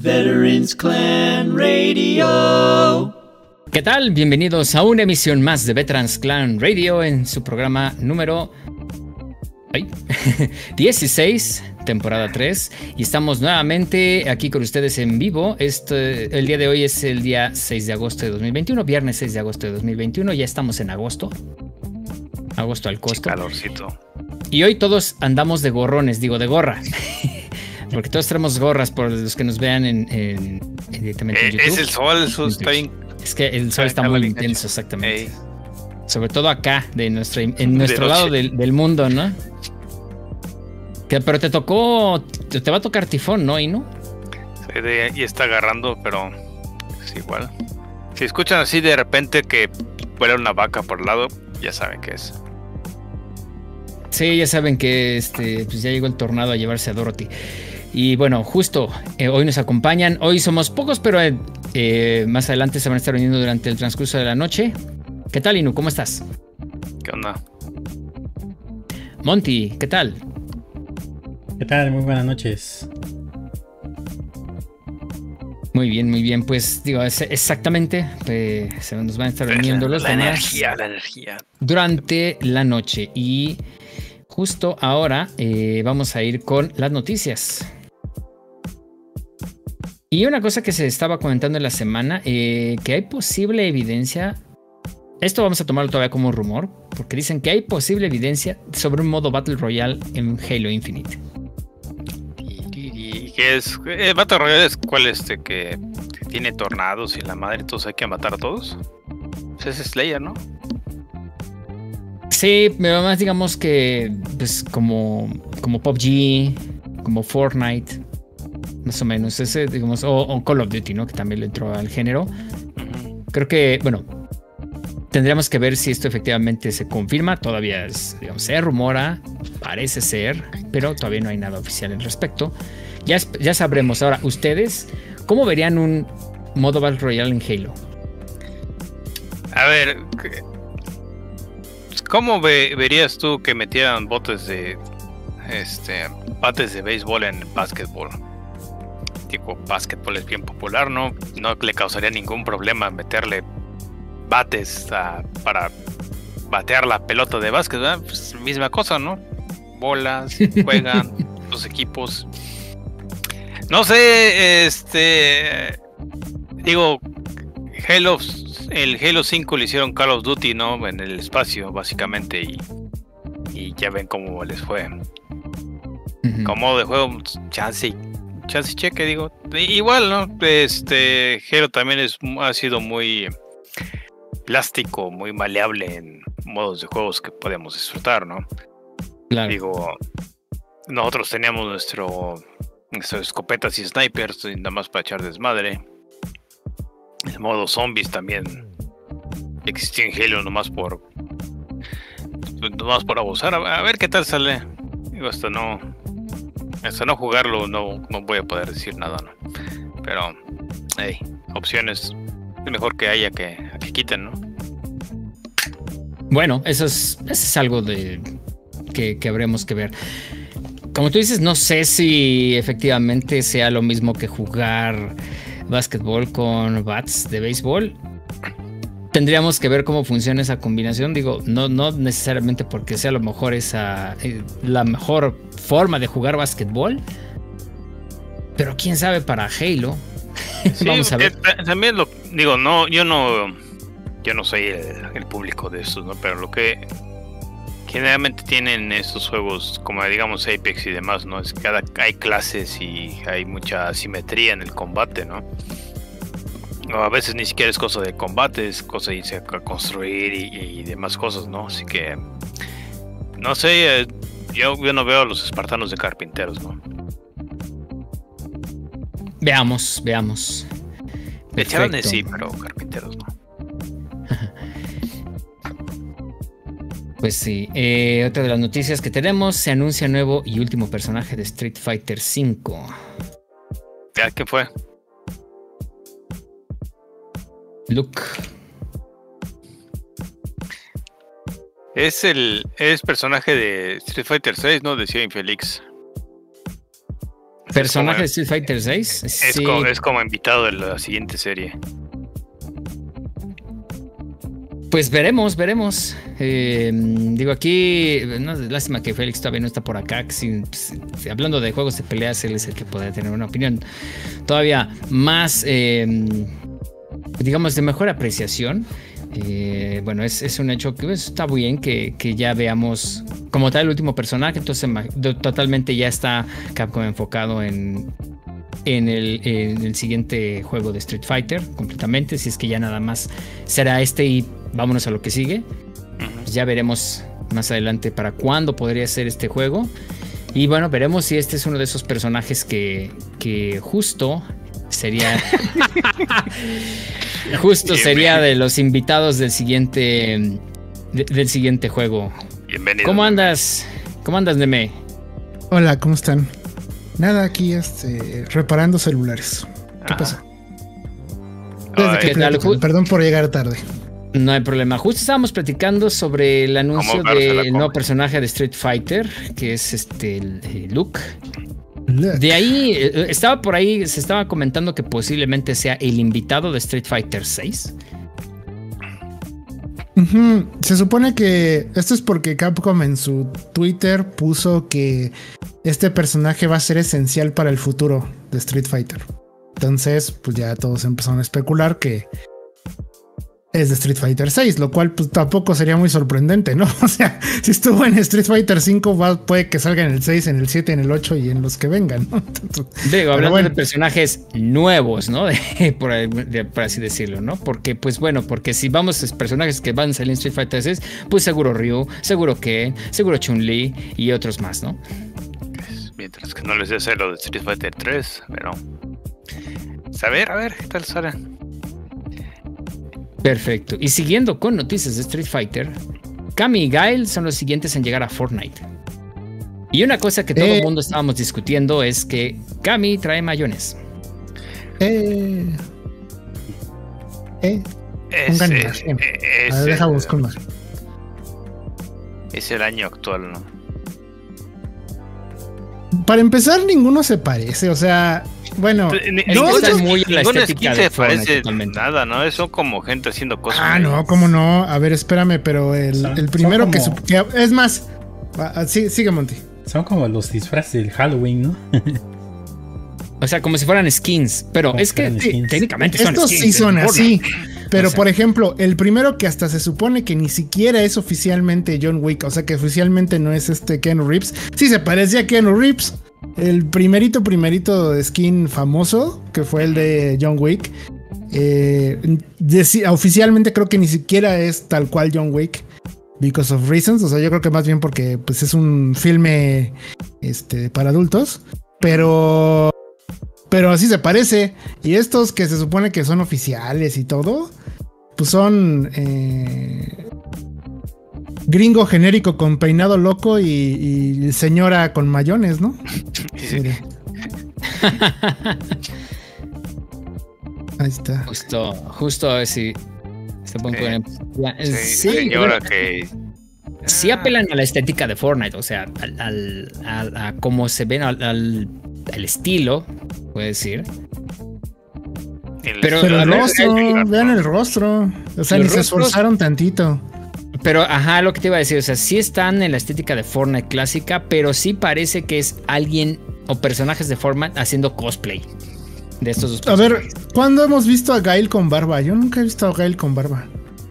Veterans Clan Radio. ¿Qué tal? Bienvenidos a una emisión más de Veterans Clan Radio en su programa número 16, temporada 3. Y estamos nuevamente aquí con ustedes en vivo. El día de hoy es el día 6 de agosto de 2021, viernes 6 de agosto de 2021. Ya estamos en agosto. Agosto al costo. Qué calorcito. Y hoy todos andamos de gorrones, digo de gorra. Porque todos tenemos gorras por los que nos vean directamente en YouTube. Es el sol, eso está bien. Es que el sol está muy intenso, exactamente. Sobre todo acá, en nuestro lado del mundo, ¿no? Pero te va a tocar tifón, ¿no? ¿Y está agarrando, pero es igual. Si escuchan así de repente que vuela una vaca por el lado, ya saben qué es. Sí, ya saben que pues ya llegó el tornado a llevarse a Dorothy. Y bueno, justo hoy nos acompañan. Hoy somos pocos, pero más adelante se van a estar uniendo durante el transcurso de la noche. ¿Qué tal, Inu? ¿Cómo estás? ¿Qué onda? Monty, ¿qué tal? ¿Qué tal? Muy buenas noches. Muy bien, muy bien. Pues digo, exactamente. Se nos van a estar uniendo los demás. La energía. Durante la noche. Y justo ahora vamos a ir con las noticias. Y una cosa que se estaba comentando en la semana, que hay posible evidencia. Esto vamos a tomarlo todavía como rumor, porque dicen que hay posible evidencia sobre un modo Battle Royale en Halo Infinite. ¿Y qué es? ¿Battle Royale es cuál que tiene tornados y la madre, entonces hay que matar a todos? Pues es Slayer, ¿no? Sí, pero más digamos que pues como PUBG, como Fortnite, más o menos, ese digamos, o Call of Duty, ¿no? Que también le entró al género. Creo que, bueno, tendríamos que ver si esto efectivamente se confirma. Todavía se rumora, parece ser, pero todavía no hay nada oficial al respecto. Ya sabremos. Ahora, ustedes, ¿cómo verían un modo Battle Royale en Halo? A ver, ¿cómo verías tú que metieran bates de béisbol en básquetbol? Digo, básquetbol es bien popular, ¿no? No le causaría ningún problema meterle bates para batear la pelota de básquet, ¿verdad? Pues misma cosa, ¿no? Bolas, juegan los equipos. No sé, digo, el Halo 5 le hicieron Call of Duty, ¿no? En el espacio, básicamente, y ya ven cómo les fue. Como modo de juego, chance cheque, digo. Igual, ¿no? Halo también ha sido muy plástico, muy maleable en modos de juegos que podemos disfrutar, ¿no? Claro. Digo, nosotros teníamos nuestras escopetas y snipers, nada más para echar desmadre. El modo zombies también existía en Halo, nomás por abusar. A ver qué tal sale. Digo, hasta no jugarlo no voy a poder decir nada, ¿no? Pero, opciones es mejor que haya que quiten, ¿no? Bueno, eso es algo que habremos que ver. Como tú dices, no sé si efectivamente sea lo mismo que jugar básquetbol con bats de béisbol. Tendríamos que ver cómo funciona esa combinación. Digo, no necesariamente porque sea a lo mejor la mejor forma de jugar básquetbol. Pero quién sabe para Halo. Sí, vamos a ver. También yo no soy el público de estos, ¿no? Pero lo que generalmente tienen estos juegos, como digamos Apex y demás, ¿no? Es que hay clases y hay mucha asimetría en el combate, ¿no? O a veces ni siquiera es cosa de combate, es cosa de irse a construir y demás cosas, ¿no? Así que no sé, yo no veo a los espartanos de carpinteros, ¿no? Veamos. Veterones sí, pero carpinteros no. Pues sí, otra de las noticias que tenemos, se anuncia nuevo y último personaje de Street Fighter V. ¿Ya qué fue? Luke. Es personaje de Street Fighter 6, ¿no? Decía Infelix. ¿Personaje de Street Fighter 6? Es como invitado de la siguiente serie. Pues veremos. Digo, aquí, no, lástima que Félix todavía no está por acá. Hablando de juegos de peleas, él es el que puede tener una opinión todavía más, digamos, de mejor apreciación. Bueno, es un hecho que está bien que ya veamos como tal el último personaje. Entonces, totalmente ya está Capcom enfocado en el siguiente juego de Street Fighter completamente. Si es que ya nada más será y vámonos a lo que sigue. Pues ya veremos más adelante para cuándo podría ser este juego. Y bueno, veremos si este es uno de esos personajes que justo sería sería de los invitados del siguiente juego. Bienvenido. ¿Cómo andas, Neme? Hola, ¿cómo están? Nada, aquí reparando celulares. ¿Qué pasa? Perdón por llegar tarde. No hay problema. Justo estábamos platicando sobre el anuncio del nuevo personaje de Street Fighter, que es Luke. De ahí, se estaba comentando que posiblemente sea el invitado de Street Fighter 6. Se supone que esto es porque Capcom en su Twitter puso que este personaje va a ser esencial para el futuro de Street Fighter. Entonces, pues ya todos empezaron a especular que es de Street Fighter 6, lo cual pues tampoco sería muy sorprendente, ¿no? O sea, si estuvo en Street Fighter 5, puede que salga en el 6, en el 7, en el 8 y en los que vengan, ¿no? Digo, hablando de personajes nuevos, ¿no? Por así decirlo, ¿no? Porque, pues bueno, porque si vamos a personajes que van a salir en Street Fighter 6, pues seguro Ryu, seguro Ken, seguro Chun-Li y otros más, ¿no? Mientras que no les dé lo de Street Fighter 3, pero... A ver, ¿qué tal sale? Perfecto. Y siguiendo con noticias de Street Fighter, Cammy y Guile son los siguientes en llegar a Fortnite. Y una cosa que todo el mundo estábamos discutiendo es que Cammy trae mayones. Deja buscar más. Es el año actual, ¿no? Para empezar, ninguno se parece, o sea... Bueno, no es muy la estética de Fortnite, totalmente. Nada, ¿no? Son como gente haciendo cosas. No, cómo no. A ver, espérame, pero el primero que es más. Sigue, Monty. Son como los disfraces del Halloween, ¿no? O sea, como si fueran skins. Pero como es que técnicamente son estos skins. Sí son así. Pero, por ejemplo, el primero que hasta se supone que ni siquiera es oficialmente John Wick, o sea que oficialmente no es Keanu Reeves. Sí se parecía a Keanu Reeves. El primerito skin famoso, que fue el de John Wick, oficialmente creo que ni siquiera es tal cual John Wick, because of reasons. O sea, yo creo que más bien porque pues, es un filme para adultos, pero así se parece. Y estos que se supone que son oficiales y todo, pues son gringo genérico con peinado loco y señora con mayones, ¿no? Sí. Ahí está. Justo a ver si se puede poner. Sí, señora que... Sí apelan a la estética de Fortnite, o sea, a cómo se ven, al estilo, puede decir. Pero el rostro, vean el rostro. O sea, ni se esforzaron tantito. Pero, lo que te iba a decir, o sea, sí están en la estética de Fortnite clásica, pero sí parece que es alguien o personajes de Fortnite haciendo cosplay de estos dos personajes. A ver, ¿cuándo hemos visto a Guile con barba? Yo nunca he visto a Guile con barba.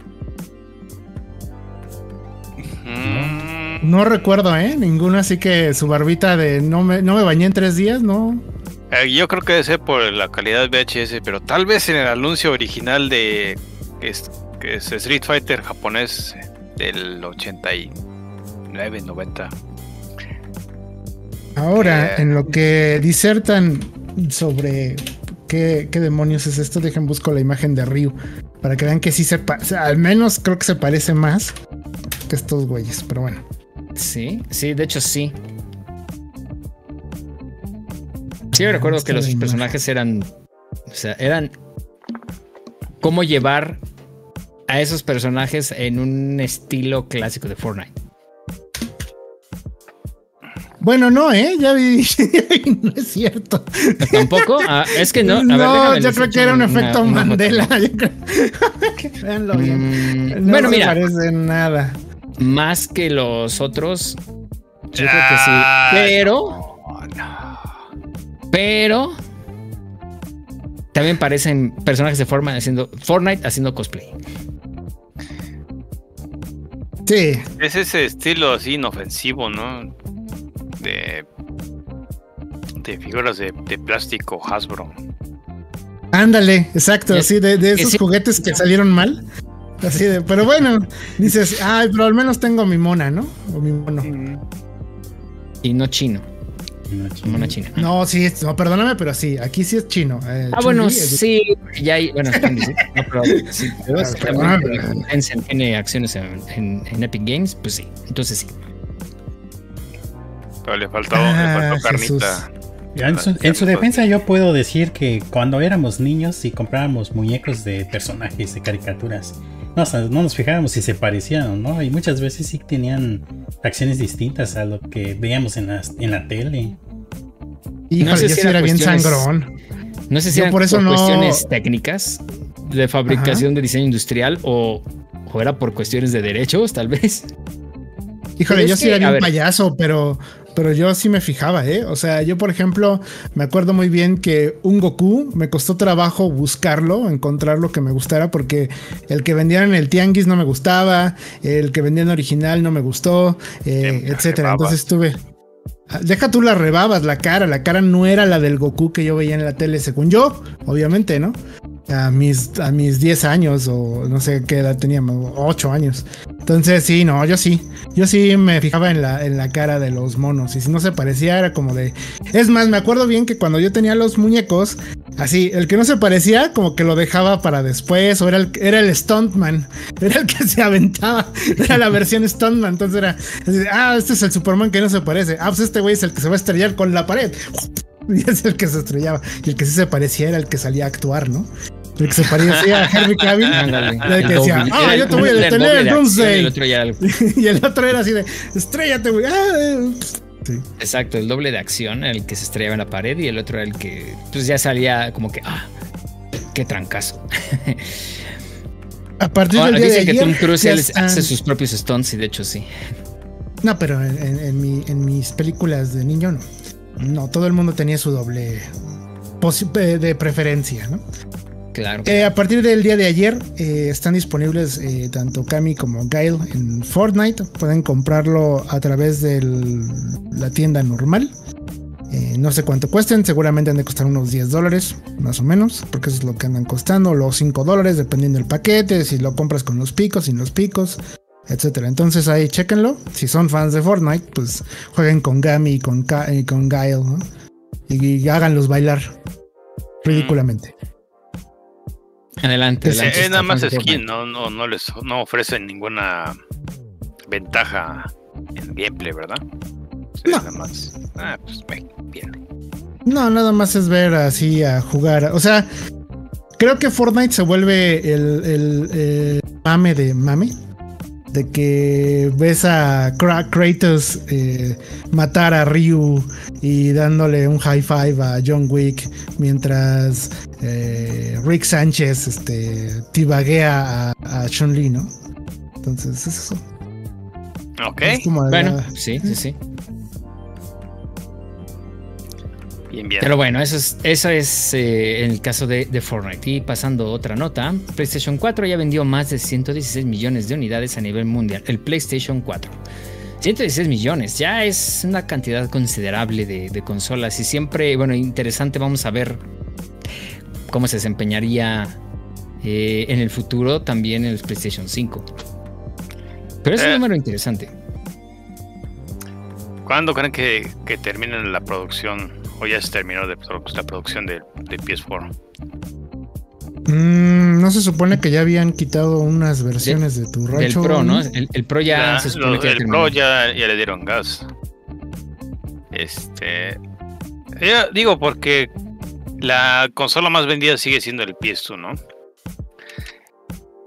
No recuerdo, ninguno, así que su barbita de no me bañé en 3 días, ¿no? Yo creo que debe ser por la calidad VHS, pero tal vez en el anuncio original de que es Street Fighter japonés del 89, 90. Ahora, en lo que disertan sobre qué demonios es esto, dejen busco la imagen de Ryu para que vean que sí al menos creo que se parece más que estos güeyes, pero bueno. Sí, de hecho sí. Sí, yo recuerdo que los personajes eran cómo llevar a esos personajes en un estilo clásico de Fortnite. Bueno, no, ya vi, no es cierto. ¿Tampoco? Es que no. No, yo creo que era un efecto Mandela. Véanlo bien. No bueno, mira. No parece nada. Más que los otros, yo creo que sí. Pero también parecen personajes de Fortnite haciendo cosplay. Sí. Es ese estilo así inofensivo, ¿no? De figuras de plástico Hasbro. Ándale, exacto, sí, de esos juguetes que salieron mal. Así de, pero bueno, dices, ay, pero al menos tengo mi mona, ¿no? O mi mono. Y no chino. Mona china. No, sí, no, perdóname, pero sí, aquí sí es chino. Bueno, sí, ya hay, bueno, no, pero sí, Tencent tiene acciones en Epic Games, pues sí, entonces sí. Pero le faltó carnita. En su defensa yo puedo decir que cuando éramos niños y comprábamos muñecos de personajes de caricaturas, no nos fijábamos si se parecían o no, y muchas veces sí tenían acciones distintas a lo que veíamos en la tele. Híjole, no sé si era bien sangrón. No sé si eran por cuestiones técnicas de fabricación de diseño industrial o era por cuestiones de derechos, tal vez. Híjole, yo sí era bien payaso, pero yo sí me fijaba, O sea, yo, por ejemplo, me acuerdo muy bien que un Goku me costó trabajo buscarlo, encontrar lo que me gustara, porque el que vendían en el tianguis no me gustaba, el que vendían original no me gustó, etcétera. Entonces deja tú las rebabas, la cara no era la del Goku que yo veía en la tele, según yo, obviamente, ¿no? A mis 10 años o no sé qué edad tenía, 8 años. Entonces sí, no, yo sí me fijaba en la cara de los monos y si no se parecía era como de... Es más, me acuerdo bien que cuando yo tenía los muñecos, así, el que no se parecía como que lo dejaba para después o era el Stuntman, era el que se aventaba, era la versión Stuntman, entonces era, este es el Superman que no se parece, pues este güey es el que se va a estrellar con la pared. Y es el que se estrellaba. Y el que sí se parecía era el que salía a actuar, ¿no? El que se parecía a Henry Cavill. El que decía, yo te voy a detener en Doomsday. Y el otro era así de, estrellate, güey. Sí. Exacto, el doble de acción, el que se estrellaba en la pared y el otro era el que pues ya salía como que, qué trancazo. A partir del día de ayer, que Tom Cruise hace sus propios stunts y de hecho sí. No, pero en mis películas de niño no. No, todo el mundo tenía su doble de preferencia, ¿no? Claro. A partir del día de ayer están disponibles tanto Cammy como Guile en Fortnite. Pueden comprarlo a través de la tienda normal. No sé cuánto cuesten, seguramente han de costar unos $10 más o menos, porque eso es lo que andan costando, los $5 dependiendo del paquete, si lo compras con los picos, sin los picos, etcétera. Entonces ahí chéquenlo. Si son fans de Fortnite, pues jueguen con Gami y con Guile, ¿no? Y háganlos bailar ridículamente. Adelante. Es nada más skin, no ofrecen ninguna ventaja en gameplay, ¿verdad? No. Nada más. Pues bien. No, nada más es ver así a jugar. O sea, creo que Fortnite se vuelve el mame de que ves a Kratos matar a Ryu y dándole un high five a John Wick mientras Rick Sánchez tibaguea a Chun-Li, ¿no? Entonces es eso. Ok. Es como sí. Bien. Pero bueno, eso es en el caso de Fortnite. Y pasando a otra nota, PlayStation 4 ya vendió más de 116 millones de unidades a nivel mundial. El PlayStation 4. 116 millones, ya es una cantidad considerable de consolas. Y siempre, interesante, vamos a ver cómo se desempeñaría en el futuro también en el PlayStation 5. Pero es un número interesante. ¿Cuándo creen que terminen la producción? ¿O ya se terminó la producción de PS4? No se supone que ya habían quitado unas versiones de tu rancho. Del Pro, ¿no? El Pro ya se supone que ya terminó. El Pro ya le dieron gas. Yo digo porque la consola más vendida sigue siendo el PS2, ¿no?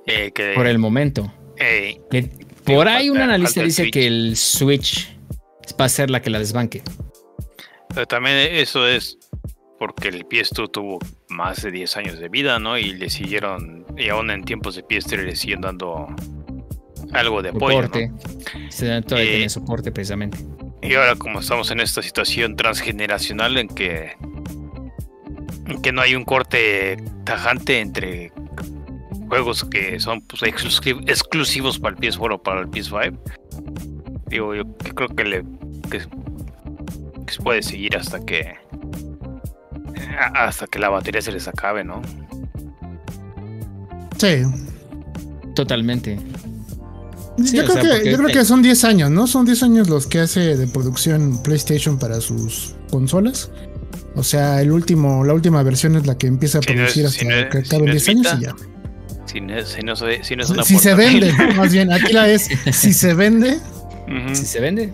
Por el momento. Por ahí un analista dice que el Switch va a ser la que la desbanque. Pero también eso es porque el PS2 tuvo más de 10 años de vida, ¿no? Y le siguieron, y aún en tiempos de PS3 le siguen dando algo de apoyo, Soporte. ¿no? Todavía tiene soporte precisamente. Y ahora como estamos en esta situación transgeneracional en que no hay un corte tajante entre juegos que son pues, exclusivos para el PS4 o para el PS5, digo, yo creo que se puede seguir hasta que la batería se les acabe, ¿no? Sí. Totalmente. Sí, yo creo que son 10 años, ¿no? Son 10 años los que hace de producción PlayStation para sus consolas. O sea, la última versión es la que empieza a producir hasta que acaben 10 años y ya. Si no es una si se vende, más bien, aquí la es, si se vende. Si se vende.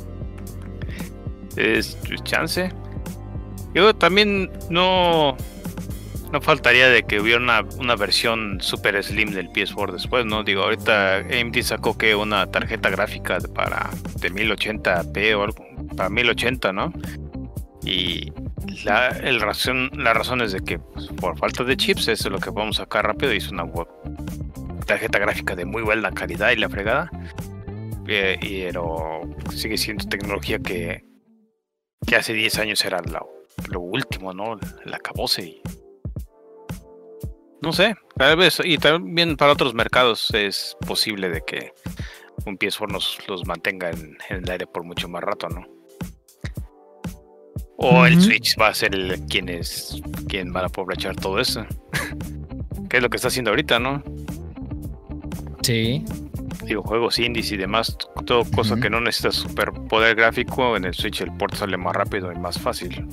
Es chance. Yo también no faltaría de que hubiera una versión super slim del PS4 después, ¿no? Digo, ahorita AMD sacó que una tarjeta gráfica de 1080p o algo, para 1080, ¿no? Y la razón es de que pues, por falta de chips, eso es lo que podemos sacar rápido, y es una tarjeta gráfica de muy buena calidad y la fregada. Pero sigue siendo tecnología que hace 10 años era lo último, ¿no? El acabose y... No sé, tal vez, y también para otros mercados es posible de que un PS4 los mantenga en el aire por mucho más rato, ¿no? O el Switch va a ser quien va a aprovechar todo eso. Que es lo que está haciendo ahorita, ¿no? Sí. Digo, juegos indies y demás, todo cosa que no necesita super poder gráfico, en el Switch el port sale más rápido y más fácil.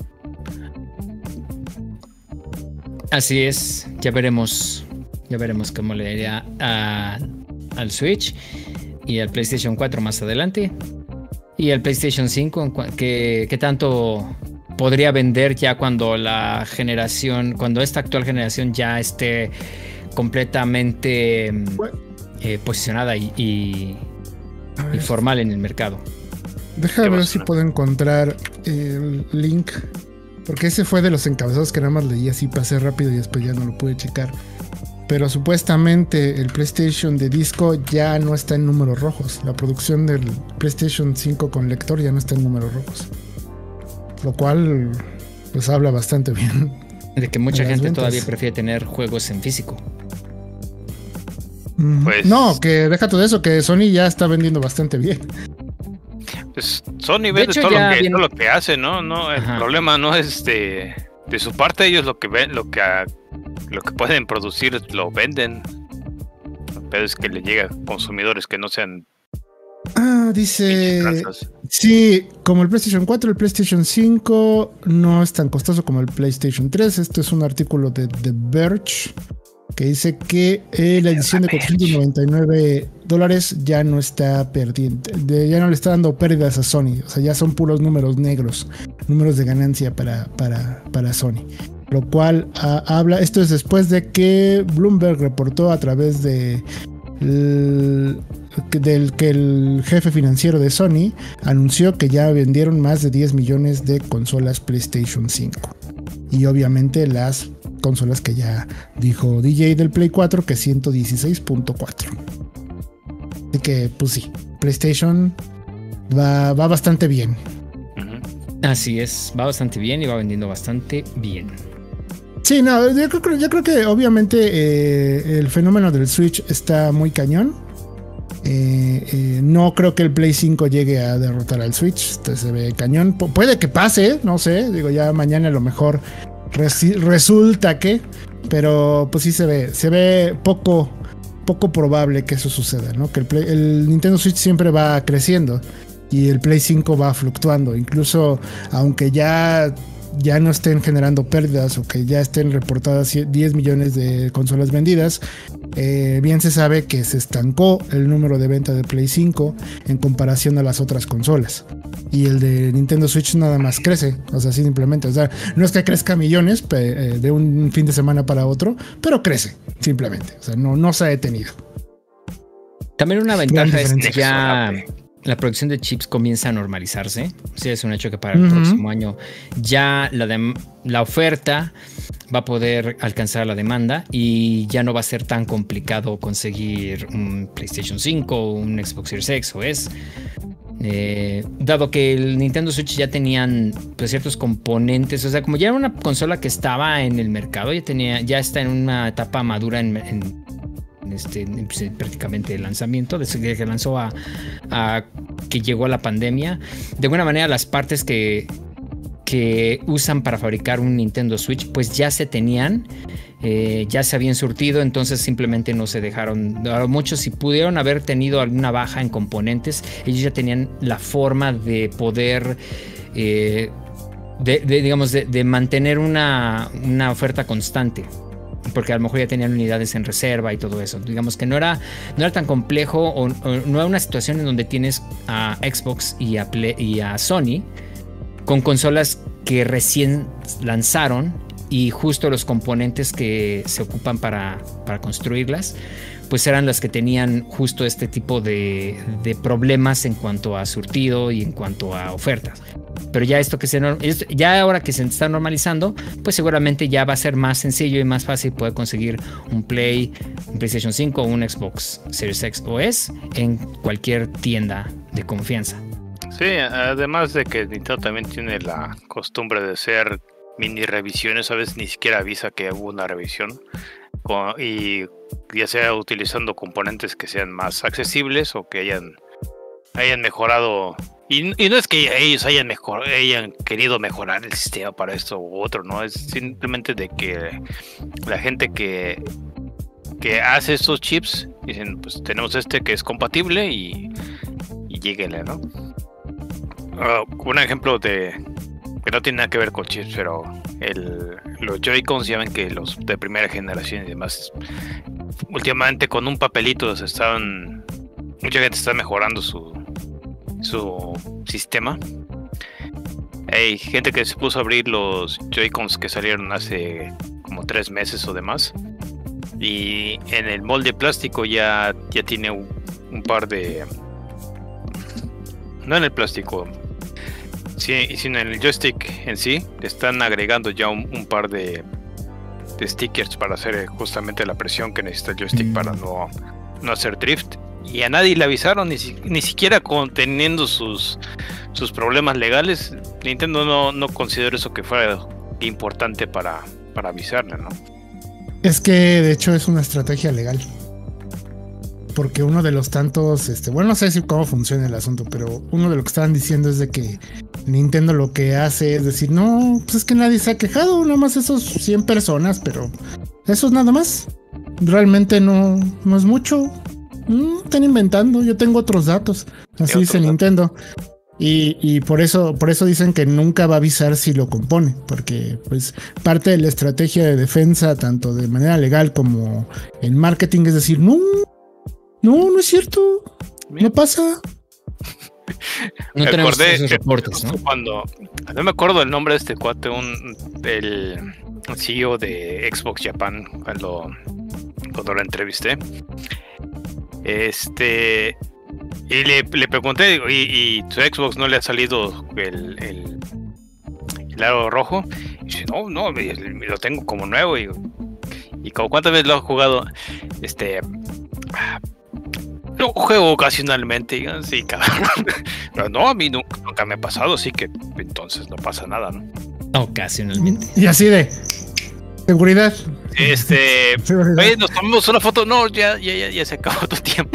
Así es, ya veremos cómo le iría al Switch y al PlayStation 4 más adelante. Y al PlayStation 5, que tanto podría vender ya cuando cuando esta actual generación ya esté completamente posicionada y formal en el mercado. Deja ver si puedo encontrar el link. Porque ese fue de los encabezados que nada más leí así, pasé rápido y después ya no lo pude checar. Pero supuestamente el PlayStation de disco ya no está en números rojos. La producción del PlayStation 5 con lector ya no está en números rojos. Lo cual pues habla bastante bien. De que mucha gente todavía prefiere tener juegos en físico. Pues, no, que deja todo eso, que Sony ya está vendiendo bastante bien. Pues Sony vende todo lo que hace, ¿no? El problema no es de su parte, ellos lo que ven, lo que pueden producir lo venden. Pero es que le llega a consumidores que no sean. Dice. Sí, como el PlayStation 4, el PlayStation 5 no es tan costoso como el PlayStation 3. Esto es un artículo de The Verge que dice que la edición de $499 ya no está perdiendo, ya no le está dando pérdidas a Sony. O sea, ya son puros números negros, números de ganancia para Sony. Lo cual esto es después de que Bloomberg reportó a través que el jefe financiero de Sony anunció que ya vendieron más de 10 millones de consolas PlayStation 5. Y obviamente las consolas que ya dijo DJ del Play 4, que 116.4. Así que, pues sí, PlayStation va bastante bien. Así es, va bastante bien y va vendiendo bastante bien. Sí, no, yo creo que obviamente el fenómeno del Switch está muy cañón. No creo que el Play 5 llegue a derrotar al Switch. Se ve cañón. Puede que pase, no sé. Digo, ya mañana a lo mejor resulta que. Pero pues sí se ve poco probable que eso suceda, ¿no? Que el Nintendo Switch siempre va creciendo y el Play 5 va fluctuando. Incluso aunque ya no estén generando pérdidas o que ya estén reportadas 10 millones de consolas vendidas, bien se sabe que se estancó el número de venta de Play 5 en comparación a las otras consolas. Y el de Nintendo Switch nada más crece, o sea, simplemente, o sea, no es que crezca millones de un fin de semana para otro, pero crece, simplemente, o sea, no se ha detenido. También una ventaja es que ya la producción de chips comienza a normalizarse. Sí, es un hecho que para el próximo año ya la oferta va a poder alcanzar la demanda y ya no va a ser tan complicado conseguir un PlayStation 5 o un Xbox Series X o S. Dado que el Nintendo Switch ya tenían pues, ciertos componentes, o sea, como ya era una consola que estaba en el mercado, ya está en una etapa madura prácticamente el lanzamiento, desde que lanzó a que llegó a la pandemia. De alguna manera las partes que usan para fabricar un Nintendo Switch pues ya se tenían, ya se habían surtido, entonces simplemente no se dejaron. Muchos, si pudieron haber tenido alguna baja en componentes, ellos ya tenían la forma de poder de mantener una oferta constante, porque a lo mejor ya tenían unidades en reserva y todo eso. Digamos que no era tan complejo o no era una situación en donde tienes a Xbox y a Sony con consolas que recién lanzaron y justo los componentes que se ocupan para construirlas pues eran las que tenían justo este tipo de problemas en cuanto a surtido y en cuanto a ofertas. Pero ya ya ahora que se está normalizando, pues seguramente ya va a ser más sencillo y más fácil poder conseguir un PlayStation 5 o un Xbox Series X o S en cualquier tienda de confianza. Sí, además de que Nintendo también tiene la costumbre de hacer mini revisiones, a veces ni siquiera avisa que hubo una revisión, y ya sea utilizando componentes que sean más accesibles o que hayan mejorado. Y no es que ellos hayan querido mejorar el sistema para esto u otro, ¿no? Es simplemente de que la gente que hace estos chips dicen, pues tenemos este que es compatible y lléguenle, ¿no? Un ejemplo que no tiene nada que ver con chips, pero los Joy-Cons, ya ven que los de primera generación y demás, últimamente con un papelito mucha gente está mejorando su sistema. Hay gente que se puso a abrir los Joy-Cons que salieron hace como 3 meses o demás, y en el molde plástico ya tiene un par de... No en el plástico, sino en el joystick en sí, están agregando ya un par de stickers para hacer justamente la presión que necesita el joystick para no hacer drift. Y a nadie le avisaron, ni siquiera teniendo sus problemas legales. Nintendo no consideró eso que fuera importante para avisarle, ¿no? Es que de hecho es una estrategia legal. Porque uno de los tantos, bueno, no sé cómo funciona el asunto, pero uno de lo que estaban diciendo es de que Nintendo lo que hace es decir, no, pues es que nadie se ha quejado, nada más esos 100 personas, pero eso es nada más. Realmente no es mucho. Están inventando, yo tengo otros datos. Así dice Nintendo. Y por eso dicen que nunca va a avisar si lo compone, porque pues parte de la estrategia de defensa, tanto de manera legal como en marketing, es decir, no es cierto, no pasa. No tenemos esos reportes, ¿no? No me acuerdo el nombre de este cuate, el CEO de Xbox Japan, cuando lo entrevisté. Y le pregunté, ¿y tu Xbox no le ha salido el aro rojo? Y dice, no, lo tengo como nuevo. Y como ¿cuántas veces lo has jugado? Lo juego ocasionalmente. Y sí, cabrón. Pero no, a mí nunca me ha pasado, así que entonces no pasa nada, ¿no? Ocasionalmente. Y así de seguridad. Oye, nos tomamos una foto. No, ya se acabó tu tiempo.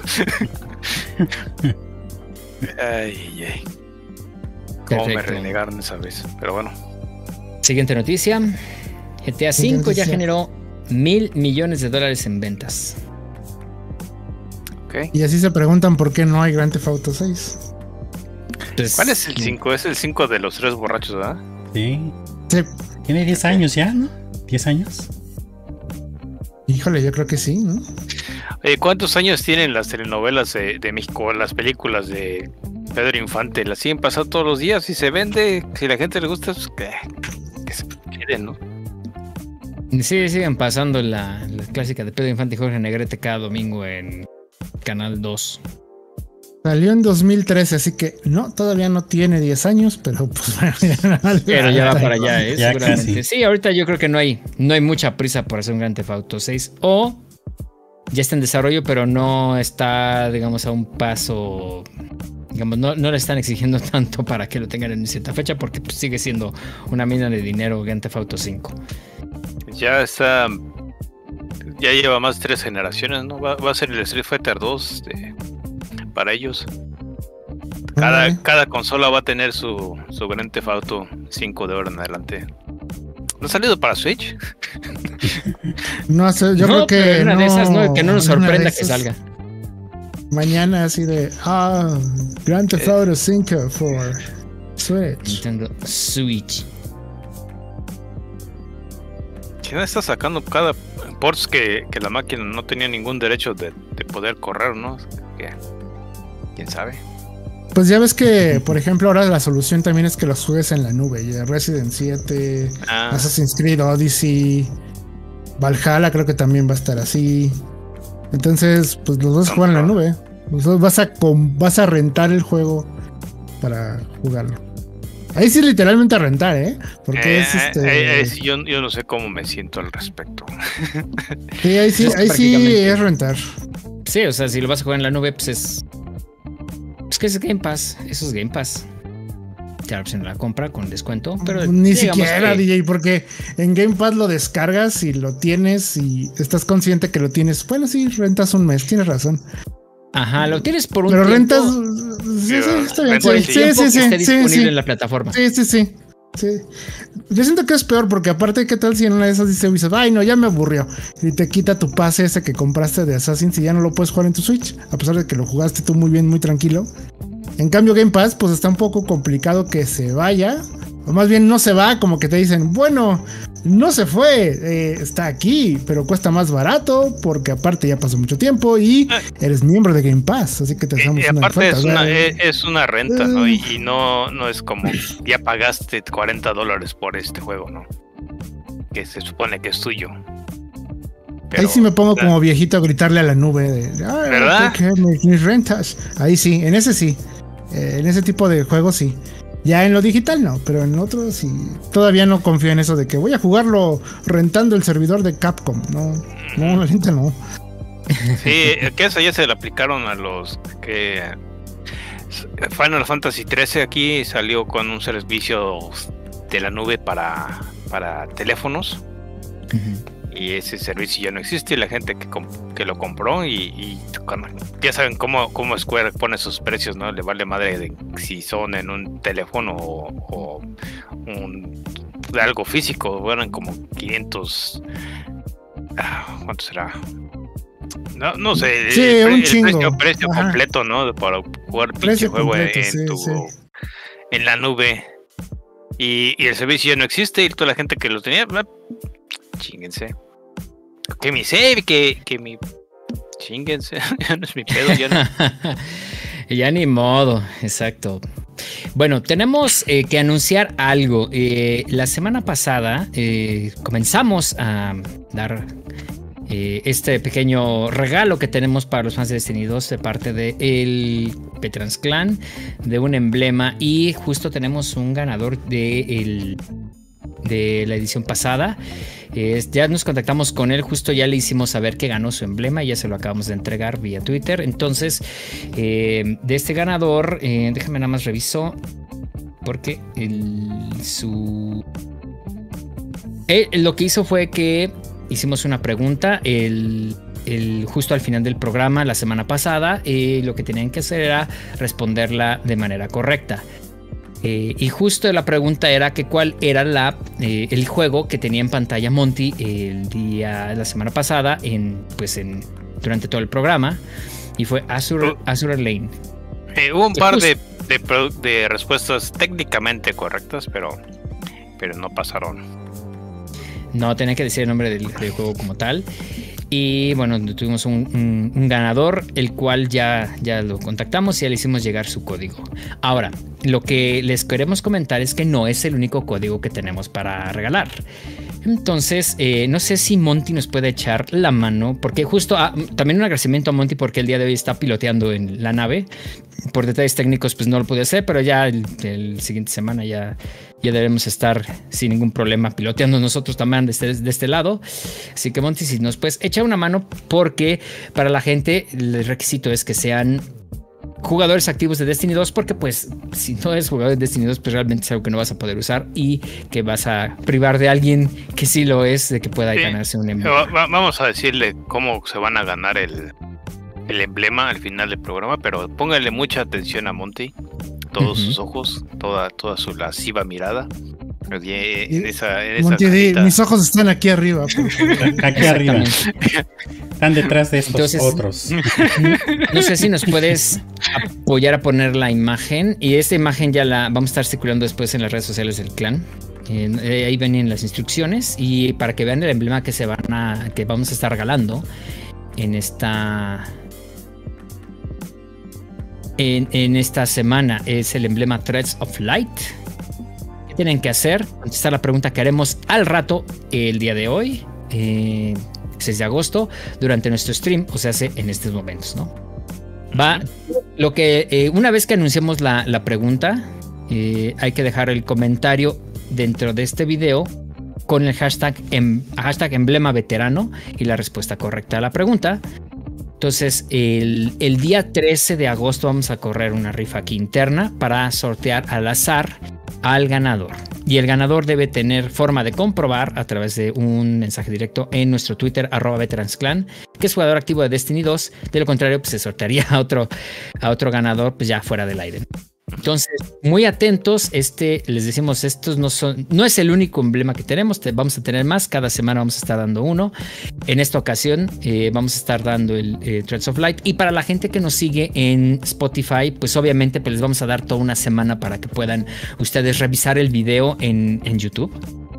Ay. Cómo me renegaron esa vez. Pero bueno. Siguiente noticia. GTA V ya generó $1,000 millones en ventas. Okay. Y así se preguntan por qué no hay Grand Theft Auto 6. Pues, ¿cuál es el 5? Es el 5 de los 3 borrachos, ¿verdad? Sí. Sí. Tiene 10 años ya, ¿no? 10 años. Híjole, yo creo que sí, ¿no? ¿Cuántos años tienen las telenovelas de México, las películas de Pedro Infante? Las siguen pasando todos los días y se vende. Si a la gente le gusta, pues que se queden, ¿no? Sí, siguen pasando la clásica de Pedro Infante y Jorge Negrete cada domingo en Canal 2. Salió en 2013, así que no, todavía no tiene 10 años, pero pues pero ya va para allá, ya seguramente. casi. Sí, ahorita yo creo que no hay mucha prisa por hacer un Grand Theft Auto 6 o ya está en desarrollo, pero no está, digamos, a un paso, digamos, no le están exigiendo tanto para que lo tengan en cierta fecha porque pues, sigue siendo una mina de dinero Grand Theft Auto 5. Ya está, ya lleva más de 3 generaciones, ¿no? Va a ser el Street Fighter 2 para ellos. Cada consola va a tener su Grand Theft Auto 5 de ahora en adelante. ¿No ha salido para Switch? No sé, yo creo que una de esas, ¿no? Que no nos sorprenda que salga. Mañana así de Grand Theft Auto 5 for Switch. Nintendo Switch. ¿Quién está sacando cada ports que la máquina no tenía ningún derecho de poder correr, ¿no? ¿Quién sabe? Pues ya ves que, por ejemplo, ahora la solución también es que los juegues en la nube. Ya Resident 7, Assassin's Creed Odyssey, Valhalla creo que también va a estar así. Entonces, pues los vas a jugar en la nube. Vas a rentar el juego para jugarlo. Ahí sí literalmente a rentar, ¿eh? Porque yo no sé cómo me siento al respecto. Sí, ahí sí es rentar. Sí, o sea, si lo vas a jugar en la nube, pues es que es Game Pass. Eso es Game Pass. Te da la opción de la compra con descuento, pero ni siquiera, DJ, porque en Game Pass lo descargas y lo tienes y estás consciente que lo tienes. Bueno, sí, rentas un mes, tienes razón. Ajá, lo tienes por un pero tiempo. Rentas. Sí, está bien. Por el tiempo que esté disponible sí. en la plataforma. Sí. Yo siento que es peor porque aparte, ¿qué tal si en una de esas dice Ubisoft, ay no, ya me aburrió? Y te quita tu pase ese que compraste de Assassin's y ya no lo puedes jugar en tu Switch, a pesar de que lo jugaste tú muy bien, muy tranquilo. En cambio Game Pass, pues está un poco complicado que se vaya, o más bien no se va, como que te dicen, bueno, no se fue, está aquí, pero cuesta más barato, porque aparte ya pasó mucho tiempo y eres miembro de Game Pass, así que te damos una oferta. Es una renta, ¿no? Y no es como, ya pagaste $40 por este juego, ¿no? Que se supone que es tuyo. Pero, ahí sí me pongo como viejito a gritarle a la nube de, ¿verdad? Mis rentas. Ahí sí, en ese sí. En ese tipo de juegos sí. Ya en lo digital no, pero en otros sí. Todavía no confío en eso de que voy a jugarlo rentando el servidor de Capcom. No, la gente no. Sí, que eso ya se le aplicaron a los que Final Fantasy XIII aquí salió con un servicio de la nube para teléfonos. Y ese servicio ya no existe y la gente que lo compró y ya saben cómo Square pone sus precios, ¿no? Le vale madre de si son en un teléfono o algo físico. Fueron como 500. ¿Cuánto será? No sé. Sí, el precio completo, ¿no? Para jugar pinche juego en la nube. Y el servicio ya no existe y toda la gente que lo tenía, chinguense. Que mi save, que mi... Chinguense, ya no es mi pedo, ya no. Ya ni modo, exacto. Bueno, tenemos que anunciar algo. La semana pasada comenzamos a dar este pequeño regalo que tenemos para los fans de Destiny 2 de parte del Veterans Clan, de un emblema, y justo tenemos un ganador de la edición pasada. Ya nos contactamos con él, justo ya le hicimos saber que ganó su emblema y ya se lo acabamos de entregar vía Twitter. Entonces, de este ganador, déjame nada más reviso, porque lo que hizo fue que hicimos una pregunta justo al final del programa la semana pasada. Lo que tenían que hacer era responderla de manera correcta. Y justo la pregunta era que cuál era el juego que tenía en pantalla Monty la semana pasada durante todo el programa, y fue Azure Lane. Hubo un par de respuestas técnicamente correctas, pero no pasaron. No, tenía que decir el nombre del juego como tal. Y bueno, tuvimos un ganador, el cual ya lo contactamos y ya le hicimos llegar su código. Ahora, lo que les queremos comentar es que no es el único código que tenemos para regalar. Entonces, no sé si Monty nos puede echar la mano, porque justo también un agradecimiento a Monty porque el día de hoy está piloteando en la nave. Por detalles técnicos, pues no lo pude hacer, pero ya el siguiente semana ya debemos estar sin ningún problema piloteando nosotros también de este lado. Así que Monty, si nos puedes echar una mano, porque para la gente el requisito es que sean jugadores activos de Destiny 2, porque pues si no eres jugador de Destiny 2, pues realmente es algo que no vas a poder usar y que vas a privar de alguien que sí lo es de que pueda ganarse un emblema. Vamos a decirle cómo se van a ganar el emblema al final del programa, pero pónganle mucha atención a Monty, todos sus ojos, toda su lasciva mirada. Monty, mis ojos están aquí arriba. Aquí arriba. Están detrás de estos otros. No sé si nos puedes apoyar a poner la imagen. Y esta imagen ya la vamos a estar circulando después en las redes sociales del clan. Ahí vienen las instrucciones. Y para que vean el emblema que vamos a estar regalando en esta semana, es el emblema Threads of Light. Tienen que hacer, contestar la pregunta que haremos al rato el día de hoy, 6 de agosto, durante nuestro stream, o sea, en estos momentos, ¿no? Lo que una vez que anunciemos la pregunta, hay que dejar el comentario dentro de este video con el hashtag emblema veterano y la respuesta correcta a la pregunta. Entonces, el día 13 de agosto vamos a correr una rifa aquí interna para sortear al azar al ganador. Y el ganador debe tener forma de comprobar a través de un mensaje directo en nuestro Twitter, @veteransclan, que es jugador activo de Destiny 2. De lo contrario, pues se sortearía a otro ganador, pues ya fuera del aire. Entonces, muy atentos. Les decimos, estos no es el único emblema que tenemos. Vamos a tener más. Cada semana vamos a estar dando uno. En esta ocasión vamos a estar dando el Threads of Light. Y para la gente que nos sigue en Spotify, pues obviamente pues les vamos a dar toda una semana para que puedan ustedes revisar el video en YouTube.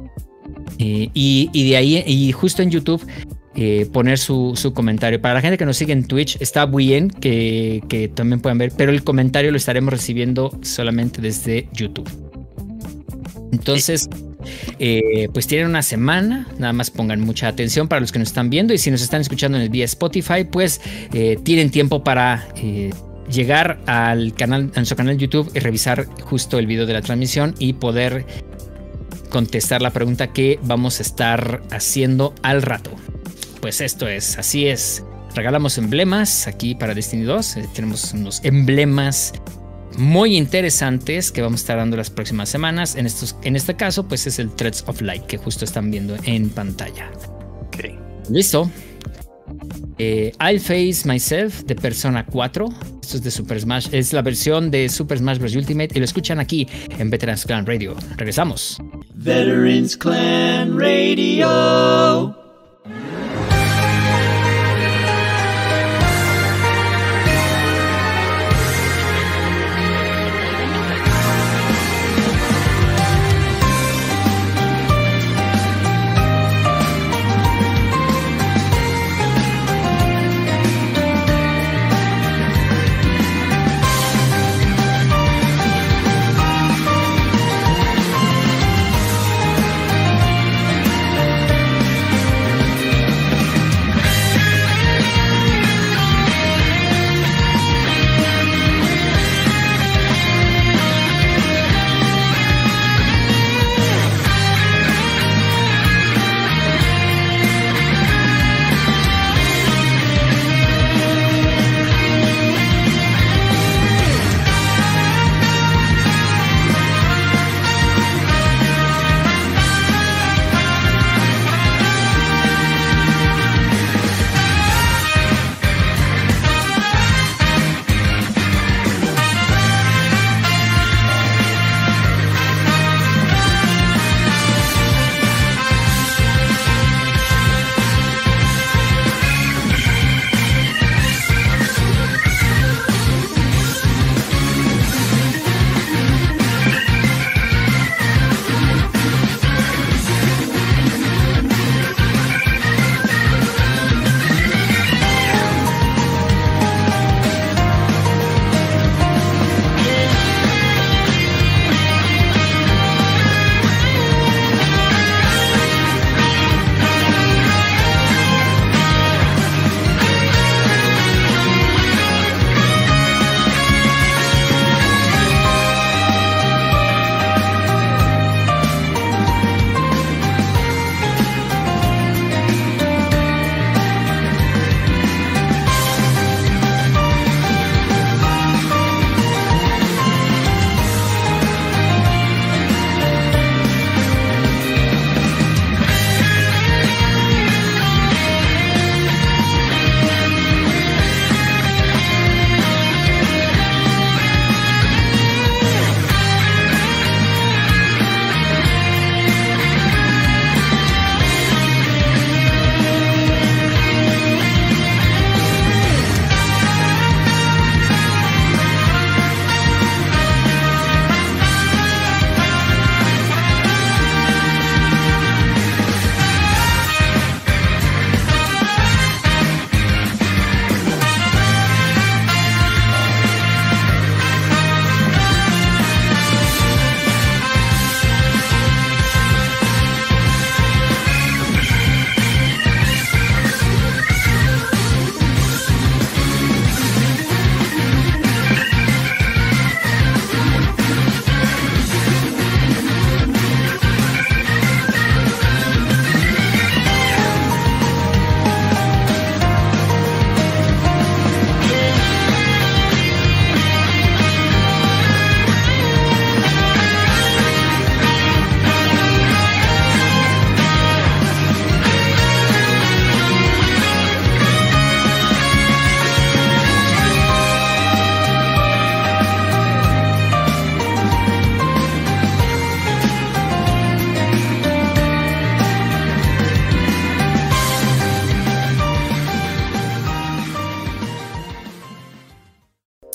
Y de ahí, y justo en YouTube, poner su comentario. Para la gente que nos sigue en Twitch, está muy bien que también puedan ver, pero el comentario lo estaremos recibiendo solamente desde YouTube. Entonces, pues tienen una semana, nada más pongan mucha atención para los que nos están viendo, y si nos están escuchando en el vía Spotify, pues tienen tiempo para llegar a nuestro canal de YouTube y revisar justo el video de la transmisión y poder contestar la pregunta que vamos a estar haciendo al rato. Pues así es. Regalamos emblemas aquí para Destiny 2. Tenemos unos emblemas muy interesantes que vamos a estar dando las próximas semanas. En este caso, pues es el Threads of Light que justo están viendo en pantalla. Okay. Listo. I'll Face Myself de Persona 4. Esto es de Super Smash. Es la versión de Super Smash Bros. Ultimate y lo escuchan aquí en Veterans Clan Radio. Regresamos. Veterans Clan Radio.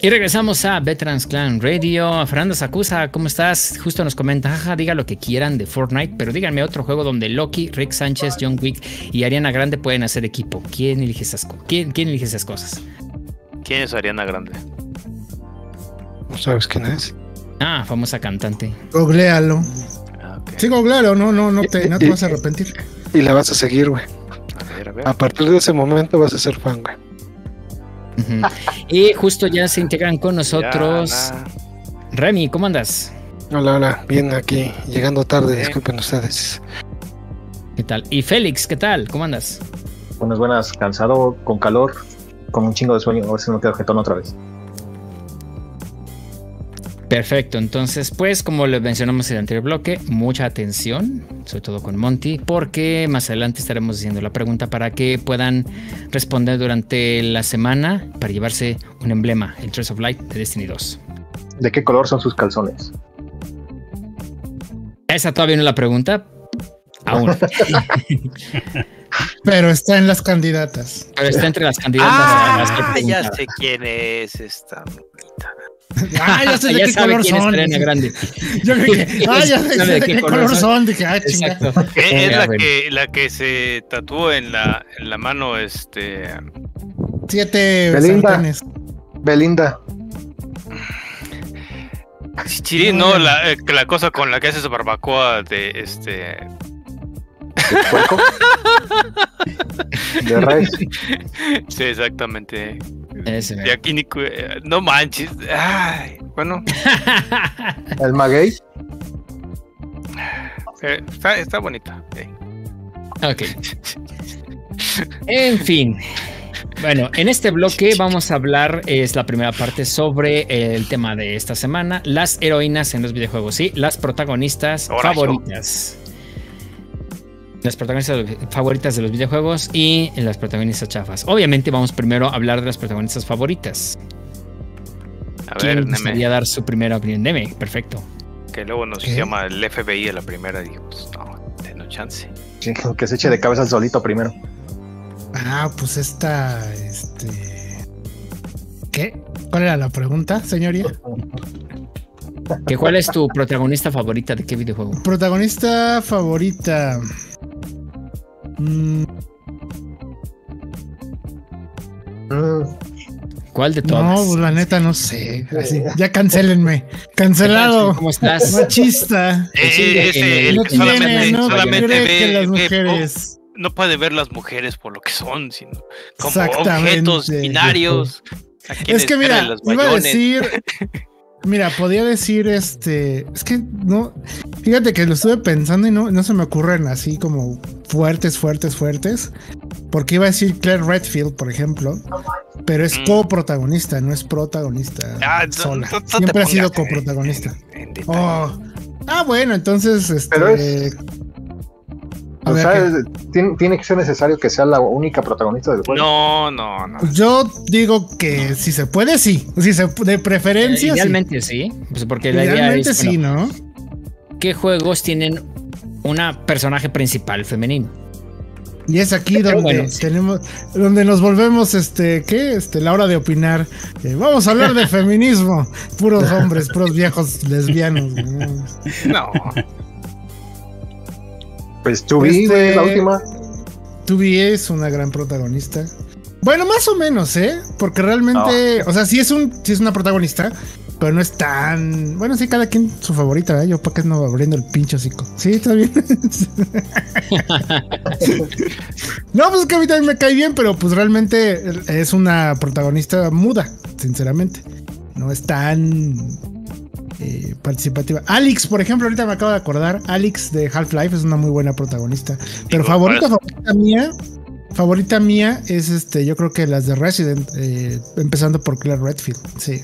Y regresamos a Veterans Clan Radio. Fernando Sakusa, ¿cómo estás? Justo nos comenta, jaja, diga lo que quieran de Fortnite, pero díganme otro juego donde Loki, Rick Sánchez, John Wick y Ariana Grande pueden hacer equipo. ¿Quién elige esas cosas? ¿Quién es Ariana Grande? ¿No sabes quién es? Ah, famosa cantante. Googlealo. Okay. Sí, googlealo, no te vas a arrepentir. Y la vas a seguir, güey. A ver. A partir de ese momento vas a ser fan, güey. Uh-huh. Y justo ya se integran con nosotros. Remy, ¿cómo andas? Hola, bien aquí, llegando tarde, disculpen ustedes. ¿Qué tal? Y Félix, ¿qué tal? ¿Cómo andas? Buenas, cansado, con calor, con un chingo de sueño, a ver si no quedo jetón otra vez. Perfecto, entonces pues como les mencionamos en el anterior bloque, mucha atención, sobre todo con Monty, porque más adelante estaremos haciendo la pregunta para que puedan responder durante la semana para llevarse un emblema, el Trace of Light de Destiny 2. ¿De qué color son sus calzones? Esa todavía no es la pregunta, aún. Pero está en las candidatas. Pero está entre las candidatas. Ya sé quién es esta bonita. Ya sé de qué color son. Yo creo que, ya sé de qué color son. Dije, exacto. Es la que se tatuó en la mano, 7 sartenes. Belinda. Sí, no, la cosa con la que hace su barbacoa de ¿De puerco? ¿De res? Sí, exactamente. Ese, y aquí no manches. Ay, bueno. ¿El maguey? Está bonita. Ok. En fin. Bueno, en este bloque vamos a hablar, es la primera parte sobre el tema de esta semana, las heroínas en los videojuegos, ¿sí? Las protagonistas favoritas. Las protagonistas favoritas de los videojuegos y las protagonistas chafas. Obviamente vamos primero a hablar de las protagonistas favoritas. A ver, ¿quién gustaría dar su primera opinión? Neme, perfecto. Que luego nos llama el FBI a la primera y digo, pues no, tengo chance. Sí, que se eche de cabeza al solito primero. Pues esta, ¿qué? ¿Cuál era la pregunta, señoría? ¿Cuál es tu protagonista favorita de qué videojuego? Protagonista favorita. ¿Cuál de todas? No, pues la neta no sé. Así, ya cancélenme. Cancelado. ¿Cómo estás? Machista. No cree que las mujeres. No puede ver las mujeres por lo que son, sino como objetos binarios. Es que mira, iba a decir. Mira, podía decir es que no. Fíjate que lo estuve pensando y no se me ocurren así como fuertes. Porque iba a decir Claire Redfield, por ejemplo. Pero es coprotagonista, no es protagonista sola. Siempre ha sido coprotagonista. Bueno, entonces Pero tiene que ser necesario que sea la única protagonista del juego. No. Yo digo que si se puede, sí. De preferencia, idealmente sí. Pues porque idealmente la idea es, sí, ¿no? ¿Qué juegos tienen una personaje principal femenino? Y es aquí donde donde nos volvemos, la hora de opinar. Vamos a hablar de feminismo. Puros hombres, puros viejos lesbianos. No. Pues 2B, la última. 2B es una gran protagonista. Bueno, más o menos, porque realmente, o sea, sí es una protagonista, pero no es tan. Bueno, sí, cada quien su favorita, Yo para qué no abriendo el pincho hocico. Sí, está bien. No, pues que a mí también me cae bien, pero pues realmente es una protagonista muda, sinceramente. No es tan participativa. Alex, por ejemplo, ahorita me acabo de acordar. Alex de Half-Life es una muy buena protagonista. Pero favorita mía es yo creo que las de Resident, empezando por Claire Redfield. Sí.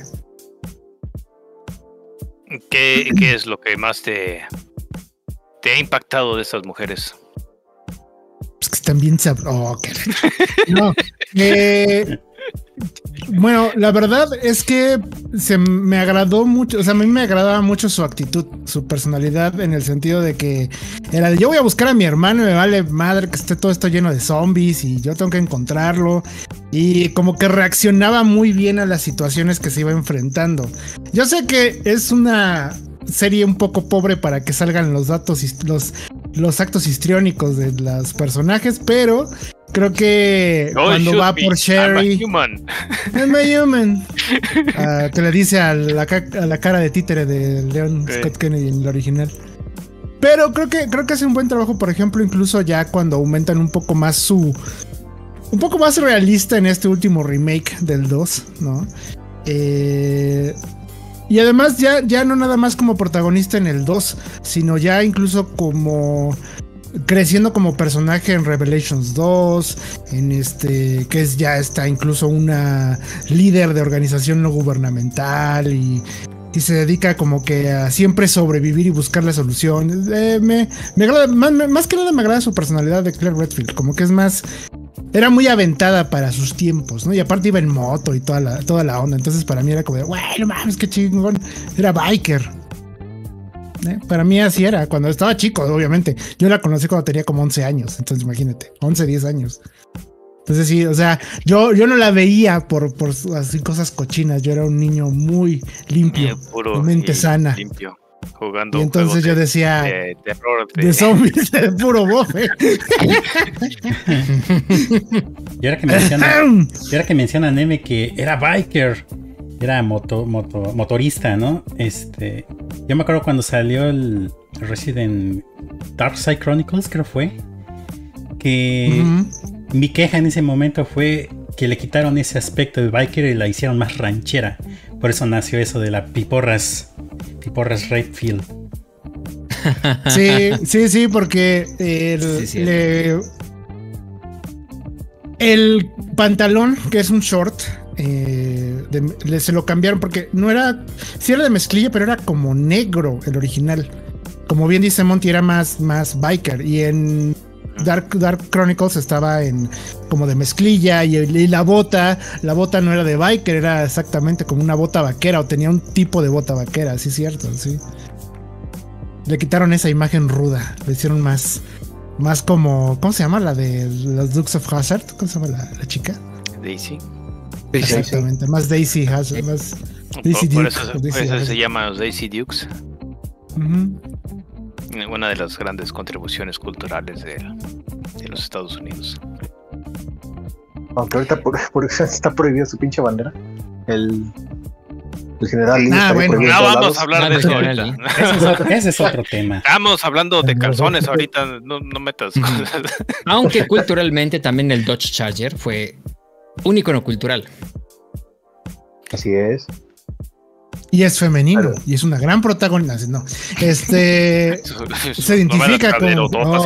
¿Qué es lo que más te ha impactado de estas mujeres? Pues que están bien No, Bueno, la verdad es que me agradó mucho, o sea, a mí me agradaba mucho su actitud, su personalidad, en el sentido de que era de yo voy a buscar a mi hermano y me vale madre que esté todo esto lleno de zombies y yo tengo que encontrarlo, y como que reaccionaba muy bien a las situaciones que se iba enfrentando. Yo sé que es una serie un poco pobre para que salgan los datos y los actos histriónicos de los personajes, pero creo que cuando va por Sherry, I'm a human, que le dice a la cara de títere de Leon Scott Kennedy en el original. Pero creo que hace un buen trabajo, por ejemplo, incluso ya cuando aumentan un poco más un poco más realista en este último remake del 2, ¿no? Y además ya no nada más como protagonista en el 2, sino ya incluso como creciendo como personaje en Revelations 2, en que ya está incluso una líder de organización no gubernamental y se dedica como que a siempre sobrevivir y buscar la solución. Me agrada, más que nada me agrada su personalidad de Claire Redfield, como que es más... Era muy aventada para sus tiempos, ¿no? Y aparte iba en moto y toda la onda. Entonces para mí era como de, güey, no mames, qué chingón. Era biker. Para mí así era, cuando estaba chico, obviamente. Yo la conocí cuando tenía como 11 años. Entonces imagínate, 11, 10 años. Entonces sí, o sea, yo no la veía por así cosas cochinas. Yo era un niño muy limpio, de mente sana. Limpio. Jugando y entonces yo decía de terror de zombies, de puro bofe. Y ahora que menciona Neme que era biker, era motorista, ¿no? Yo me acuerdo cuando salió el Resident Darkside Chronicles, creo fue, que mi queja en ese momento fue que le quitaron ese aspecto de biker y la hicieron más ranchera. Por eso nació eso de la Piporras Redfield. Sí, porque el pantalón, que es un short, se lo cambiaron porque no era, sí era de mezclilla, pero era como negro el original. Como bien dice Monty, era más biker, y en Dark Chronicles estaba en como de mezclilla, y la bota no era de biker, era exactamente como una bota vaquera, o tenía un tipo de bota vaquera, sí, cierto, sí. Le quitaron esa imagen ruda, le hicieron más como, ¿cómo se llama? La de los Dukes of Hazzard, ¿cómo se llama la chica? Daisy. Exactamente, más Daisy Hazzard, más Daisy Duke. Por eso se llama los Daisy Dukes. Una de las grandes contribuciones culturales de los Estados Unidos. Aunque ahorita por está prohibida su pinche bandera. El general Lee bueno, no vamos a hablar de eso ahorita. Ese es otro tema. Estamos hablando de calzones ahorita, no metas cosas. Aunque culturalmente también el Dodge Charger fue un icono cultural. Así es. Y es femenino, y es una gran protagonista. No, se identifica como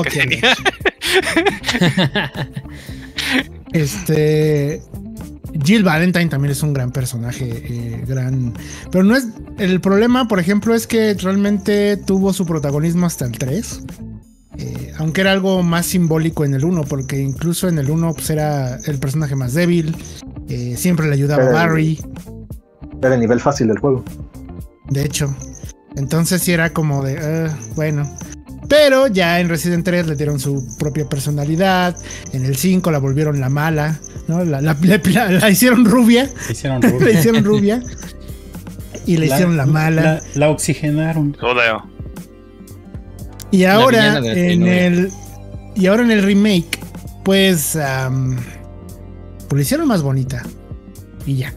Jill Valentine también es un gran personaje, pero no es el problema. Por ejemplo, es que realmente tuvo su protagonismo hasta el 3, aunque era algo más simbólico en el 1, porque incluso en el 1 pues, era el personaje más débil, siempre le ayudaba a Barry. Era el nivel fácil del juego. De hecho. Entonces sí era como de... bueno. Pero ya en Resident 3 le dieron su propia personalidad. En el 5 la volvieron la mala, ¿no? La hicieron rubia. La hicieron rubia. Y le hicieron la mala. La oxigenaron. Joder. Y ahora en el remake, pues le hicieron más bonita. Y ya.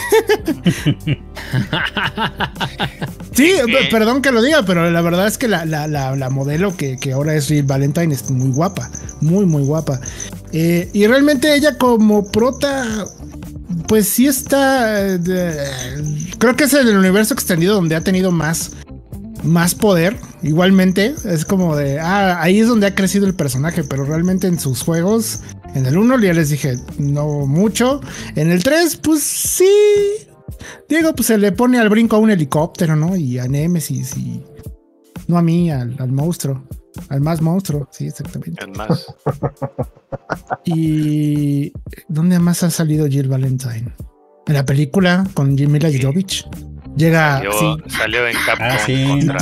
Sí, perdón que lo diga, pero la verdad es que la modelo que ahora es Jill Valentine es muy guapa, muy muy guapa, y realmente ella como prota pues sí está, creo que es en el universo extendido donde ha tenido más poder. Igualmente es como de ahí es donde ha crecido el personaje, pero realmente en sus juegos, en el 1 ya les dije no mucho, en el 3 pues sí, Diego pues se le pone al brinco a un helicóptero, ¿no? Y a Nemesis, y no a mí, al monstruo, al más monstruo, sí, exactamente. El más. ¿Y dónde más ha salido Jill Valentine? En la película con Mila Jovovich. Llega. Salió en Capcom contra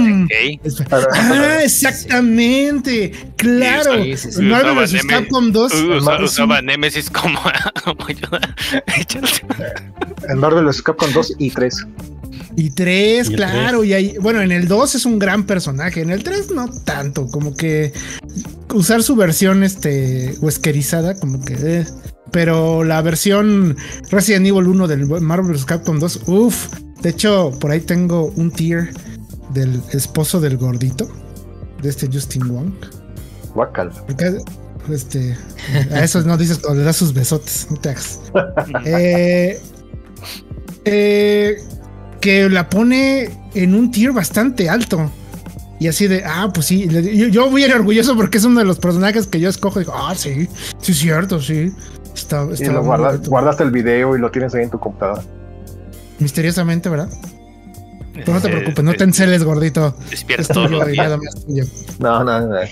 exactamente. Claro. Marvel vs. Capcom 2. Usaba Nemesis como ayuda. En Marvel vs. Capcom 2 y 3. Y 3, claro. Y ahí, bueno, en el 2 es un gran personaje. En el 3 no tanto. Como que usar su versión weskerizada, como que. Pero la versión Resident Evil 1 del Marvel vs. Capcom 2, uff. De hecho, por ahí tengo un tier del esposo del gordito, de Justin Wong. Guacal. A eso no dices cuando le das sus besotes, no te hagas. Que la pone en un tier bastante alto. Y así de, pues sí. Yo muy orgulloso porque es uno de los personajes que yo escojo. Y digo, sí, es cierto, sí. Y lo guardaste el video y lo tienes ahí en tu computadora. Misteriosamente, ¿verdad? Pero no te preocupes, no te enceles, gordito. Despierta todo lo nada más tuyo. No.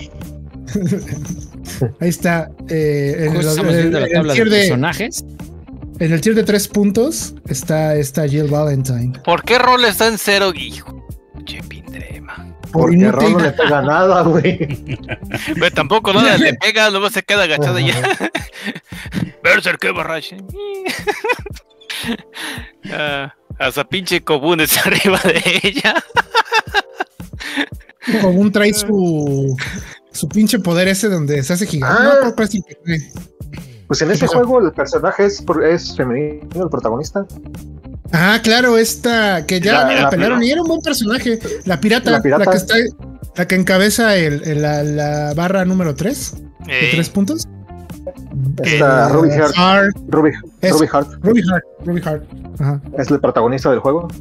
Ahí está. Estamos viendo la tabla de personajes. En el tier de 3 puntos está Jill Valentine. ¿Por qué Rol está en 0? Hijo, che pindrema. Porque Rol no le pega nada, güey. Pero tampoco nada le pega, luego se queda agachada ya. Berserk, qué borracho. Hasta pinche Kobun está arriba de ella. Kobun trae su pinche poder ese donde se hace gigante. Pues en ese juego el personaje es femenino, el protagonista. Claro, esta que ya la pelaron y era un buen personaje. La pirata. La que está, la que encabeza la barra número 3 de 3 puntos. Ruby Hart. Ajá. Es el protagonista del juego.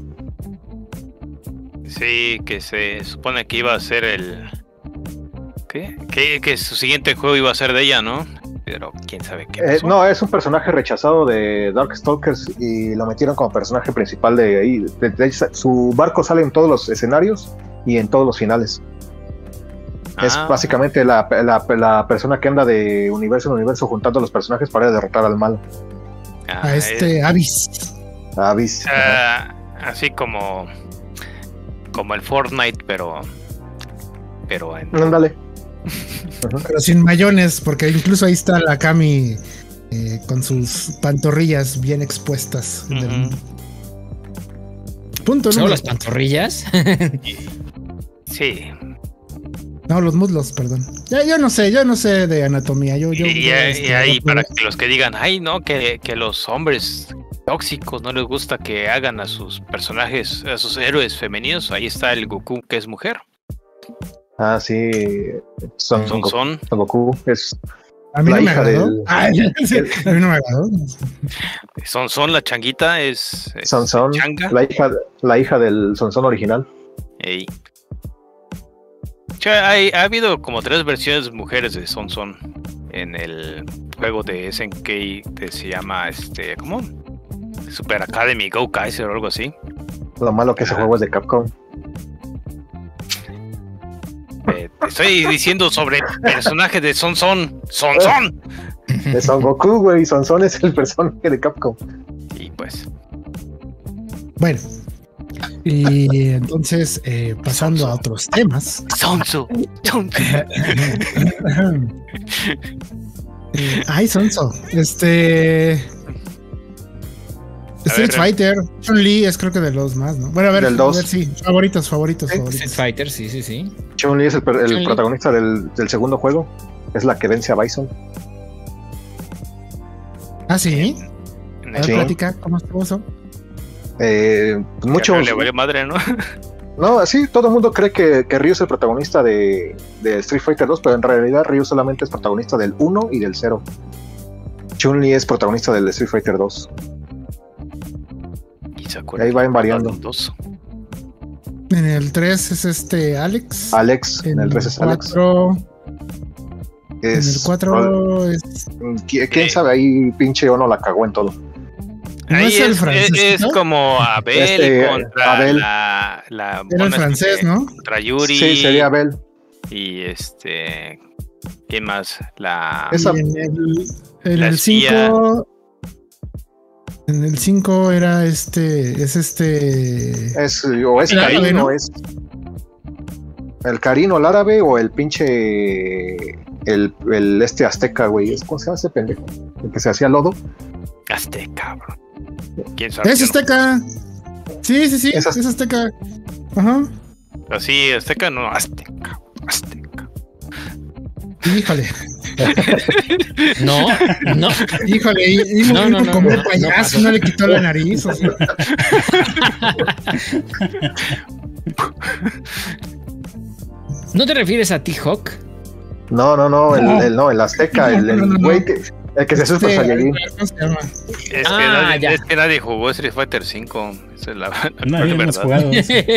Sí, que se supone que iba a ser el... Que su siguiente juego iba a ser de ella, ¿no? Pero quién sabe qué pasó. No, es un personaje rechazado de Darkstalkers y lo metieron como personaje principal de ahí. Su barco sale en todos los escenarios y en todos los finales. Es básicamente la persona que anda de universo en universo juntando los personajes para derrotar al malo. Abyss. Así como el Fortnite, pero ándale. Pero sin mayones, porque incluso ahí está la Kami con sus pantorrillas bien expuestas. Punto, ¿no? ¿Son las pantorrillas? Sí. No, los muslos, perdón. Yo no sé de anatomía. Y ahí para que los que digan, no, que los hombres tóxicos no les gusta que hagan a sus personajes, a sus héroes femeninos, ahí está el Goku, que es mujer. Sí. Son Goku. Es a mí no me agradó. A mí no me agradó. Son la changuita, es Son changa. La hija del Son original. Ey. Ha habido como 3 versiones mujeres de Son en el juego de SNK que se llama ¿cómo? Super Academy Go Kaiser o algo así. Lo malo que ese juego es de Capcom. Te estoy diciendo sobre personajes de Son. De Son Goku, güey. Son es el personaje de Capcom. Y pues. Bueno. Y entonces, pasando a otros temas. Sonso. Sonso. Street Fighter, Chun-Li es creo que de los más, ¿no? Bueno, a ver, del 2. Sí, favoritos. Street Fighter, sí. Chun-Li es el protagonista del segundo juego. Es la que vence a Bison. ¿Sí? A ver, platica, ¿cómo estuvo eso? Muchos... le vale madre, ¿no? No, sí, todo el mundo cree que Ryu es el protagonista de Street Fighter 2, pero en realidad Ryu solamente es protagonista del 1 y del 0. Chun-Li es protagonista del Street Fighter 2. Y ahí van variando. En el 3 es Alex. En el 3 es Alex. En el 4 es... ¿Quién sabe? Ahí pinche Ono la cagó en todo. ¿No es el francés? Es como Abel contra Abel. la era el francés, ¿no? Contra Yuri. Sí, sería Abel. Y ¿quién más? En el 5 En el 5 era Es Carino, o es el Carino, el árabe, o el pinche el azteca, güey. ¿Cómo se llama ese pendejo? El que se hacía lodo. Azteca, bro. ¿Quién sabe? Es Azteca. Sí, es Azteca. Ajá. Así, Azteca, no, Azteca. Híjole. No. Híjole, no, como un payaso, no le quitó la nariz. O sea. ¿No te refieres a T-Hawk? No, el azteca, el güey el que se hace Super Saiyajin. Es que nadie jugó Street Fighter 5. Esa es la nadie hemos jugado.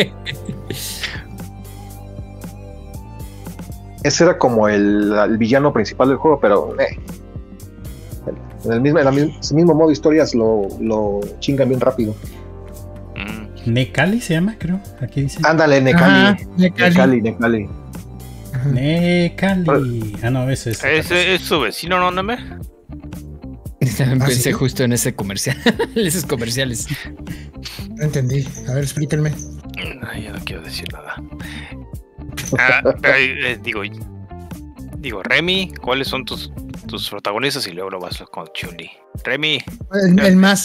Ese era como el villano principal del juego, pero en el mismo modo historias lo chingan bien rápido. Necali se llama, creo. Aquí dice. Ándale, Necali. Necali. Ah, no, eso es. ¿Es su vecino, no, Neme? Pensé justo en ese comercial. Esos comerciales. No entendí. A ver, explíquenme. No, yo no quiero decir nada. Digo, Remy, ¿cuáles son tus protagonistas? Y luego lo vas con Chun-Li. Remy. El más.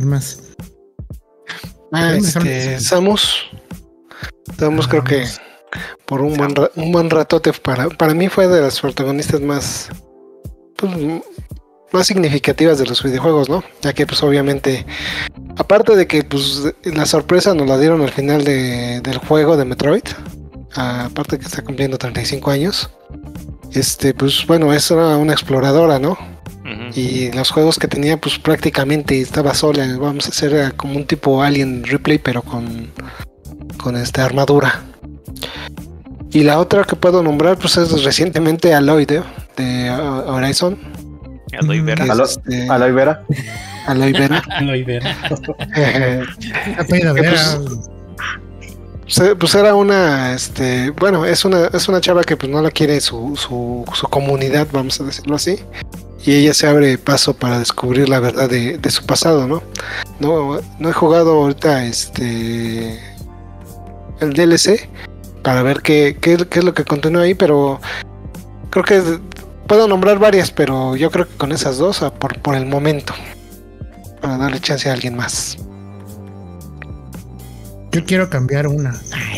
Samus creo que por un buen ratote para mí fue de las protagonistas más significativas de los videojuegos, ¿no? Ya que pues obviamente, aparte de que pues la sorpresa nos la dieron al final del juego de Metroid, aparte que está cumpliendo 35 años, pues bueno, es una exploradora, ¿no? Uh-huh. Y los juegos que tenía pues prácticamente estaba sola. Vamos a hacer como un tipo Alien Ripley, pero con armadura. Y la otra que puedo nombrar pues es recientemente Aloy de Horizon. Aloy Vera. Aloy Vera. Pues era una bueno, es una chava que pues no la quiere su comunidad, vamos a decirlo así, y ella se abre paso para descubrir la verdad de su pasado, ¿no? No he jugado ahorita el DLC para ver qué es lo que continúa ahí, pero creo que puedo nombrar varias, pero yo creo que con esas dos por el momento, para darle chance a alguien más. Yo quiero cambiar una.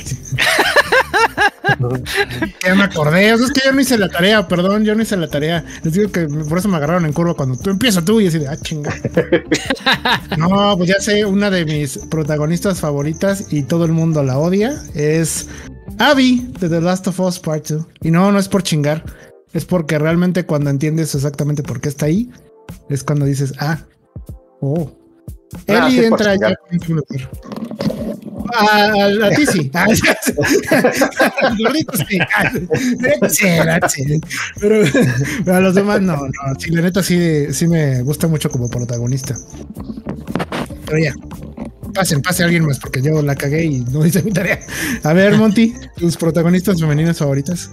Ya me acordé. Es que yo no hice la tarea, perdón, Les digo que por eso me agarraron en curva cuando empieza tú y así de chinga. No, pues ya sé, una de mis protagonistas favoritas y todo el mundo la odia es Abby de The Last of Us Part 2. Y no es por chingar, es porque realmente cuando entiendes exactamente por qué está ahí, es cuando dices, Ellie entra ya con su lugar. A ti sí. Al gordito sí. Pero a los demás no. Sí, la neta sí me gusta mucho como protagonista. Pero ya. Pase alguien más porque yo la cagué y no hice mi tarea. A ver, Monty, tus protagonistas femeninas favoritas.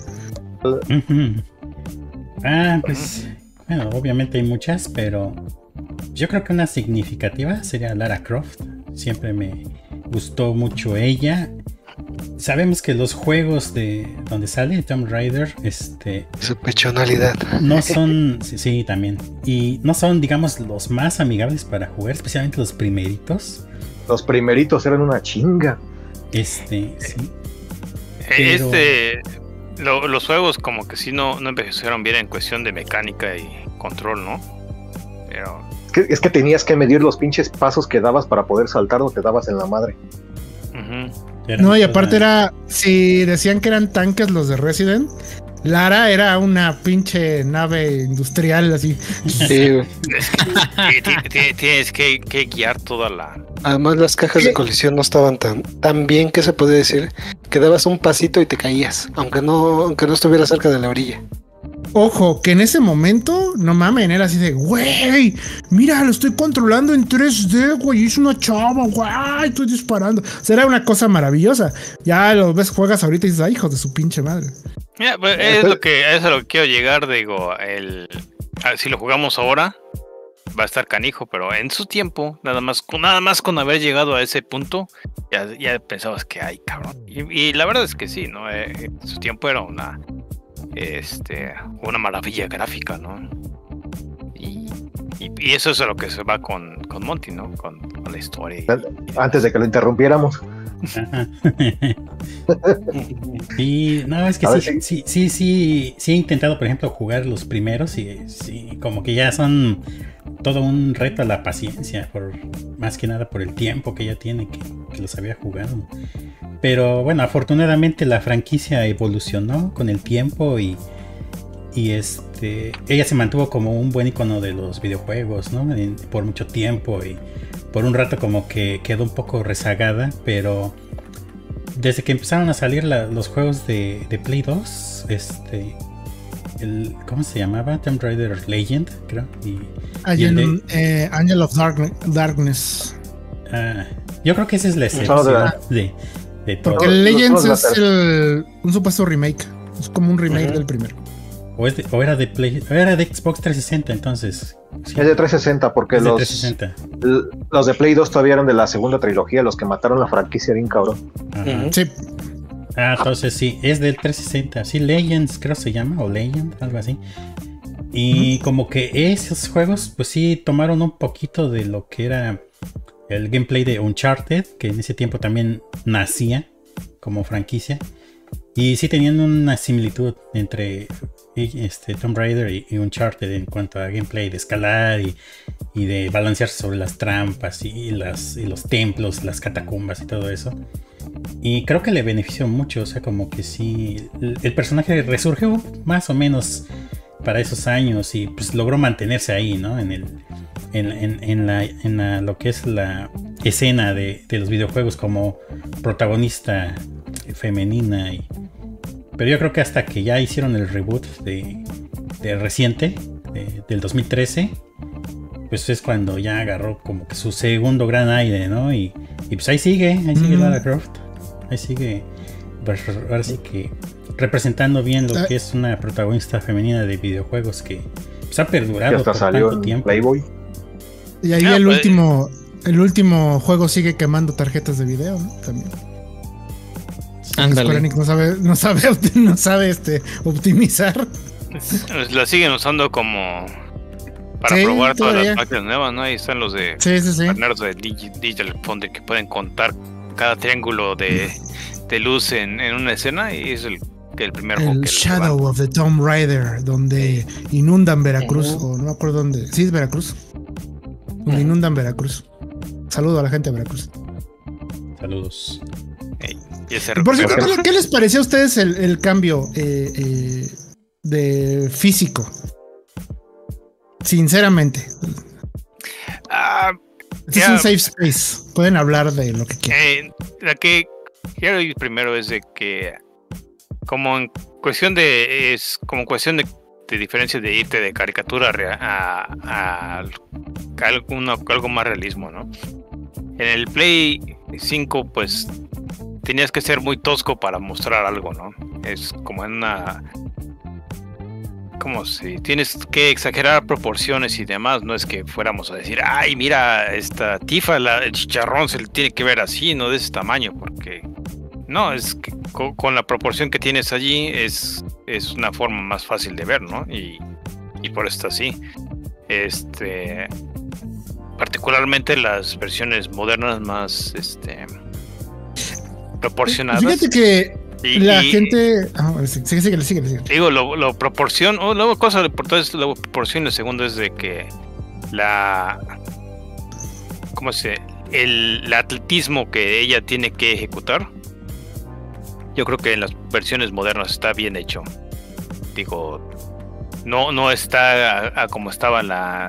Pues bueno, obviamente hay muchas, pero yo creo que una significativa sería Lara Croft. Siempre me gustó mucho ella. Sabemos que los juegos de donde sale Tomb Raider, su pechonalidad no son, sí, también, y no son, digamos, los más amigables para jugar, especialmente los primeritos. Los primeritos eran una chinga. Sí. Pero... los juegos como que sí no envejecieron bien en cuestión de mecánica y control, ¿no? Pero es que tenías que medir los pinches pasos que dabas para poder saltar o te dabas en la madre. Uh-huh. No, y aparte si decían que eran tanques los de Resident, Lara era una pinche nave industrial así. Sí. Tienes que guiar toda la... Además las cajas de colisión no estaban tan bien, que se podía decir que dabas un pasito y te caías, aunque no estuvieras cerca de la orilla. Ojo, que en ese momento, no mames, era así de, güey, mira, lo estoy controlando en 3D, güey, es una chava, güey, estoy disparando. O sea, era una cosa maravillosa. Ya lo ves, juegas ahorita y dices, hijo de su pinche madre. Eso es lo que quiero llegar, digo, si lo jugamos ahora, va a estar canijo, pero en su tiempo, nada más con haber llegado a ese punto, ya pensabas que ay, cabrón. Y la verdad es que sí, ¿no? En su tiempo era una maravilla gráfica, ¿no? Y eso es a lo que se va con Monty, ¿no? Con la historia. Antes de que lo interrumpiéramos. Sí, no, es que sí he intentado, por ejemplo, jugar los primeros y sí, como que ya son todo un reto a la paciencia, más que nada por el tiempo que ya tiene que los había jugado. Pero bueno, afortunadamente la franquicia evolucionó con el tiempo y ella se mantuvo como un buen icono de los videojuegos, ¿no? Por mucho tiempo y por un rato como que quedó un poco rezagada, pero desde que empezaron a salir los juegos de Play 2, ¿cómo se llamaba? Tomb Raider Legend, creo. Angel of Darkness. Yo creo que esa es la excepción de todo. Porque el Legends es un supuesto remake. Es como un remake del primero. O era de Xbox 360 entonces. Sí. Es de 360 porque los de Play 2 todavía eran de la segunda trilogía, los que mataron la franquicia bien cabrón. Sí. Entonces sí, es del 360. Sí, Legends creo se llama, o Legend, algo así. Y como que esos juegos pues sí tomaron un poquito de lo que era el gameplay de Uncharted, que en ese tiempo también nacía como franquicia. Y sí tenían una similitud entre Tomb Raider y Uncharted en cuanto a gameplay de escalar y de balancearse sobre las trampas y los templos, las catacumbas y todo eso. Y creo que le benefició mucho, o sea, como que sí, el personaje resurgió más o menos para esos años y pues logró mantenerse ahí, ¿no? En lo que es la escena de los videojuegos como protagonista femenina pero yo creo que hasta que ya hicieron el reboot de reciente del 2013, pues es cuando ya agarró como que su segundo gran aire, ¿no? Y pues ahí sigue Lara Croft, ahí sigue, pues ahora sí que representando bien lo que es una protagonista femenina de videojuegos que pues ha perdurado hasta por salió tanto tiempo. Playboy. Y ahí el último juego sigue quemando tarjetas de video, ¿no? También. Square Enix no sabe optimizar. La siguen usando como para probar todas las máquinas nuevas, ¿no? Ahí están los de partners de Digital Foundry que pueden contar cada triángulo de luz en una escena y es el primer juego. El Shadow of the Tomb Raider, donde inundan Veracruz, o no me acuerdo dónde. Sí, es Veracruz. Donde inundan Veracruz. Saludo a la gente de Veracruz. Saludos. Por cierto, ¿qué les pareció a ustedes el cambio de físico? Sinceramente. Este es un safe space. Pueden hablar de lo que quieran. La que quiero ir primero es de que como en cuestión de diferencia de irte de caricatura a algo más realismo, ¿no? En el Play 5 pues tenías que ser muy tosco para mostrar algo, ¿no? Es como en como si tienes que exagerar proporciones y demás, no es que fuéramos a decir, ay, mira, esta Tifa, el chicharrón se le tiene que ver así, no de ese tamaño, porque no, es que con la proporción que tienes allí es una forma más fácil de ver, ¿no? Y por esto así. Particularmente las versiones modernas más proporcionadas. Fíjate que la gente. Sigue. Digo, lo proporción. Luego, cosa de la proporción. Lo segundo es de que el atletismo que ella tiene que ejecutar. Yo creo que en las versiones modernas está bien hecho. Digo, no está como estaba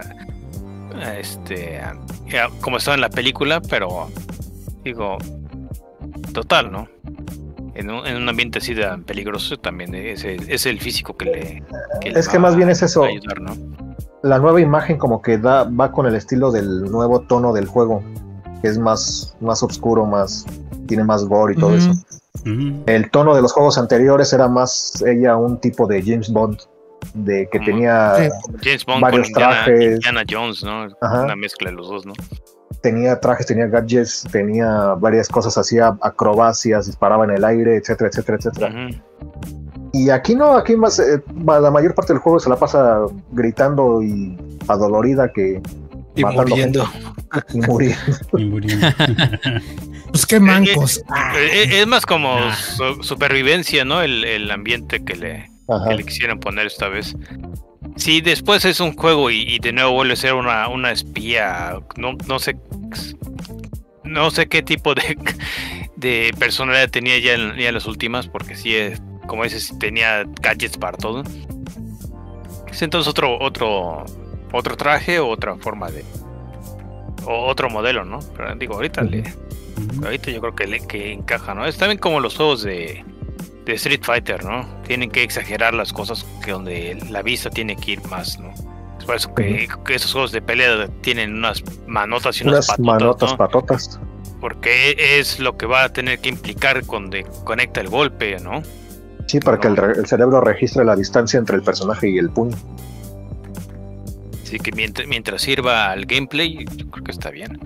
como estaba en la película, pero digo, total, ¿no? En un ambiente así de peligroso también es el físico que es que más bien es eso, ayudar, ¿no? La nueva imagen como que va con el estilo del nuevo tono del juego, que es más oscuro, tiene más gore y todo eso. El tono de los juegos anteriores era más ella un tipo de James Bond, de que tenía James Bond varios con trajes. Indiana Jones, ¿no? Ajá. Una mezcla de los dos, ¿no? Tenía trajes, tenía gadgets, tenía varias cosas, hacía acrobacias, disparaba en el aire, etcétera, etcétera, etcétera. Y aquí no, aquí más la mayor parte del juego se la pasa gritando y adolorida que Y muriendo. Y muriendo. Y muriendo. Pues qué mancos. Es más como supervivencia, ¿no? El ambiente que le quisieron poner esta vez. Si después es un juego y de nuevo vuelve a ser una espía, no sé qué tipo de personalidad tenía ya en las últimas, porque sí, como dices, tenía gadgets para todo. Es entonces otro traje o otra forma o otro modelo, ¿no? Pero digo, ahorita yo creo que encaja, ¿no? Es también como los juegos de Street Fighter, ¿no? Tienen que exagerar las cosas que donde la vista tiene que ir más, ¿no? Es por eso que esos juegos de pelea tienen unas manotas y unas patotas, ¿no? Patotas. Porque es lo que va a tener que implicar cuando conecta el golpe, ¿no? Sí, para que el cerebro registre la distancia entre el personaje y el puño. Así que mientras sirva al gameplay, yo creo que está bien.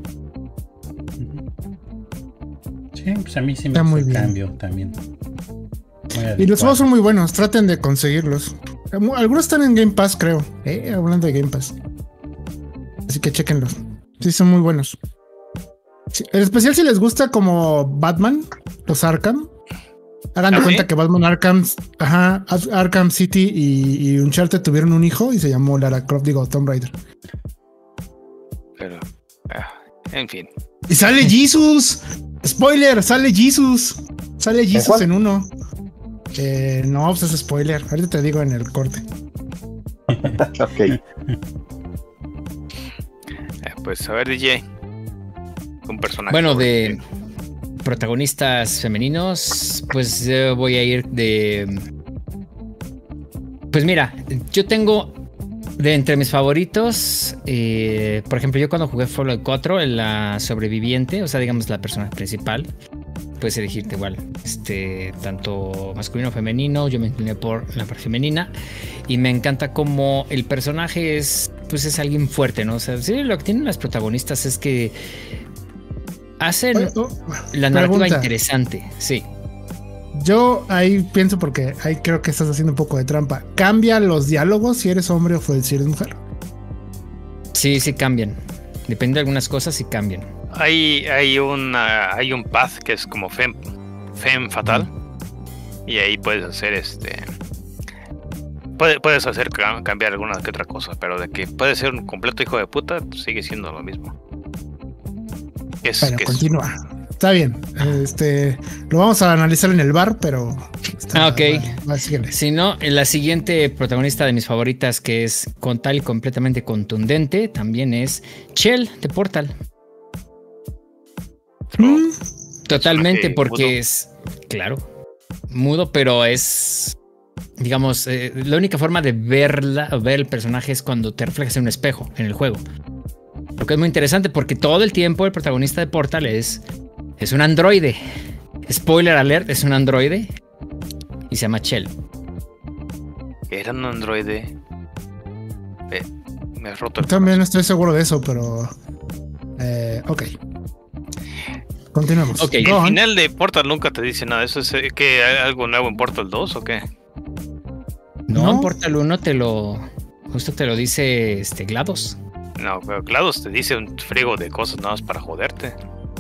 Sí, pues a mí sí me Está muy gusta el bien. cambio también. Y los juegos son muy buenos, traten de conseguirlos. Algunos están en Game Pass, creo. Hablando de Game Pass. Así que chéquenlos. Sí, son muy buenos. Sí, en especial si les gusta como Batman, los Arkham. Hagan de cuenta que Batman Arkham City y Uncharted tuvieron un hijo y se llamó Lara Croft, Tomb Raider. Pero, en fin. Y sale Jesus. Spoiler, sale Jesus. Sale Jesus en uno. No, pues es spoiler. Ahorita te digo en el corte. Ok. Pues a ver, DJ. Un personaje. Bueno, de protagonistas femeninos, pues voy a ir de... Pues mira, yo tengo de entre mis favoritos, por ejemplo, yo cuando jugué Fallout 4, la sobreviviente, o sea, digamos la persona principal, puedes elegirte igual, tanto masculino o femenino. Yo me incliné por la parte femenina y me encanta como el personaje es alguien fuerte, ¿no? O sea, sí, lo que tienen las protagonistas es que hacen la narrativa interesante, sí. Yo ahí pienso, porque ahí creo que estás haciendo un poco de trampa. ¿Cambia los diálogos si eres hombre o si eres mujer? Sí cambian. Depende de algunas cosas, sí cambian. Hay un path que es como femme fatal. Y ahí puedes hacer puedes hacer cambiar alguna que otra cosa, pero de que puede ser un completo hijo de puta, sigue siendo lo mismo. Continúa. Está bien. Lo vamos a analizar en el bar, pero... Ok. Si no, la siguiente protagonista de mis favoritas, que es completamente contundente, también es Chell de Portal. Totalmente, porque mudo. Es... Claro. Mudo, pero es... Digamos, la única forma de ver el personaje es cuando te reflejas en un espejo en el juego. Lo que es muy interesante, porque todo el tiempo el protagonista de Portal es un androide. Spoiler alert, es un androide. Y se llama Chell. Era un androide. Me he roto el También no estoy seguro de eso, pero... ok. Continuamos. Okay. El final de Portal nunca te dice nada. ¿Eso es que hay algo nuevo en Portal 2 o qué? No, en Portal 1 justo te lo dice GLaDOS. No, pero GLaDOS te dice un friego de cosas nada más para joderte.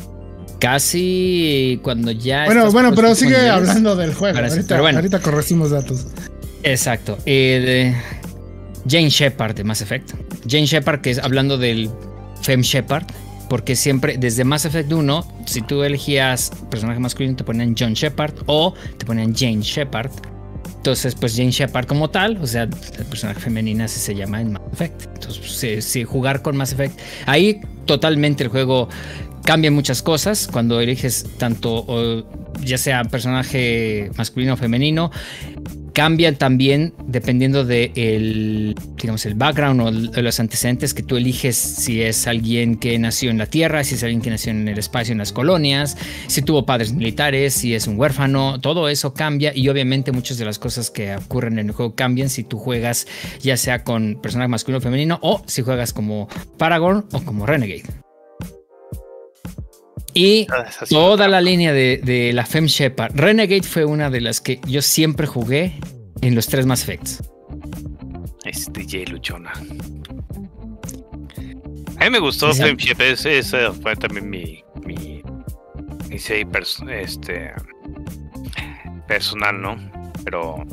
Casi cuando ya... Bueno, pero sigue hablando del juego. Ahorita corregimos datos. Exacto. Jane Shepard de Mass Effect. Jane Shepard, que es hablando del Femme Shepard, porque siempre, desde Mass Effect 1, si tú elegías personaje masculino, te ponían John Shepard o te ponían Jane Shepard. Entonces, pues Jane Shepard como tal, o sea, la personaje femenina así se llama en Mass Effect. Entonces, jugar con Mass Effect, ahí totalmente el juego cambia muchas cosas cuando eliges tanto, ya sea personaje masculino o femenino. cambian también dependiendo de el background o de los antecedentes que tú eliges, si es alguien que nació en la Tierra, si es alguien que nació en el espacio, en las colonias, si tuvo padres militares, si es un huérfano, todo eso cambia y obviamente muchas de las cosas que ocurren en el juego cambian si tú juegas ya sea con personaje masculino o femenino o si juegas como Paragon o como Renegade. Y toda la línea de la Femme Shepard. Renegade fue una de las que yo siempre jugué en los 3 Mass Effects. Es DJ Luchona. A mí me gustó Femme Shepard. Esa fue también mi personal, ¿no? Pero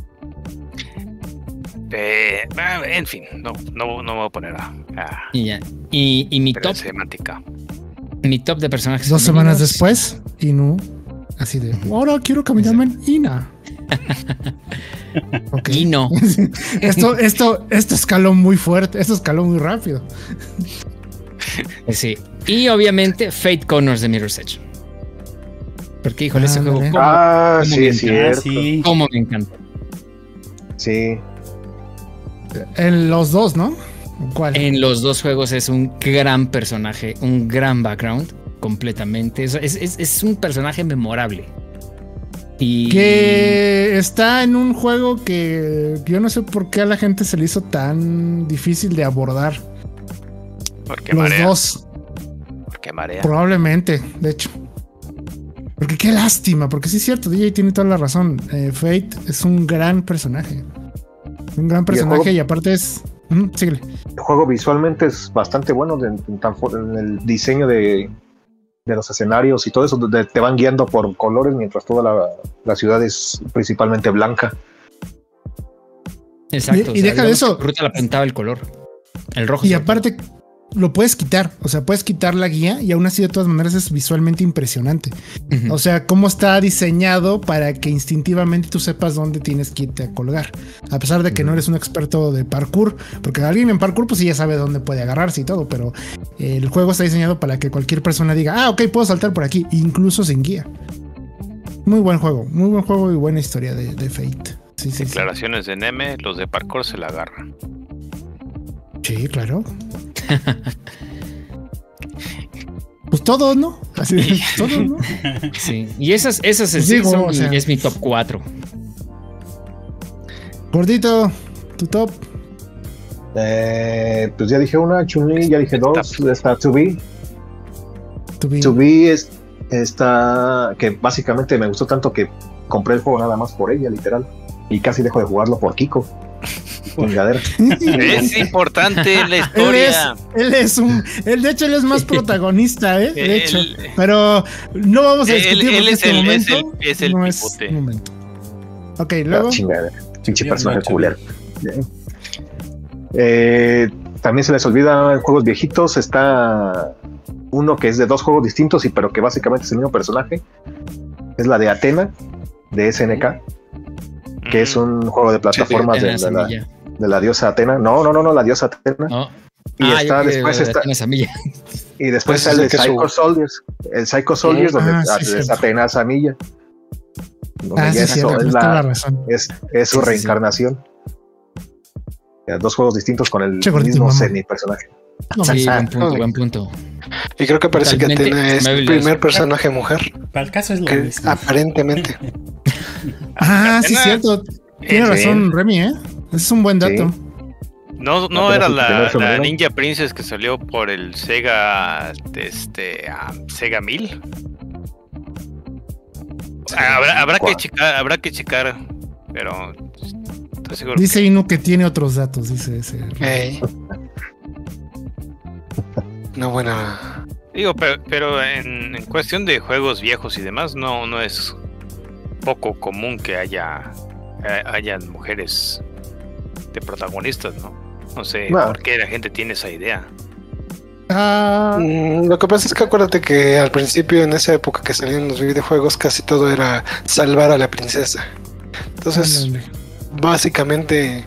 en fin, no me voy a poner a y mi top semántica. Mi top de personajes. 2 semanas después, Inu, así de, ahora quiero cambiarme en Ina. Okay. Ino. Esto escaló muy fuerte, esto escaló muy rápido. Sí. Y obviamente Fate Connors de Mirror's Edge. Porque, híjole, ese juego. Sí, es cierto. Cómo me encanta. Sí. En los 2, ¿no? ¿Cuál? En los 2 juegos es un gran personaje, un gran background, completamente. Es un personaje memorable. Y que está en un juego que yo no sé por qué a la gente se le hizo tan difícil de abordar. Porque los marea. 2. Porque marea. Probablemente, de hecho. Porque qué lástima, porque sí es cierto, DJ tiene toda la razón. Fate es un gran personaje. Un gran personaje y aparte es... síguele. El juego visualmente es bastante bueno en el diseño de los escenarios y todo eso. Te van guiando por colores mientras toda la ciudad es principalmente blanca. Exacto. Y deja de eso. Ruta la pintaba el color. El rojo. Y aparte lo puedes quitar. O sea, puedes quitar la guía y aún así de todas maneras es visualmente impresionante. Uh-huh. O sea, cómo está diseñado para que instintivamente tú sepas dónde tienes que irte a colgar. A pesar de que no eres un experto de parkour. Porque alguien en parkour pues sí ya sabe dónde puede agarrarse y todo. Pero el juego está diseñado para que cualquier persona diga, ok, puedo saltar por aquí. Incluso sin guía. Muy buen juego y buena historia de Fate. Sí, declaraciones de Neme, los de parkour se la agarran. Sí, claro. Pues todos, ¿no? Así, todos, ¿no? Sí. Y esas es mi top 4. Gordito, tu top. Pues ya dije una, Chun-Li, ya dije 2, está 2B. 2B está que básicamente me gustó tanto que compré el juego nada más por ella, literal. Y casi dejo de jugarlo por Kiko. Es importante la historia. Él de hecho él es más protagonista, de hecho. Pero no vamos a discutir él es el momento. Es el momento. Ok, luego. Pinche personaje culero. También se les olvida en juegos viejitos. Está uno que es de 2 juegos distintos, pero que básicamente es el mismo personaje. Es la de Athena, de SNK. Que es un juego de plataformas de la diosa Athena. No, la diosa Athena. No. Y está después y después está el de Psycho Soldiers. El Psycho Soldiers donde es Athena Samilla. Es su reincarnación. 2 juegos distintos con el mismo semi-personaje. Sí, buen punto. Y creo que parece que Athena es el primer personaje mujer. Para el caso es lo mismo. Aparentemente. Sí, es cierto. Tiene razón Remy, Ese es un buen dato. No era la Ninja Princess que salió por el Sega Sega 1000. Habrá que checar, pero estoy seguro. Dice Inu que tiene otros datos, dice ese. No, buena. Digo, pero en cuestión de juegos viejos y demás, no es poco común que hayan mujeres de protagonistas, ¿no? No sé por qué la gente tiene esa idea. Lo que pasa es que acuérdate que al principio, en esa época que salían los videojuegos, casi todo era salvar a la princesa. Entonces, básicamente,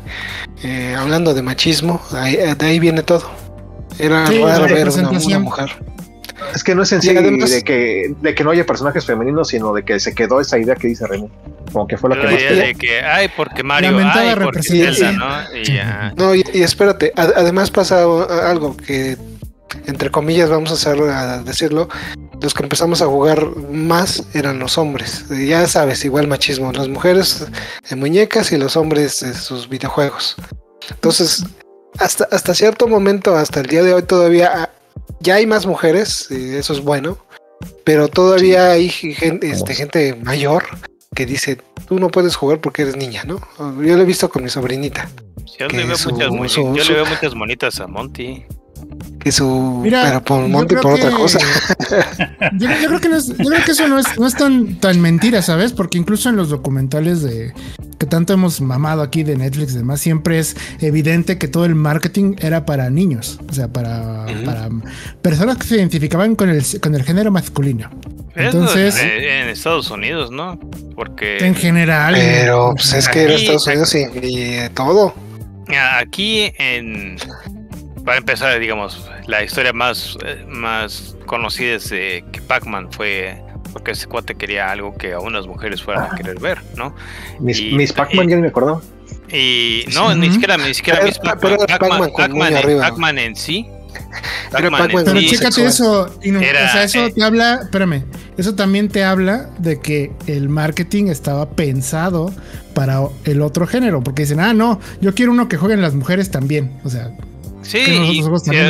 hablando de machismo, de ahí viene todo. Era raro ver una mujer. Es que no es en sí de que no haya personajes femeninos, sino de que se quedó esa idea que dice Remy. Como que fue la que más de que, porque Mario, porque Zelda, ¿no? No, y espérate, además pasa algo que, entre comillas, vamos a decirlo, los que empezamos a jugar más eran los hombres. Ya sabes, igual machismo, las mujeres en muñecas y los hombres en sus videojuegos. Entonces, hasta cierto momento, hasta el día de hoy todavía ya hay más mujeres, eso es bueno, pero todavía hay gente mayor que dice, tú no puedes jugar porque eres niña, ¿no? Yo lo he visto con mi sobrinita. Yo le veo muchas monitas a Monty. Pero por Monty por otra cosa. Yo creo que eso no es tan mentira, ¿sabes? Porque incluso en los documentales que tanto hemos mamado aquí de Netflix y demás, siempre es evidente que todo el marketing era para niños, o sea, para personas que se identificaban con el género masculino. Entonces, en Estados Unidos, ¿no? Porque en general. Pero pues es que era Estados Unidos y todo. Aquí para empezar, digamos, la historia más conocida es que Pac-Man fue porque ese cuate quería algo que a unas mujeres fueran a querer ver, ¿no? Miss Pac-Man, ya ni me acordaba. Y no, ni siquiera Miss Pac-Man. Pac-Man en sí. Pero chécate eso, o sea, eso te habla, espérame, eso también te habla de que el marketing estaba pensado para el otro género, porque dicen, no, yo quiero uno que jueguen las mujeres también, o sea. Sí, y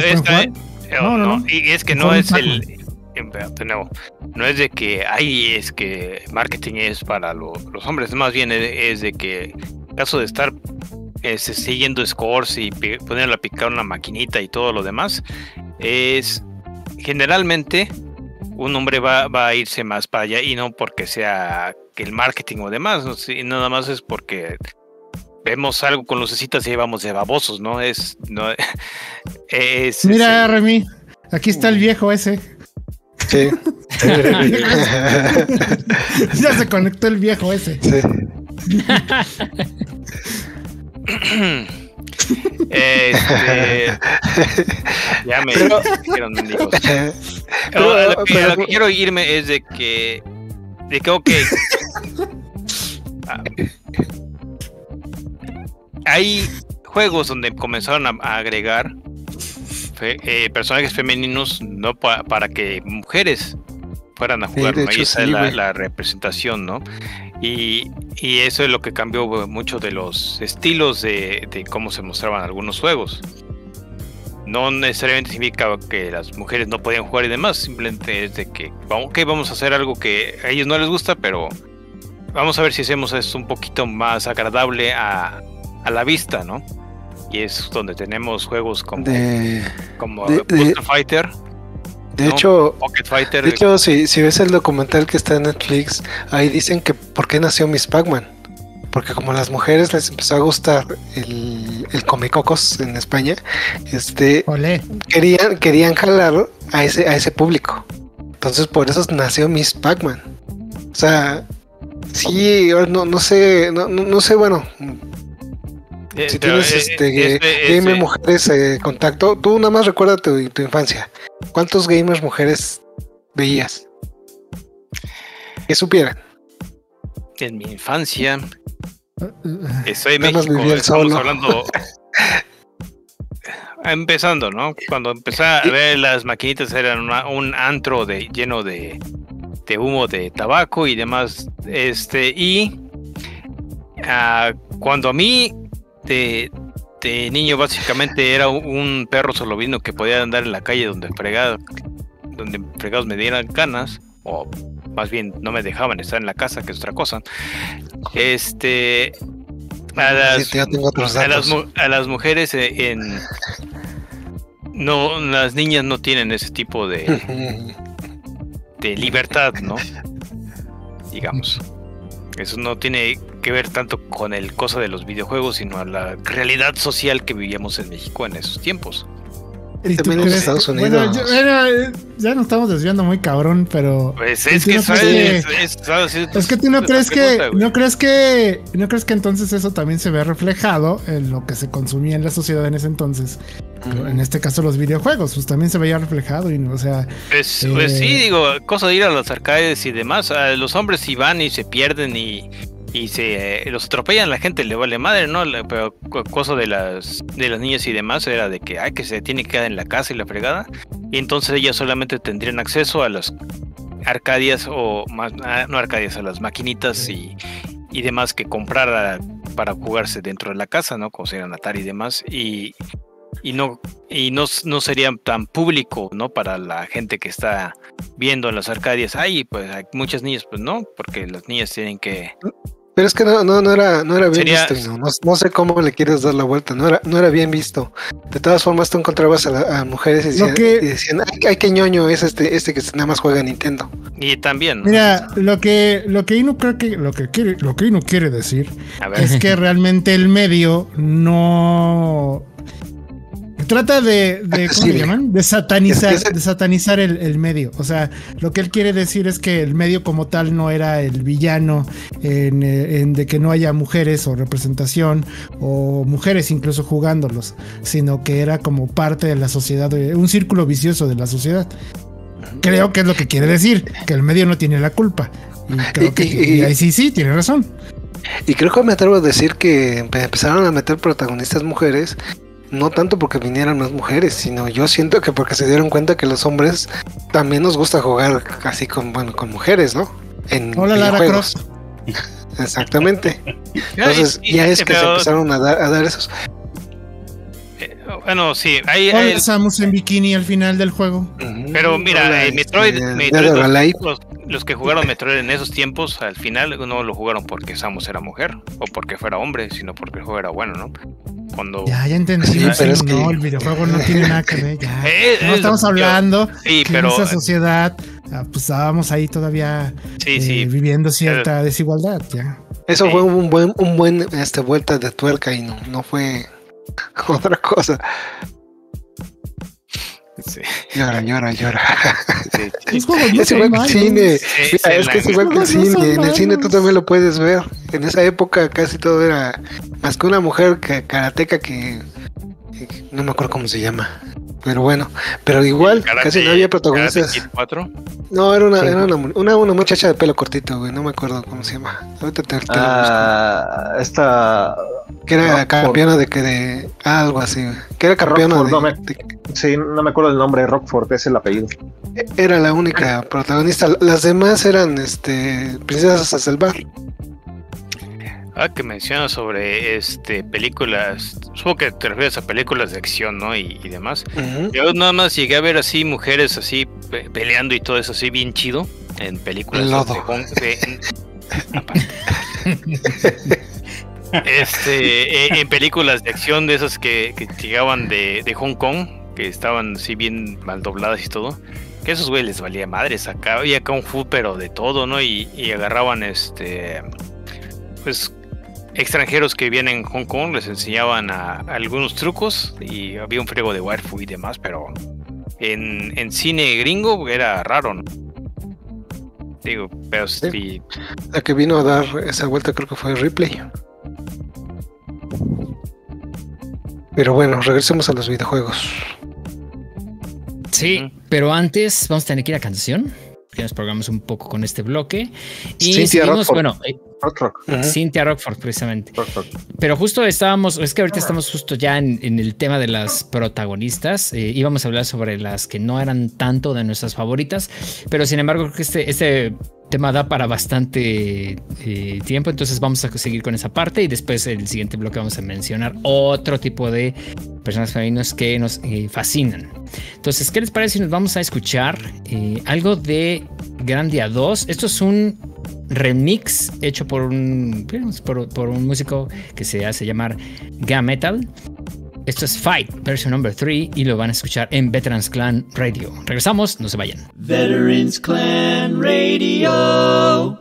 es que no es de nuevo, no es de que es que marketing es para los hombres, más bien es de que en caso de estar siguiendo scores y ponerle a picar una maquinita y todo lo demás, es generalmente un hombre va a irse más para allá, y no porque sea que el marketing o demás, nada más es porque vemos algo con lucecitas y vamos de babosos, ¿no? Mira, Remy, aquí está el viejo ese. Sí. Ya se conectó el viejo ese. Sí. Ya me dijeron mendigos. Pero lo que quiero irme es de que ok. Hay juegos donde comenzaron a agregar personajes femeninos, no para que mujeres fueran a jugar, ¿no? Ahí está la representación, ¿no? Y eso es lo que cambió mucho de los estilos de cómo se mostraban algunos juegos. No necesariamente significa que las mujeres no podían jugar y demás, simplemente es de que vamos a hacer algo que a ellos no les gusta, pero vamos a ver si hacemos esto un poquito más agradable a la vista, ¿no? Y es donde tenemos juegos como Buster Fighter. De hecho, Pocket Fighter. De hecho, si ves el documental que está en Netflix, ahí dicen que por qué nació Miss Pac-Man. Porque como a las mujeres les empezó a gustar el comecocos en España, querían jalar a ese público. Entonces por eso nació Miss Pac-Man. O sea, sí, no sé, bueno. Si tienes gamer mujeres contacto, tú nada más recuerda tu infancia. ¿Cuántos gamers mujeres veías? Que supieran. En mi infancia, estoy en México, estamos hablando. Empezando, ¿no? Cuando empecé a ver las maquinitas eran un antro lleno de humo de tabaco y demás. Cuando a mí de niño básicamente era un perro solovino que podía andar en la calle donde fregados me dieran ganas, o más bien no me dejaban estar en la casa, que es otra cosa. A las mujeres las niñas no tienen ese tipo de libertad, ¿no? Digamos. Eso no tiene que ver tanto con el cosa de los videojuegos, sino a la realidad social que vivíamos en México en esos tiempos. ¿Y tú también en crees Estados que- Unidos. bueno, ya nos estamos desviando muy cabrón, pero Pues ¿y es tú que no crees es que tú no crees pregunta, güey. no crees que entonces eso también se ve reflejado en lo que se consumía en la sociedad en ese entonces? En este caso los videojuegos, pues también se veía reflejado y o sea, Pues sí, digo, cosa de ir a los arcades y demás. Los hombres si van y se pierden y se los atropellan, la gente le vale madre, ¿no? Pero cosa de las niñas y demás era de que que se tiene que quedar en la casa y la fregada. Y entonces ellas solamente tendrían acceso a las arcadias o más, no arcadias, a las maquinitas y demás que comprar para jugarse dentro de la casa, ¿no? Como serían Atari y demás. Y no sería tan público, ¿no? Para la gente que está viendo en las arcadias. Pues hay muchas niñas, pues no, porque las niñas tienen que... Pero es que no era bien Sería- visto. No sé cómo le quieres dar la vuelta. No era bien visto. De todas formas, tú encontrabas a mujeres y Lo que- decían, ay, qué ñoño es este que nada más juega Nintendo. Y también, ¿no? mira, lo que Inu creo que lo que Inu quiere decir A ver, es que realmente el medio no trata de ¿cómo Accesible. le llaman? De satanizar, Es que de satanizar el medio. O sea, lo que él quiere decir es que el medio como tal no era el villano en de que no haya mujeres o representación o mujeres incluso jugándolos, sino que era como parte de la sociedad, un círculo vicioso de la sociedad. Creo que es lo que quiere decir, que el medio no tiene la culpa. Y creo que y ahí sí, tiene razón. Y creo que me atrevo a decir que empezaron a meter protagonistas mujeres, no tanto porque vinieran más mujeres, sino yo siento que porque se dieron cuenta que los hombres también nos gusta jugar así con mujeres, ¿no? En Hola Lara videojuegos. Croft. Exactamente. Entonces ya es que se empezaron a dar esos. Bueno, sí, hay Hola Samus en bikini al final del juego. pero mira, Hola, Metroid, Dead or Alive. los que jugaron Metroid en esos tiempos, al final no lo jugaron porque Samus era mujer o porque fuera hombre, sino porque el juego era bueno, ¿no? Cuando Ya entendí. Sí, pero es no, que- el videojuego no tiene nada que ver. Ya. No es estamos lo que yo- hablando sí, que pero en esa sociedad pues estábamos ahí todavía sí, viviendo cierta desigualdad. Ya. Eso Sí. fue un buen vuelta de tuerca y no fue otra cosa. sí, Llora. sí, Los juegos no Es son igual que el malos. cine. Sí, Mira, sí, es que es la- igual que el No son cine. En el cine tú malos. también lo puedes ver. En esa época casi todo era más que una mujer karateca que no me acuerdo cómo se llama. Pero bueno, pero igual casi no había protagonistas. Karate Kid 4. No, era una muchacha de pelo cortito, güey. No me acuerdo cómo se llama. Ahorita te lo busco. Esta. Que era Rockford. campeona de algo así, güey. Que era campeona Rockford, Sí, no me acuerdo el nombre, Rockford, es el apellido. era la única protagonista. Las demás eran princesas a salvar. Que mencionas sobre películas, supongo que te refieres a películas de acción, ¿no? Y demás. Ujú. Yo nada más llegué a ver así mujeres así peleando y todo eso así bien chido en películas Lodo. en películas de acción de esas que llegaban de Hong Kong, que estaban así bien mal dobladas y todo. Que a esos güeyes les valía madres, acá había Kung Fu pero de todo, ¿no? Y agarraban pues extranjeros que vivían en Hong Kong, les enseñaban algunos trucos y había un friego de waifu y demás, pero en cine gringo era raro, ¿no? Digo, pero sí. La que vino a dar esa vuelta creo que fue Ripley. Pero bueno, regresemos a los videojuegos. Sí, pero antes vamos a tener que ir a canción. Que nos programamos un poco con este bloque. Y Cynthia seguimos, Rockford. bueno, Rock. Ujú. Cynthia Rockford, precisamente. Rock. Pero justo es que ahorita estamos justo ya en el tema de las protagonistas. Íbamos a hablar sobre las que no eran tanto de nuestras favoritas, pero sin embargo creo que este tema da para bastante tiempo, entonces vamos a seguir con esa parte y después el siguiente bloque vamos a mencionar otro tipo de personajes femeninos que nos fascinan. Entonces, ¿qué les parece si nos vamos a escuchar algo de Grandia 2? Esto es un remix hecho por un músico que se hace llamar Ga-Metal. Esto es Fight, version number 3, y lo van a escuchar en Veterans Clan Radio. Regresamos, no se vayan. Veterans Clan Radio.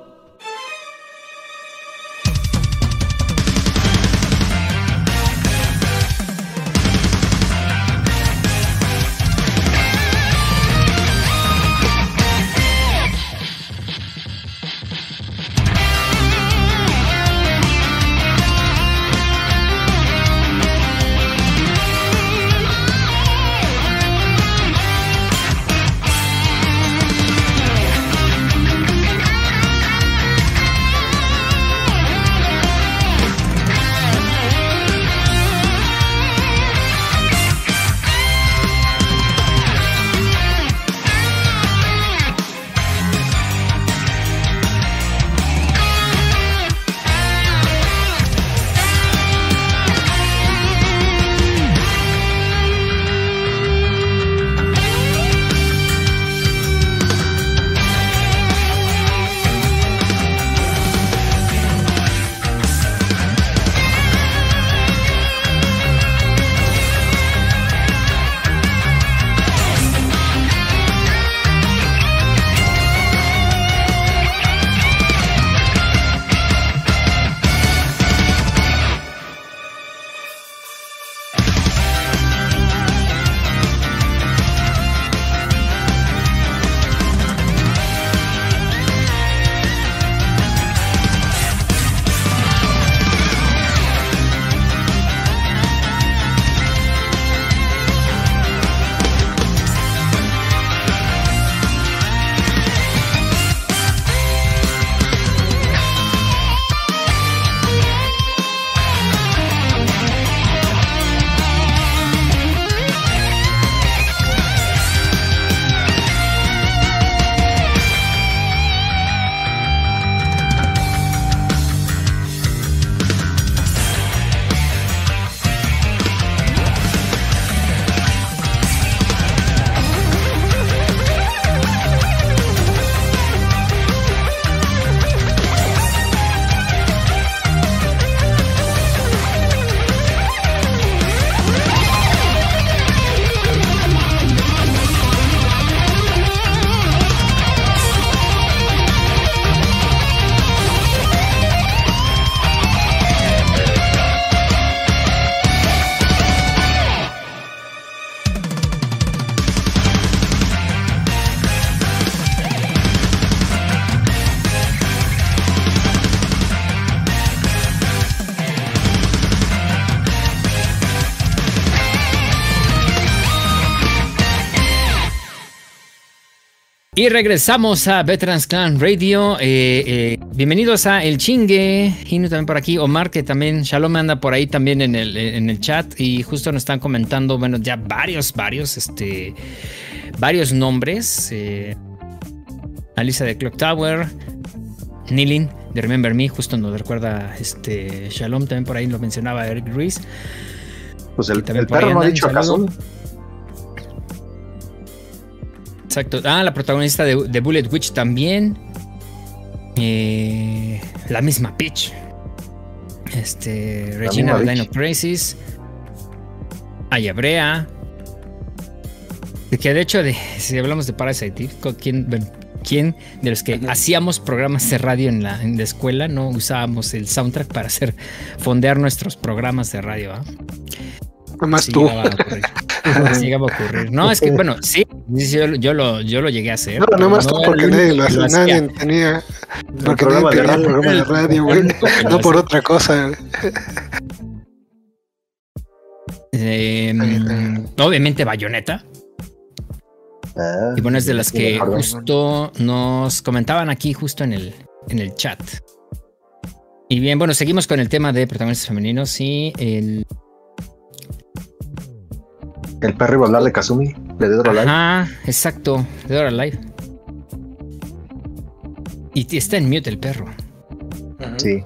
Y regresamos a Veterans Clan Radio. Bienvenidos a El Chingue. Hino también por aquí. Omar, que también, Shalom anda por ahí también en el chat. Y justo nos están comentando, bueno, ya varios nombres. Alisa de Clock Tower. Nilin de Remember Me, justo nos recuerda Shalom, también por ahí lo mencionaba Eric Ruiz. Pues el perro no ha dicho acaso. Exacto. La protagonista de Bullet Witch también. La misma Peach. Regina de Line of Crisis. Ayabrea. Que de hecho, si hablamos de Parasite, ¿quién de los que hacíamos programas de radio en la escuela no usábamos el soundtrack para fondear nuestros programas de radio? Nomás tú. Llegaba a ocurrir. No, es que bueno, sí, yo lo llegué a hacer. No, nomás tú porque nadie lo hacía. Nadie tenía. Porque nadie tenía un programa de radio, güey. No por otra cosa. Obviamente Bayonetta. Y bueno, es de las que justo nos comentaban aquí justo en el chat. Y bien, bueno, seguimos con el tema de protagonistas femeninos y el perro iba a hablar de Kazumi, de Dead or Alive. Exacto, Dead or Alive. Y está en mute el perro. Sí.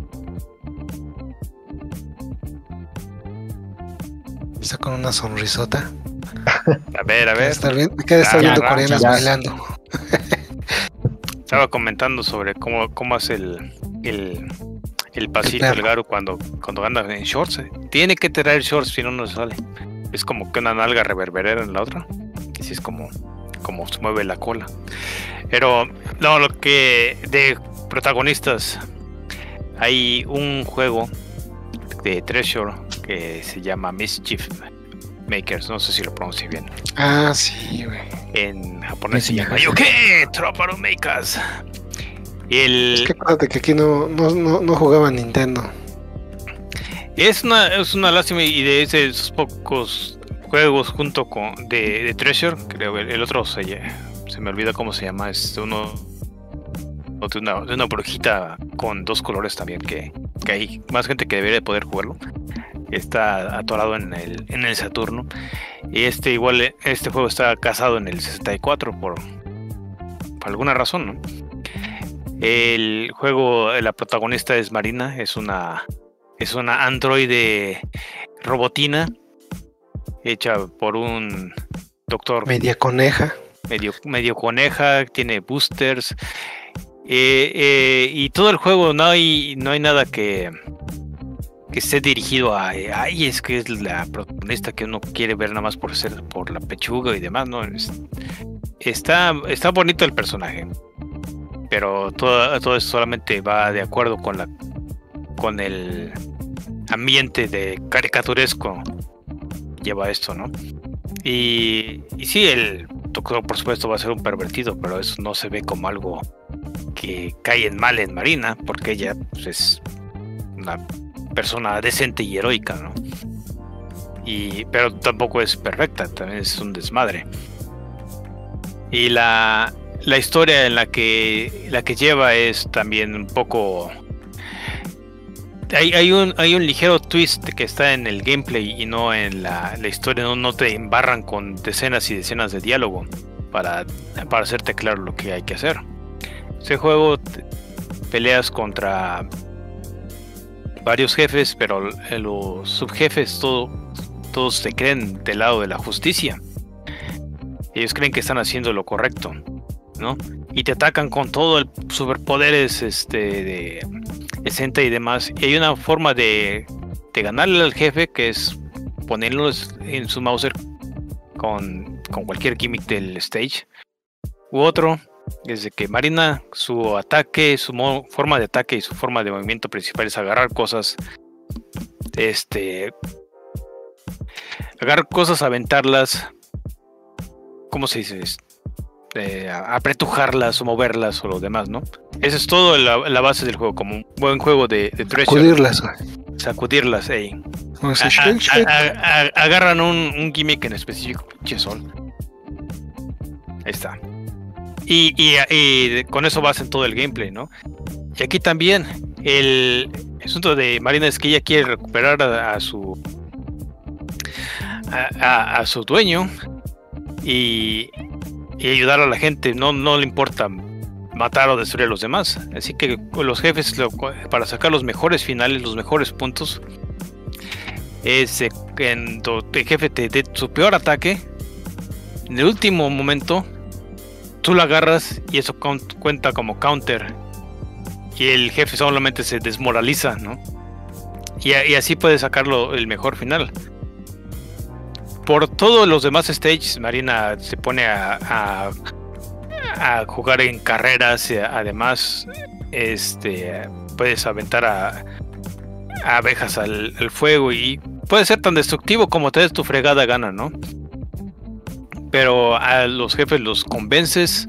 Está con una sonrisota. A ver. ¿Qué está viendo coreanas bailando? Estaba comentando sobre cómo hace el pasito el Garu cuando anda en shorts. Tiene que traer shorts, si no se sale. Es como que una nalga reverberera en la otra. Y así es como se mueve la cola. Pero no, lo que de protagonistas, hay un juego de Treasure que se llama Mischief Makers, no sé si lo pronuncio bien. Sí, güey. En japonés se llama Yoke Troparu Makers. Es que acuérdate que aquí no jugaba Nintendo. Es una lástima, y de esos pocos juegos junto con de Treasure, creo que el otro se me olvida cómo se llama, es uno de una brujita con 2 colores también, que hay más gente que debería poder jugarlo. Está atorado en el Saturno. Y este juego está casado en el 64 por alguna razón, ¿no? El juego, la protagonista es Marina, es una androide robotina hecha por un doctor media coneja. Medio coneja, tiene boosters. Y todo el juego no hay nada que esté dirigido a es que es la protagonista que uno quiere ver nada más por la pechuga y demás, ¿no? Está bonito el personaje, pero todo eso solamente va de acuerdo con el ambiente de caricaturesco que lleva esto, ¿no? Y sí, el doctor por supuesto va a ser un pervertido, pero eso no se ve como algo que cae mal en Marina, porque ella pues, es una persona decente y heroica, ¿no? Pero tampoco es perfecta, también es un desmadre. Y la historia en la que lleva es también un poco... Hay un ligero twist que está en el gameplay y no en la historia. No te embarran con decenas y decenas de diálogo para hacerte claro lo que hay que hacer. Ese juego peleas contra varios jefes, pero los subjefes todos se creen del lado de la justicia. Ellos creen que están haciendo lo correcto, ¿no? Y te atacan con todo el superpoderes de escena y demás. Y hay una forma de ganarle al jefe, que es ponerlos en su Mauser con cualquier gimmick del stage. U otro es de que Marina, su ataque, su forma de ataque y su forma de movimiento principal es agarrar cosas, aventarlas, ¿cómo se dice? Apretujarlas o moverlas o lo demás, ¿no? Esa es todo la base del juego, como un buen juego de Treasure. Sacudirlas, ey. Agarran un gimmick en específico, pinche sol. Ahí está. Y con eso basan todo el gameplay, ¿no? Y aquí también el asunto de Marina es que ella quiere recuperar a su dueño y ayudar a la gente. No le importa matar o destruir a los demás. Así que los jefes, para sacar los mejores finales, los mejores puntos, es cuando el jefe te dé su peor ataque, en el último momento tú lo agarras y eso cuenta como counter y el jefe solamente se desmoraliza, ¿no? Y así puedes sacarlo el mejor final. Por todos los demás stages, Marina se pone a jugar en carreras. Además, puedes aventar a abejas al fuego y puede ser tan destructivo como te des tu fregada gana, ¿no? Pero a los jefes los convences,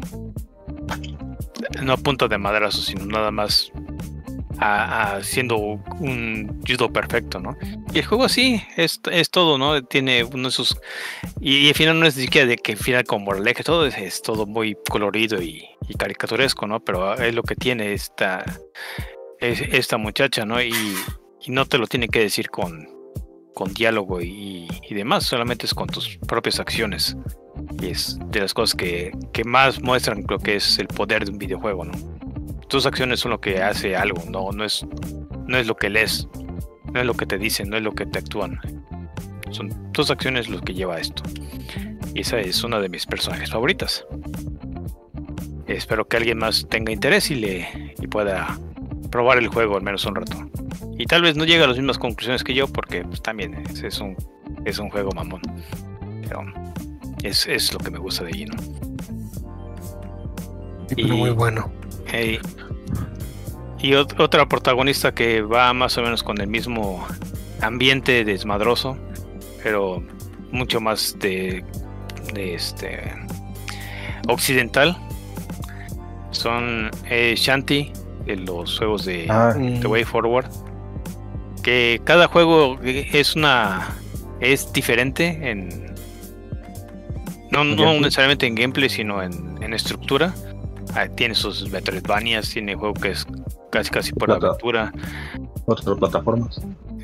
no a punta de madrazo, sino nada más haciendo un judo perfecto, ¿no? Y el juego así es todo, ¿no? Tiene uno de esos, y al final no es ni siquiera de que al final como moraleja, todo es todo muy colorido y caricaturesco, ¿no? Pero es lo que tiene esta muchacha, ¿no? Y no te lo tiene que decir con diálogo y demás, solamente es con tus propias acciones. Y es de las cosas que más muestran lo que es el poder de un videojuego, ¿no? Tus acciones son lo que hace algo, no es lo que lees, no es lo que te dicen, no es lo que te actúan. Son tus acciones lo que lleva a esto. Y esa es una de mis personajes favoritas. Espero que alguien más tenga interés y pueda probar el juego al menos un rato. Y tal vez no llegue a las mismas conclusiones que yo, porque pues, también es un juego mamón. Pero es lo que me gusta de allí, ¿no? Sí, pero muy bueno. Y otra protagonista que va más o menos con el mismo ambiente desmadroso, pero mucho más de occidental, son Shanti de los juegos de The Way Forward. Que cada juego es diferente no necesariamente en gameplay, sino en estructura. Tiene sus Metroidvanias, tiene juego que es casi por aventura. Otras plataformas.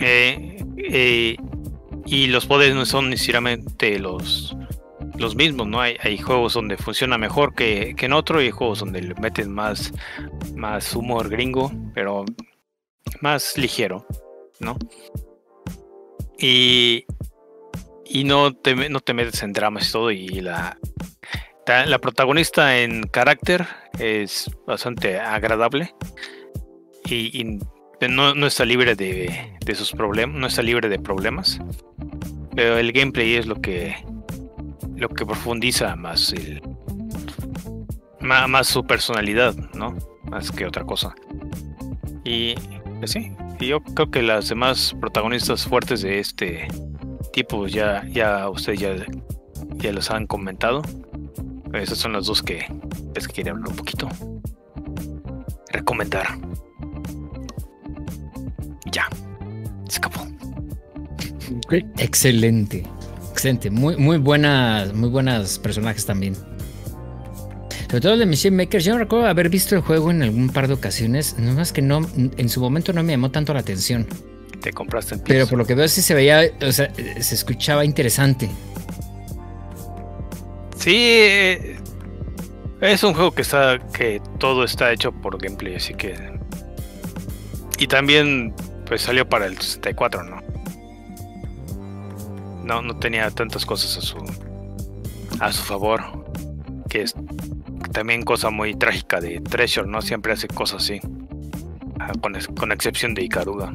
Y los poderes no son necesariamente los mismos, ¿no? Hay juegos donde funciona mejor que en otro, y hay juegos donde le meten más humor gringo, pero más ligero, ¿no? Y no te metes en dramas y todo, y la protagonista en carácter es bastante agradable y no está libre de sus problemas, no está libre de problemas, pero el gameplay es lo que profundiza más más su personalidad, ¿no? Más que otra cosa. Y pues sí, y yo creo que las demás protagonistas fuertes de este tipo ya ustedes ya los han comentado. Esas son las dos que quería hablar un poquito. Recomendar. Ya. Se acabó. Excelente. Muy buenas personajes también. Sobre todo el de Machine Makers. Yo no recuerdo haber visto el juego en algún par de ocasiones. No más que no, en su momento no me llamó tanto la atención. Te compraste en piso. Pero por lo que veo sí se veía, o sea, se escuchaba interesante. Sí, es un juego que todo está hecho por gameplay, así que... Y también pues salió para el 64, ¿no? No tenía tantas cosas a su favor, que es también cosa muy trágica de Treasure, ¿no? Siempre hace cosas así, con excepción de Ikaruga.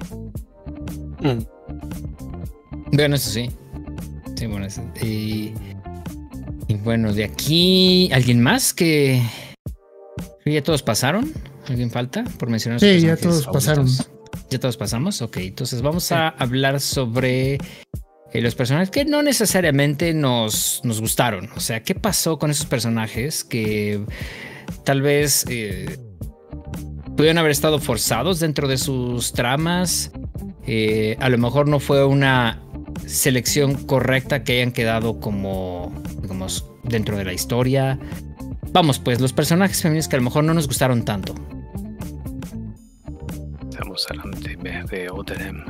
Bueno, eso sí. Sí, bueno, eso. Y bueno, de aquí, ¿alguien más que ya todos pasaron? ¿Alguien falta por mencionar? Sí, ya todos pasaron. ¿Ya todos pasamos? Ok, entonces vamos a hablar sobre los personajes que no necesariamente nos gustaron. O sea, ¿qué pasó con esos personajes que tal vez pudieron haber estado forzados dentro de sus tramas? A lo mejor no fue una selección correcta que hayan quedado como, digamos, dentro de la historia. vamos, pues, los personajes femeninos que a lo mejor no nos gustaron tanto. Estamos hablando de Odem.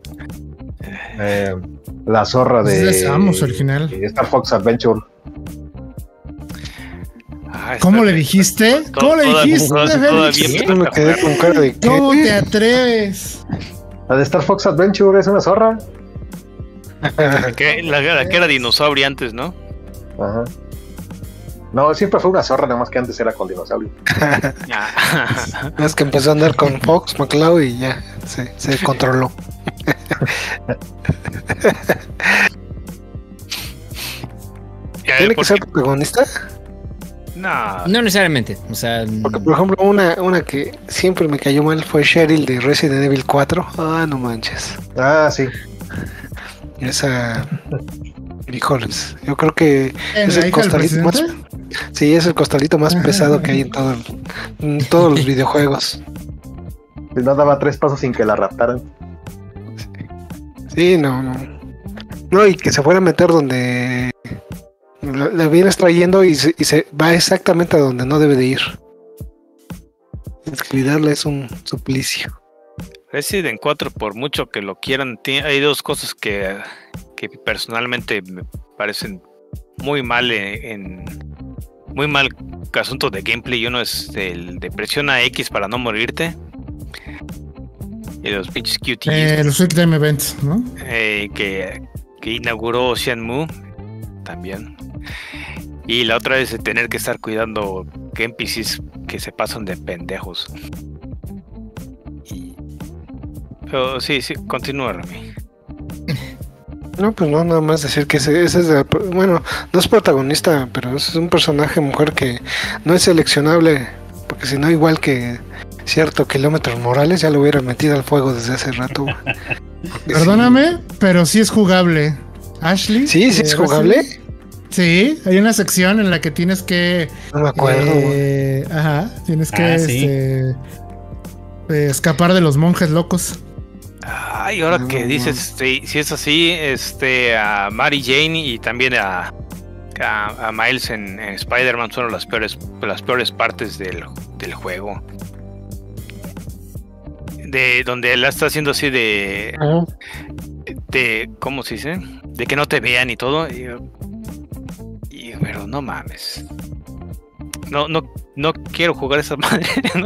La zorra de Samus original. Star Fox Adventure. ¿Cómo le dijiste? ¿Cómo le dijiste? Yo me quedé con cara de ¿Cómo te atreves? La de Star Fox Adventure es una zorra. La que era dinosaurio antes, ¿no? Ajá. No, siempre fue una zorra, nada más que antes era con dinosaurio. Es que empezó a andar con Fox, McCloud y ya se controló. ¿Tiene que ser protagonista? No necesariamente. O sea, porque, por ejemplo, una que siempre me cayó mal fue Cheryl de Resident Evil 4. Ah, no manches. Ah, sí. Esa. Híjoles, yo creo que es el costalito más. Sí, es el costalito más pesado que hay en todos los videojuegos. No daba 3 pasos sin que la raptaran. Sí, no, y que se fuera a meter donde la vienes trayendo y se va exactamente a donde no debe de ir. Cuidarla es un suplicio. Resident 4, por mucho que lo quieran, hay dos cosas que personalmente me parecen muy mal muy mal asunto de gameplay. Y uno es el de presiona X para no morirte. Y los pinches QTEs. Los Quick Time Events, ¿no? Que inauguró Shenmue también. Y la otra es tener que estar cuidando que NPCs que se pasan de pendejos. Pero sí, continúa, Rami. No, pues no, nada más decir que ese es bueno, no es protagonista, pero es un personaje mujer que no es seleccionable, porque si no, igual que cierto Kilómetros Morales, ya lo hubiera metido al fuego desde hace rato. Perdóname, pero sí es jugable. Ashley. Sí, es jugable. Sí, hay una sección en la que tienes que. No me acuerdo. Tienes que escapar de los monjes locos. Ay, ahora que dices, si es así, a Mary Jane y también a Miles en Spider-Man son las peores partes del juego. De donde la está haciendo así de ¿cómo se dice? De que no te vean y todo. Pero no mames. No quiero jugar esa madre.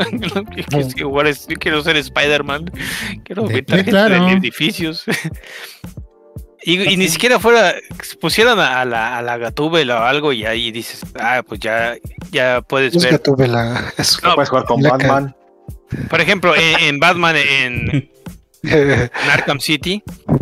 Yo quiero ser Spider-Man. Quiero meter gente en edificios. y ni siquiera pusieran a la Gatúbela o algo y ahí dices, pues ya puedes ver. Gatúbela. Puedes jugar con Batman. Por ejemplo, en Batman, en Arkham City,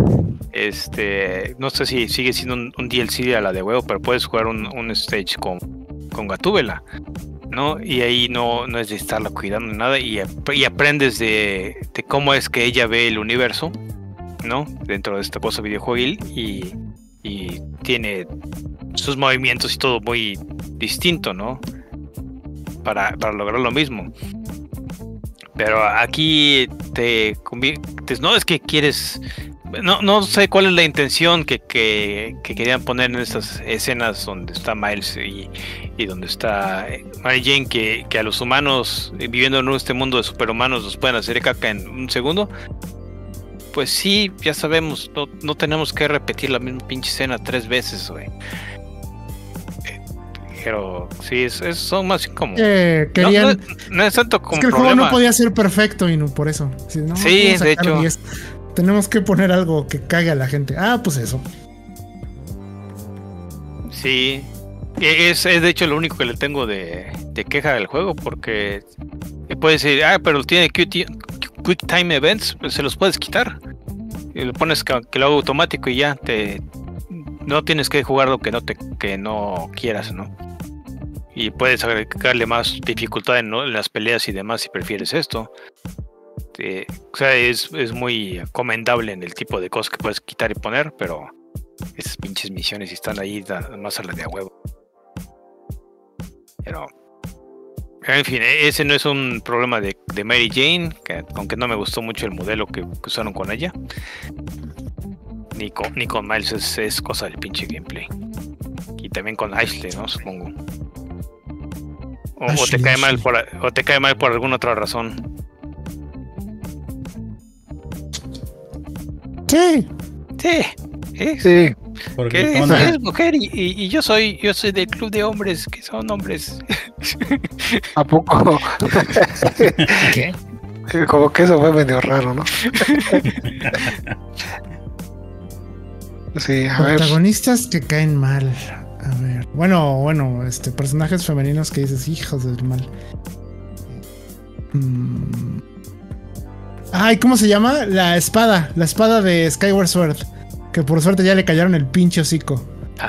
no sé si sigue siendo un DLC a la de huevo, pero puedes jugar un stage con Gatúbela, ¿no? Y ahí no es de estarla cuidando ni nada, y aprendes de cómo es que ella ve el universo, ¿no? Dentro de esta cosa videojueguil, y tiene sus movimientos y todo muy distinto, ¿no? Para lograr lo mismo. Pero aquí te conviertes, no es que quieres, no sé cuál es la intención que querían poner en estas escenas donde está Miles y donde está Mary Jane, que a los humanos viviendo en este mundo de superhumanos los pueden hacer caca en un segundo. Pues sí, ya sabemos, no tenemos que repetir la misma pinche escena 3 veces, güey. Pero sí, son más como. Querían. No es tanto como. Es que el juego no podía ser perfecto y no por eso. Sí, de hecho. Tenemos que poner algo que cague a la gente. Pues eso. Sí. Es de hecho lo único que le tengo de queja del juego, porque puedes decir, pero tiene Quick Time Events, pues se los puedes quitar. Y le pones que lo haga automático y ya no tienes que jugar lo que no quieras, ¿no? Y puedes agregarle más dificultad en las peleas y demás si prefieres esto. O sea, es muy comendable en el tipo de cosas que puedes quitar y poner, pero esas pinches misiones están ahí más a la de a huevo. Pero en fin, ese no es un problema de Mary Jane, aunque no me gustó mucho el modelo que usaron con ella. Ni con Miles, es cosa del pinche gameplay. Y también con Ashley, ¿no? Supongo. o te cae mal por alguna otra razón. Sí. Sí. ¿Qué es mujer? Y yo soy del club de hombres, que son hombres. ¿A poco? ¿Qué? Como que eso fue medio raro, ¿no? Sí, a ver. Protagonistas que caen mal. A ver. Bueno, personajes femeninos que dices, hijos del mal. Ay, ¿cómo se llama? La espada de Skyward Sword. Que por suerte ya le callaron el pinche hocico.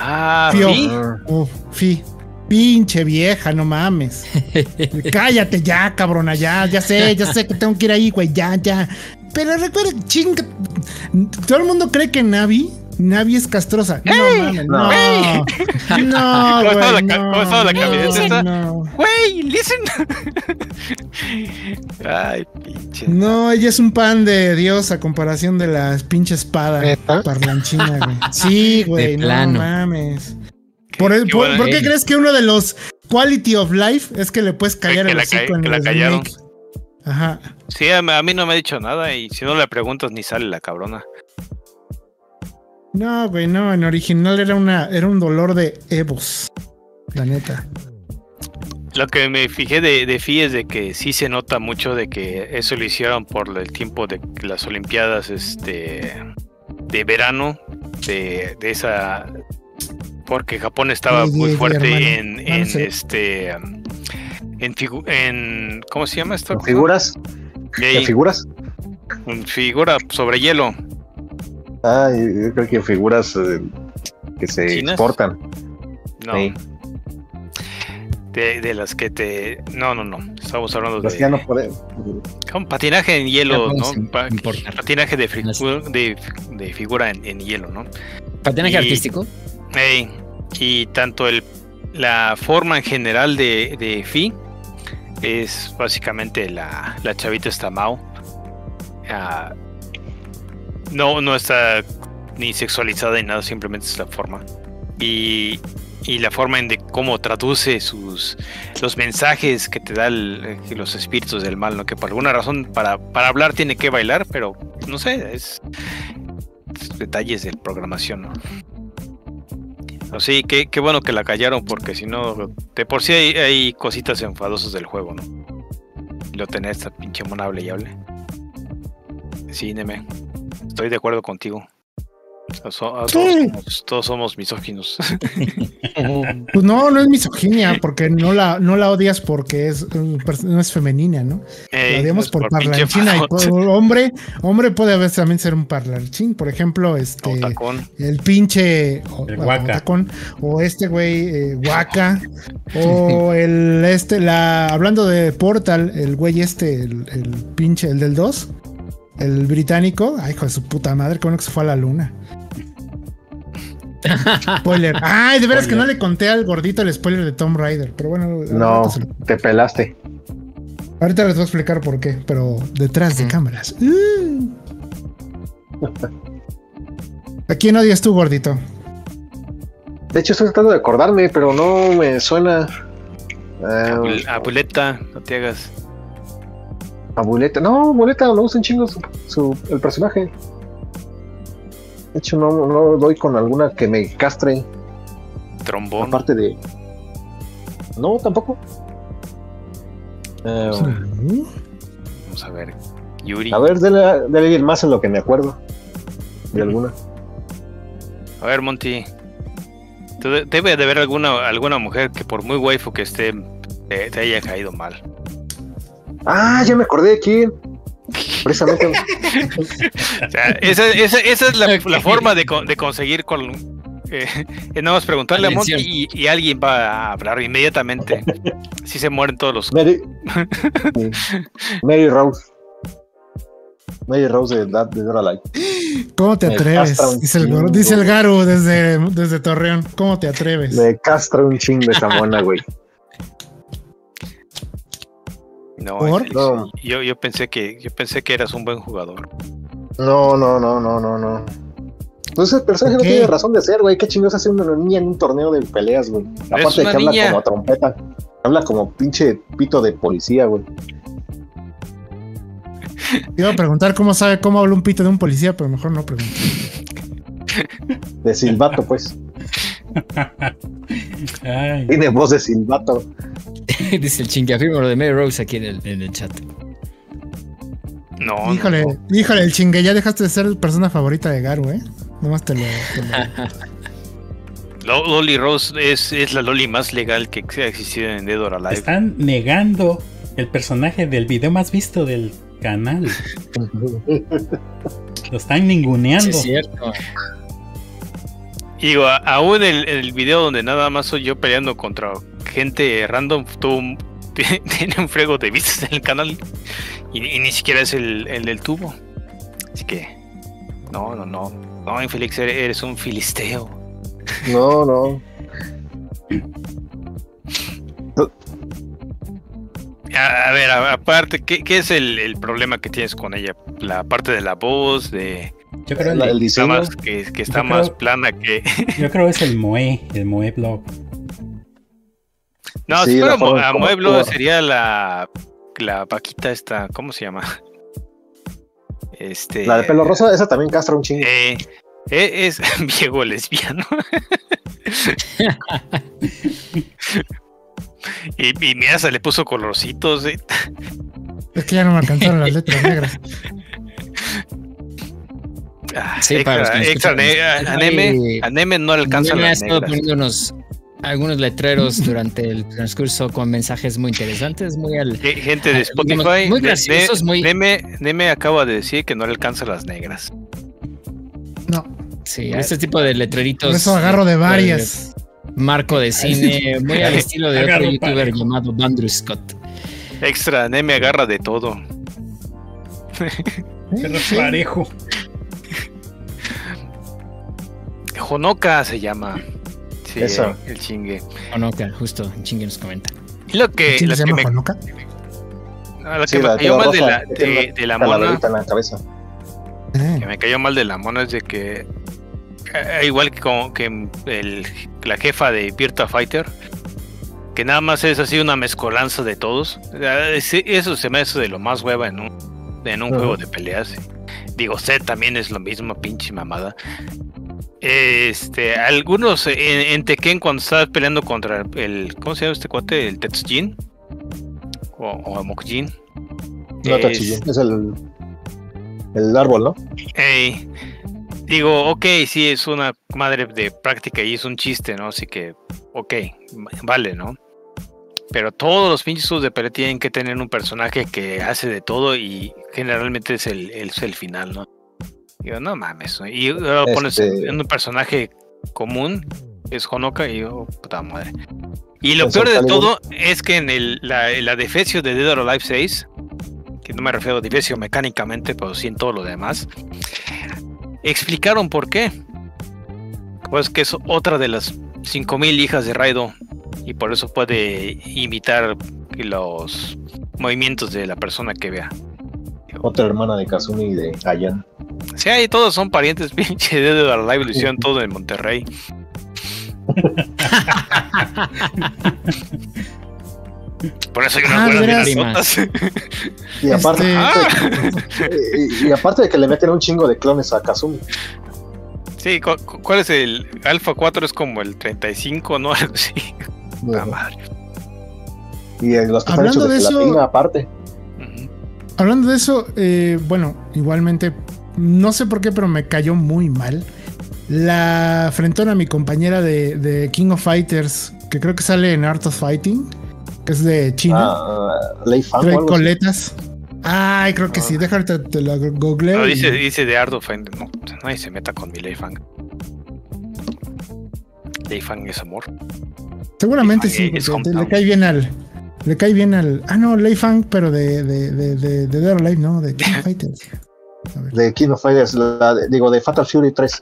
Fi. Pinche vieja, no mames. Cállate ya, cabrona, ya sé que tengo que ir ahí, güey, ya. Pero recuerda, chinga. Todo el mundo cree que Navi es castrosa. No, mames, no. ¿Cómo estaba la camiseta? No. Güey, listen. Ay, pinche. No, ella es un pan de Dios a comparación de la pinche espada parlanchina, güey. Sí, güey, no mames. ¿Por qué crees que uno de los quality of life es que le puedes callar el hocico en el remake? Ajá. Sí, a mí no me ha dicho nada y si no le preguntas ni sale la cabrona. No, güey, no, en original era un dolor de Evos, la neta. Lo que me fijé de Fi es de que sí se nota mucho de que eso lo hicieron por el tiempo de las Olimpiadas de verano de esa, porque Japón estaba muy fuerte en ¿cómo se llama esto? ¿Figuras? ¿En figuras? En figura sobre hielo. Yo creo que figuras que se ¿Chinas? exportan. No. Sí. De las que te... No. Estamos hablando las de... Ya no podemos. Con patinaje en hielo, ¿no? Importa. Patinaje de figura en hielo, ¿no? ¿Patinaje artístico? Y tanto la forma en general de Fi es básicamente la chavita está Mao. No está ni sexualizada ni nada, simplemente es la forma. Y la forma de cómo traduce los mensajes que te da los espíritus del mal, ¿no? Que por alguna razón para hablar tiene que bailar, pero no sé, es detalles de programación, ¿no? Sí, qué bueno que la callaron, porque si no, de por sí hay cositas enfadosas del juego, ¿no? Y lo tenés esta pinche mona hable y hable. Sí, Neme, estoy de acuerdo contigo. Todos somos misóginos. Pues no es misoginia, porque no la odias porque no es femenina, ¿no? La odiamos por parlanchina. Y hombre puede a veces también ser un parlanchín. Por ejemplo, el pinche Otacón, o güey Waka, o hablando de Portal, el güey el pinche, el del 2, el británico. Ay, hijo de su puta madre, qué bueno que se fue a la luna. Spoiler. Ay, de veras que no le conté al gordito el spoiler de Tomb Raider. Pero bueno, no, te pelaste. Ahorita les voy a explicar por qué, pero detrás de cámaras. ¿A quién odias tú, gordito? De hecho, estoy tratando de acordarme, pero no me suena. Abuleta, no te hagas. Abuleta, no, Boleta no usa un chingo el personaje. De hecho, no doy con alguna que me castre. Trombón. Aparte de... No, tampoco. Vamos a ver. Yuri. A ver, dale más en lo que me acuerdo. De alguna. A ver, Monty. Debe de haber alguna mujer que por muy waifu que esté, te haya caído mal. Ya me acordé de quién. Precisamente. O sea, esa es la forma de conseguir nada más preguntarle Atención. a Monty y alguien va a hablar inmediatamente. Si se mueren todos los... Mary Rose. Mary Rose de Dora Light. ¿Cómo te atreves? Dice el Garu desde Torreón. ¿Cómo te atreves? Me castra un chingo esa mona, güey. No, no. Yo pensé que eras un buen jugador. No. Entonces el personaje no tiene razón de ser, güey. ¿Qué chingados hace una niña en un torneo de peleas, güey? Aparte de que habla como trompeta. Habla como pinche pito de policía, güey. Iba a preguntar cómo sabe cómo habla un pito de un policía, pero mejor no pregunto. De silbato, pues. Ay. Tiene voz de silbato. Dice el chingueafirmo lo de Mary Rose aquí en el chat. No. Híjole, el chingue, ya dejaste de ser persona favorita de Garu, Nomás te lo... Loli Rose es la Loli más legal que ha existido en Dead or Alive. Están negando el personaje del video más visto del canal. Lo están ninguneando. Sí, es cierto. Digo, aún el video donde nada más soy yo peleando contra gente random tiene un frego de vistas en el canal y ni siquiera es el del tubo. Así que no, Infeliz, eres un filisteo. No. A ver, aparte, ¿qué es el problema que tienes con ella? La parte de la voz, yo creo el diseño que está más plana que... Yo creo es el Moe Blog. No, sí, si fuera a Moe Blog sería la vaquita esta, ¿cómo se llama? La de pelo rosa, esa también castra un chingo. Es viejo lesbiano. y mira, se le puso colorcitos. Es que ya no me alcanzaron las letras negras. Sí, a Neme no le alcanzan las negras. Ha estado negras. poniendo algunos letreros durante el transcurso con mensajes muy interesantes, muy gente de Spotify, muy graciosos, muy... Neme acaba de decir que no le alcanzan las negras. No. Sí, este tipo de letreritos. Por eso agarro de varias. Marco de cine, muy al estilo de otro youtuber llamado Andrew Scott. Extra, Neme agarra de todo. Pero parejo. Honoka se llama. Sí, eso. El chingue. Honoka, justo, el chingue nos comenta. Y lo que ¿Se llama Honoka? Lo que me cayó mal de la mona. En la cabeza. Que me cayó mal de la mona es de que igual que la jefa de Virtua Fighter, que nada más es así una mezcolanza de todos. Eso se me hace de lo más hueva en un juego de peleas. Digo, Zed también es lo mismo, pinche mamada. Algunos en Tekken, cuando estabas peleando contra ¿cómo se llama este cuate? El Tetsujin o Mokujin. No, Tetsujin, es el árbol, ¿no? Digo, ok, sí, es una madre de práctica y es un chiste, ¿no? Así que, ok, vale, ¿no? Pero todos los pinches juegos de pelea tienen que tener un personaje que hace de todo y generalmente es el final, ¿no? Digo, no mames, ¿no? Y ahora pones en un personaje común, es Honoka, y yo, puta madre. Y lo peor de todo es que en la defecio de Dead or Alive 6, que no me refiero a defecio mecánicamente, pero sí en todo lo demás, explicaron por qué. Pues que es otra de las 5000 hijas de Raido y por eso puede imitar los movimientos de la persona que vea. Otra hermana de Kazumi y de Ayan. Sí, ahí todos son parientes, pinche de Dead or Alive, lo hicieron todo en Monterrey. Por eso hay unas buenas mirazotas. Y aparte, y aparte de que le meten un chingo de clones a Kazumi. Sí, ¿cuál es el Alpha 4? Es como el 35, ¿no? Algo así. La madre. Y los que están hechos de gelatina aparte. Hablando de eso, bueno, igualmente, no sé por qué, pero me cayó muy mal. La frentona a mi compañera de King of Fighters, que creo que sale en Art of Fighting, que es de China. Lei Fang. Trae coletas. Ay, creo que sí. Déjame te la googleo. No, dice de Art of Fighting. No, nadie se meta con mi Lei Fang. Lei Fang es amor. Seguramente sí, porque le cae bien al. Le cae bien al. Ah, no, Lei Fang, pero de Dead or Alive, ¿no? De King of Fighters. De King of Fighters, digo, de Fatal Fury 3.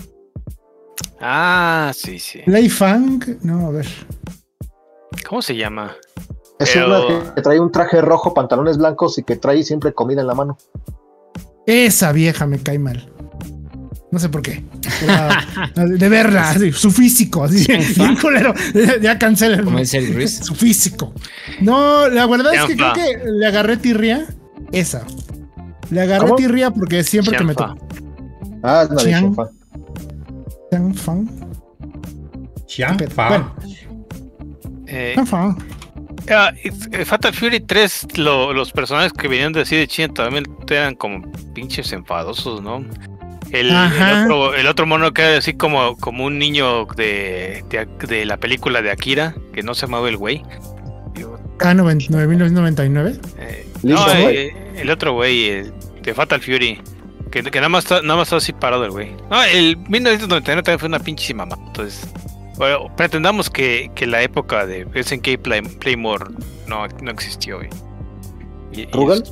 Ah, sí, sí. Lei Fang, no, a ver. ¿Cómo se llama? Es una que trae un traje rojo, pantalones blancos y que trae siempre comida en la mano. Esa vieja me cae mal. No sé por qué. De verla, así, su físico, así, bien culero. Ya cancelen. Como dice el Luis. Su físico. No, la verdad es que creo que le agarré tirria. Esa. Le agarré tirria porque siempre que me toca. Ah, es una de Xianfa. Xianfa. Xianfa. Fatal Fury 3, los personajes que venían de así de China también eran como pinches enfadosos, ¿no? El otro mono que era así como un niño de la película de Akira, que no se llamaba el güey. 1999. No, el otro güey, de Fatal Fury, que nada más está así parado el güey. No, el 1999 también fue una pinche mamá. Entonces, bueno, pretendamos que la época de SNK Playmore no existió, güey. ¿Rugal?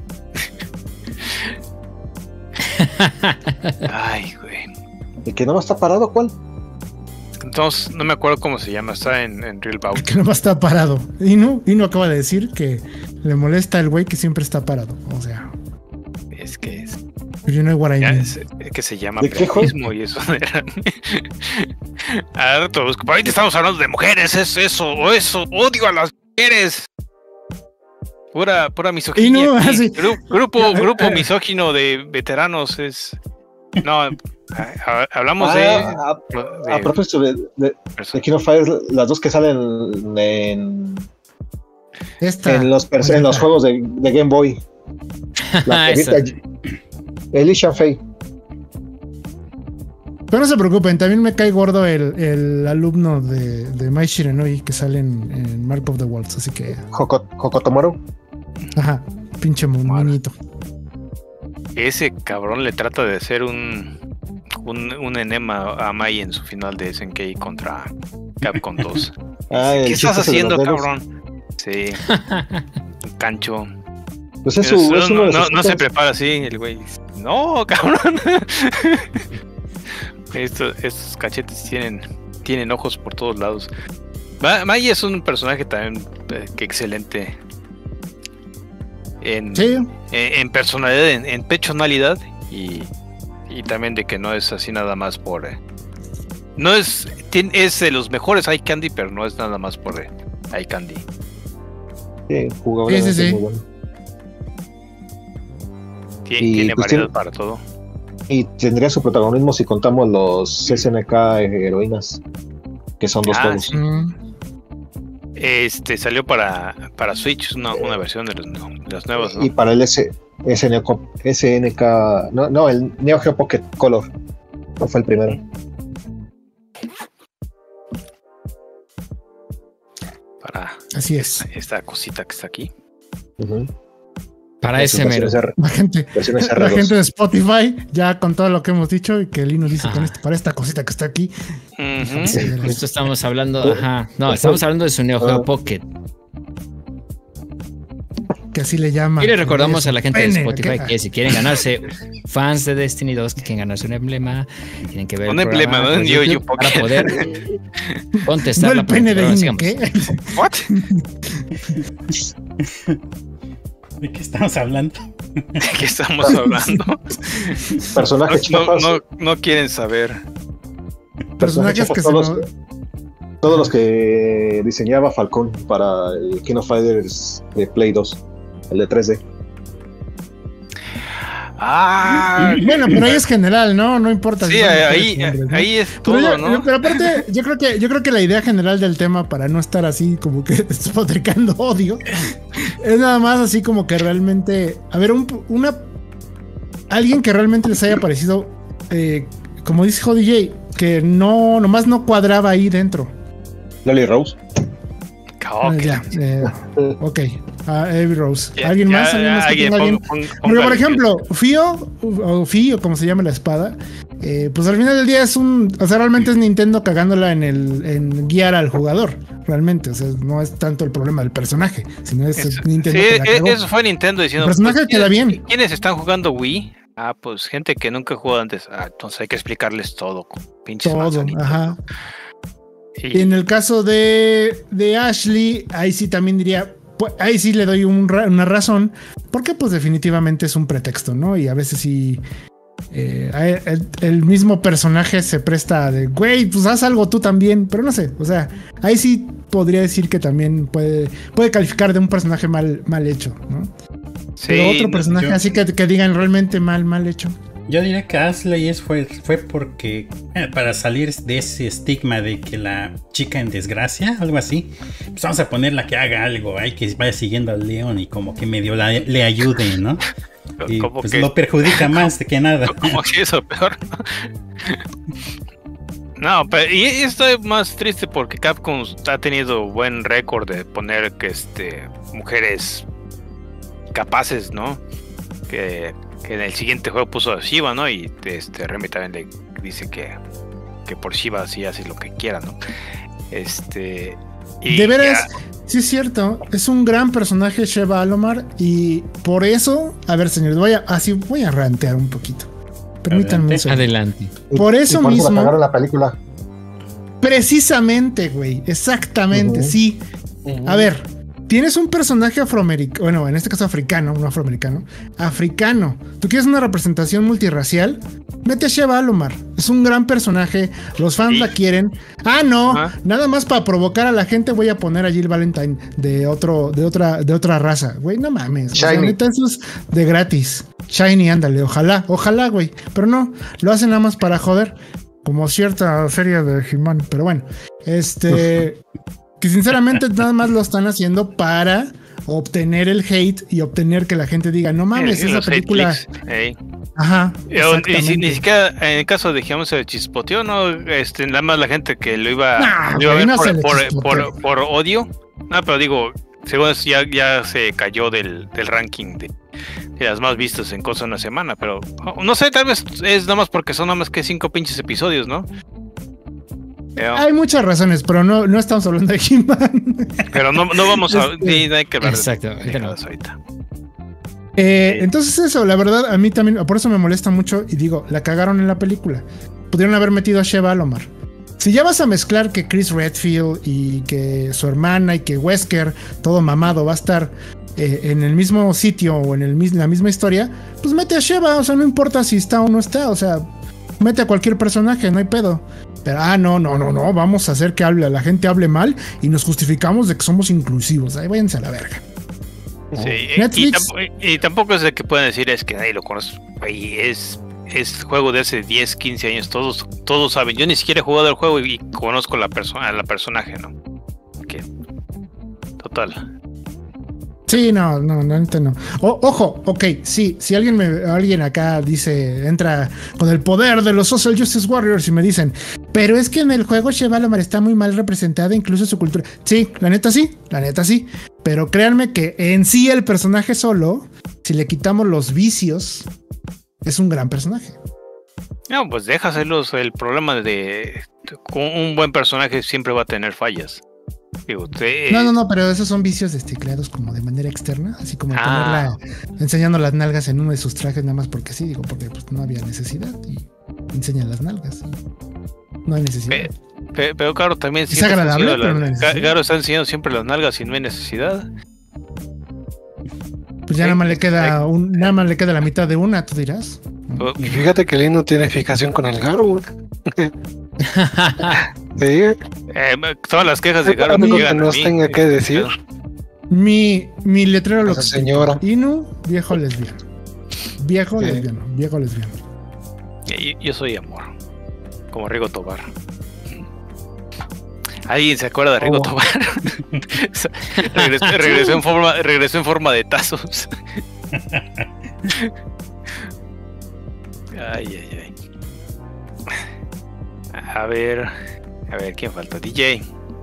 Ay, güey. ¿El que no está parado? ¿Cuál? Entonces, no me acuerdo cómo se llama. Está en Real Bout. Que no está parado. Y no acaba de decir que le molesta el güey que siempre está parado. O sea. Es que es. You know what I mean. Es que se llama periodismo y eso era. Ahorita estamos hablando de mujeres. Eso. Odio a las mujeres. Pura misoginia. Grupo misógino de veteranos es. No, hablamos de propósito de King of Fighters, las dos que salen en los juegos de Game Boy. Alicia Faye. Pero no se preocupen, también me cae gordo el alumno de Mai Shiranui que sale en Mark of the Wolves, así que. Hokotomaru. Ajá, pinche monito. Ese cabrón le trata de hacer un enema a Mai en su final de SNK contra Capcom 2. ¿Qué estás haciendo, cabrón? Sí. Un cancho. Pues no se prepara así, el güey. No, cabrón. Estos cachetes tienen ojos por todos lados. Mai es un personaje también que excelente. En personalidad, en personalidad y también de que no es así nada más por no es de los mejores eye candy, pero no es nada más por eye candy. Sí, jugable. Sí. Muy bueno. Tiene variedad para todo. Y tendría su protagonismo si contamos los SNK heroínas, que son dos juegos. Salió para Switch una versión de los nuevos, ¿no? Y para el SNK, no, el Neo Geo Pocket Color, no fue el primero. Así es. Esta cosita que está aquí. Uh-huh. Para ese mero. La gente de Spotify, ya con todo lo que hemos dicho y que Linus dice para esta cosita que está aquí. Uh-huh. Sí, justo estamos hablando. Estamos hablando de su Neo Geo Pocket. Que así le llaman. Y le recordamos a la gente de Spotify que si quieren ganarse, fans de Destiny 2 que quieren ganarse un emblema, tienen que ver un emblema, ¿no? Para poder contestar no el pene de Ine, ¿qué? ¿What? ¿De qué estamos hablando? ¿De qué estamos hablando? Personajes chafas. No quieren saber. Personajes que todos los que diseñaba Falcón para el King of Fighters de Play 2, el de 3D. Bueno, pero ahí es general, ¿no? No importa. Sí, ahí es todo, ¿no? Pero aparte, yo creo que la idea general del tema, para no estar así como que despotricando odio, es nada más así como que realmente, a ver, alguien que realmente les haya parecido, como dice DJ, que nomás no cuadraba ahí dentro. Lily Rose. Ok. Abby Rose. ¿Alguien más? ¿Alguien? Porque, por ejemplo, Fio, como se llama la espada, pues al final del día realmente es Nintendo cagándola en guiar al jugador. Realmente, o sea, no es tanto el problema del personaje, sino es Nintendo. Sí, eso fue Nintendo diciendo. El personaje queda bien. ¿Quiénes están jugando Wii? Pues gente que nunca jugó antes. Entonces hay que explicarles todo. Pinches manzanitas. Ajá. Y en el caso de Ashley, ahí sí también diría, pues, ahí sí le doy una razón, porque pues definitivamente es un pretexto, ¿no? Y a veces sí el mismo personaje se presta de, güey, pues haz algo tú también, pero no sé, o sea, ahí sí podría decir que también puede calificar de un personaje mal hecho, ¿no? Sí, pero otro personaje así que digan realmente mal hecho. Yo diría que Ashley fue porque para salir de ese estigma de que la chica en desgracia, algo así, pues vamos a ponerla que haga algo, que vaya siguiendo al león y como que medio le ayude, ¿no? Y pues que lo perjudica más que nada. Como que eso peor. No, pero y estoy más triste porque Capcom ha tenido buen récord de poner que mujeres capaces, ¿no? Que en el siguiente juego puso a Shiva, ¿no? Y Remy también le dice que por Shiva sí hace lo que quiera, ¿no? Y de veras, sí es cierto, es un gran personaje Sheva Alomar y por eso, a ver señores, voy a rantear un poquito. Permítanme eso. Adelante. Por eso mismo. Por la película. Precisamente, güey, exactamente, sí. A ver, tienes un personaje afroamericano, bueno, en este caso africano, no afroamericano, africano. ¿Tú quieres una representación multirracial? Mete a Sheva Alomar. Es un gran personaje, los fans la quieren. Nada más para provocar a la gente voy a poner a Jill Valentine de otra raza. Güey, no mames. O sea, neta, eso es de gratis. Shiny, ándale, ojalá, güey. Pero no, lo hacen nada más para joder. Como cierta serie de He-Man. Pero bueno, que sinceramente nada más lo están haciendo para obtener el hate y obtener que la gente diga, no mames, esa película. Ajá. Y ni siquiera en el caso de digamos el chispoteo, no, nada más la gente que lo iba a ver por odio. No, pero digo, según eso ya se cayó del ranking de las más vistas en cosa de una semana, pero no sé, tal vez es nada más porque son nada más que 5 pinches episodios, ¿no? Hay muchas razones, pero no estamos hablando de He-Man. Pero no vamos a hay que hablar exacto, de ahorita. Entonces eso, la verdad, a mí también, por eso me molesta mucho y digo, la cagaron en la película. Pudieron haber metido a Sheva Alomar. Si ya vas a mezclar que Chris Redfield y que su hermana y que Wesker, todo mamado, va a estar en el mismo sitio o en la misma historia, pues mete a Sheva, o sea, no importa si está o no está, o sea, mete a cualquier personaje, no hay pedo. Pero, no, vamos a hacer que la gente hable mal y nos justificamos de que somos inclusivos. Ahí váyanse a la verga. Sí, Netflix. Y tampoco es de que puedan decir es que nadie lo conoce. Es juego de hace 10, 15 años. Todos saben. Yo ni siquiera he jugado el juego y conozco a la personaje, ¿no? Que total. Sí, no. Ojo, ok, sí, si alguien acá entra con el poder de los Social Justice Warriors y me dicen, pero es que en el juego Sheva Alomar está muy mal representada, incluso su cultura. Sí, la neta sí, pero créanme que en sí el personaje solo, si le quitamos los vicios, es un gran personaje. No, pues déjaselos, el problema de un buen personaje siempre va a tener fallas. Digo, No, pero esos son vicios creados como de manera externa, así como ponerla enseñando las nalgas en uno de sus trajes nada más porque sí, porque pues no había necesidad y enseñan las nalgas. No hay necesidad. Pero claro, también es agradable, pero no hay necesidad. Claro, está enseñando siempre las nalgas y no hay necesidad. Pues ya nada más le queda la mitad de una, tú dirás. Y fíjate que Lin no tiene fijación con el Garo. ¿Sí? Todas las quejas de Garo que nos tenga que decir. Mi letrero lo que señora. Inu, viejo lesbiano. Viejo lesbiano. Yo soy amor. Como Rigo Tobar. ¿Alguien se acuerda de Rigo Tobar? regresó en forma de tazos. Ay. A ver, ¿quién falta? DJ.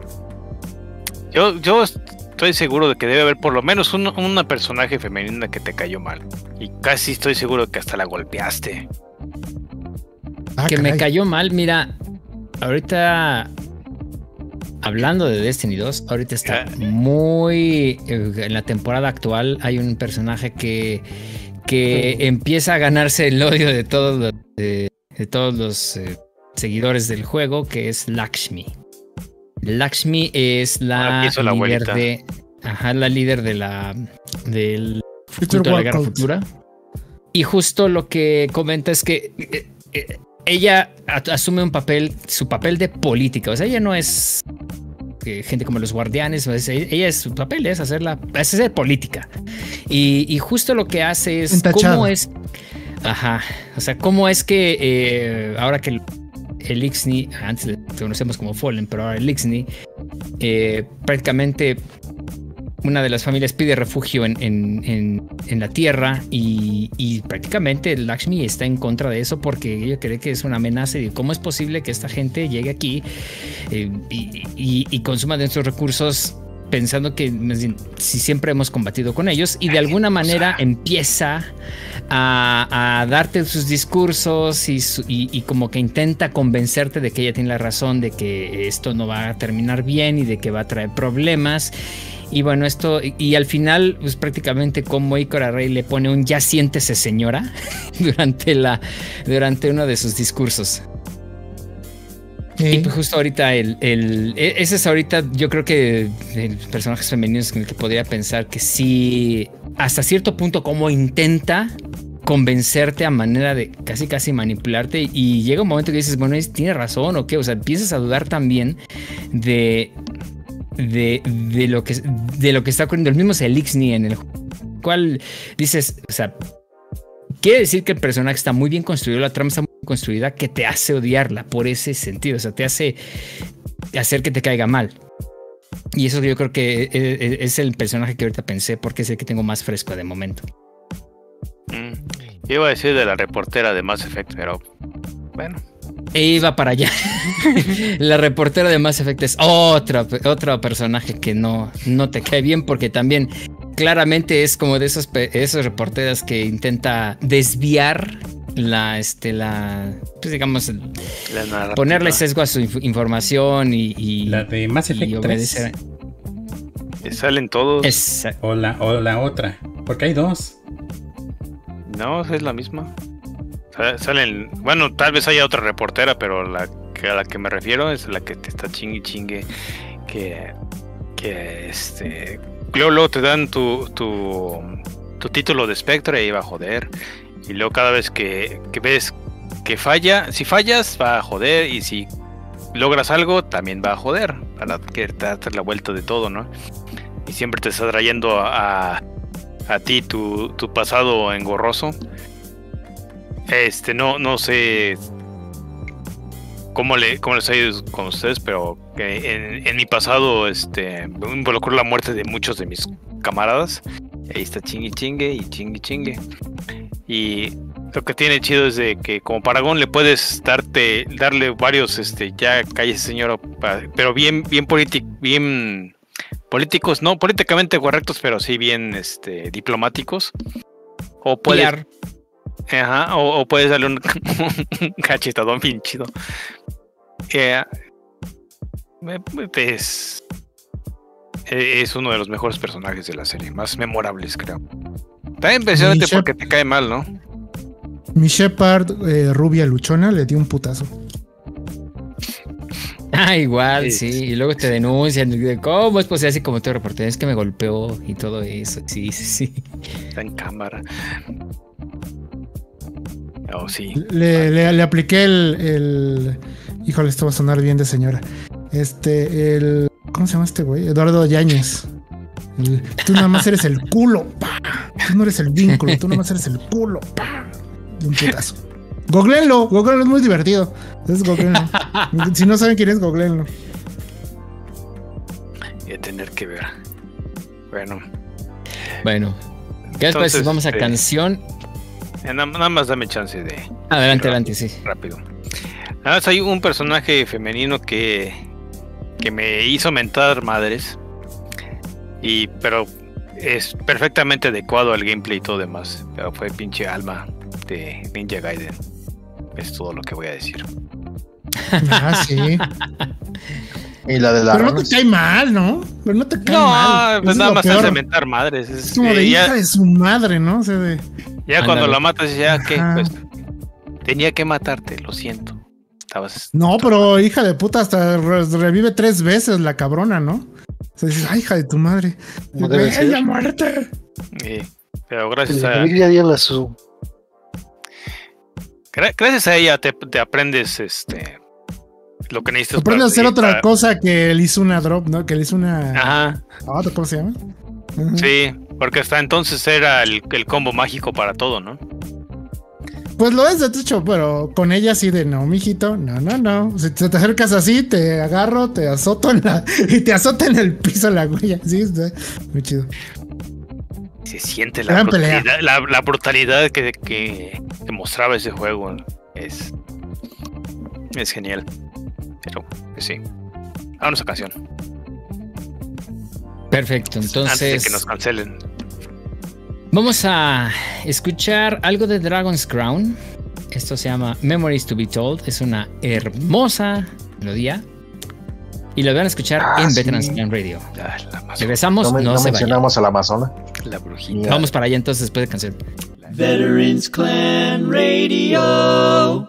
Yo estoy seguro de que debe haber por lo menos una personaje femenina que te cayó mal. Y casi estoy seguro de que hasta la golpeaste. Que caray. Me cayó mal, mira. Ahorita, hablando de Destiny 2, ahorita está muy... En la temporada actual hay un personaje que empieza a ganarse el odio de todos los seguidores del juego, que es Lakshmi. Lakshmi es la líder la líder del culto de la guerra futura. Y justo lo que comenta es que ella asume su papel de política. O sea, ella no es gente como los guardianes. Ella su papel es hacer política. Y justo lo que hace es cómo es. Ajá. O sea, cómo es que ahora que el Ixnay, antes lo conocemos como Fallen, pero ahora el Ixnay, prácticamente una de las familias pide refugio en la tierra y prácticamente el Lakshmi está en contra de eso porque ella cree que es una amenaza y cómo es posible que esta gente llegue aquí y consuma de nuestros recursos pensando que si siempre hemos combatido con ellos y de alguna manera empieza a darte sus discursos y como que intenta convencerte de que ella tiene la razón, de que esto no va a terminar bien y de que va a traer problemas. Y bueno, esto, y al final, pues prácticamente como Ikora Rey le pone un ya siéntese señora durante uno de sus discursos. Y pues justo ahorita ese es ahorita, yo creo que el personajes femeninos en el que podría pensar que sí, hasta cierto punto como intenta convencerte a manera de casi manipularte y llega un momento que dices, bueno, ¿tiene razón o qué? O sea, empiezas a dudar también de lo que está ocurriendo. El mismo es el Ixnay en el cual dices, o sea, quiere decir que el personaje está muy bien construido, la trama está muy bien construida, que te hace odiarla por ese sentido, o sea, te hace hacer que te caiga mal. Y eso yo creo que es el personaje que ahorita pensé porque es el que tengo más fresco de momento. Yo iba a decir de la reportera de Mass Effect, pero bueno. E iba para allá. La reportera de Mass Effect es otro personaje que no te cae bien porque también claramente es como de esas reporteras que intenta desviar pues digamos ponerle sesgo a su información y la de Mass Effect 3 salen todos o la otra, porque hay dos. No, es la misma. Salen, bueno, tal vez haya otra reportera, pero a la que me refiero es la que te está chingue que luego te dan tu título de Spectre y va a joder. Y luego cada vez que ves que falla, si fallas va a joder y si logras algo también va a joder para que te darte la vuelta de todo, ¿no? Y siempre te está trayendo a ti tu pasado engorroso. No sé cómo les ha ido con ustedes, pero en mi pasado involucró la muerte de muchos de mis camaradas. Ahí está chingue. Y lo que tiene chido es de que como Paragón le puedes darle varios ya calles señor, pero bien políticos, no políticamente correctos, pero sí bien diplomáticos. O puedes o puedes darle un cachetadón bien chido. Es uno de los mejores personajes de la serie, más memorables, creo. Está impresionante porque te cae mal, ¿no? Mi Shepard, rubia luchona, le dio un putazo. Igual, sí. Y luego te denuncian. ¿Cómo es posible? Así como te reporté, es que me golpeó y todo eso. Sí. Está en cámara. Oh, sí. Le apliqué el. Híjole, esto va a sonar bien de señora. ¿Cómo se llama este güey? Eduardo Yáñez. Tú nada más eres el culo, pa. Tú no eres el vínculo, tú nada más eres el culo, pa. De un putazo. Googleenlo, es muy divertido. Entonces, googleenlo. Si no saben quién es, googleenlo. Voy a tener que ver. Bueno. ¿Qué después vamos a canción? Nada más dame chance de... Adelante, sí. Rápido. Nada más hay un personaje femenino que me hizo mentar madres. Pero es perfectamente adecuado al gameplay y todo demás. Pero fue pinche Alma de Ninja Gaiden. Es todo lo que voy a decir. Sí. Y la de la Pero no te cae mal, ¿no? Pero no te cae mal. No, pues nada más es de mentar madres. Es como de hija de su madre, ¿no? O sea, ya cuando la matas, ya que pues tenía que matarte, lo siento. No, pero hija de puta, hasta revive 3 veces la cabrona, ¿no? O sea, dices, hija de tu madre. No debe ser. ¡Ella muerte! Pero gracias a... Ya dieron su Gracias a ella te aprendes lo que necesitas. Aprende a hacer otra cosa que él hizo una drop, ¿no? Que él hizo una. Ajá. ¿Cómo se llama? Uh-huh. Sí, porque hasta entonces era el combo mágico para todo, ¿no? Pues lo es, de hecho, pero con ella sí de no, mijito, no. Si te acercas así, te agarro, te azoto y te azota en el piso la huella. Sí, está muy chido. Se siente la brutalidad que mostraba ese juego. Es genial. Pero sí. Vámonos a canción. Perfecto, entonces. Antes de que nos cancelen. Vamos a escuchar algo de Dragon's Crown. Esto se llama Memories to be Told. Es una hermosa melodía. Y lo van a escuchar en Veterans Clan Radio. Regresamos, no se mencionamos a la Amazona. La brujita. Vamos para allá entonces después de canción. Veterans Clan Radio.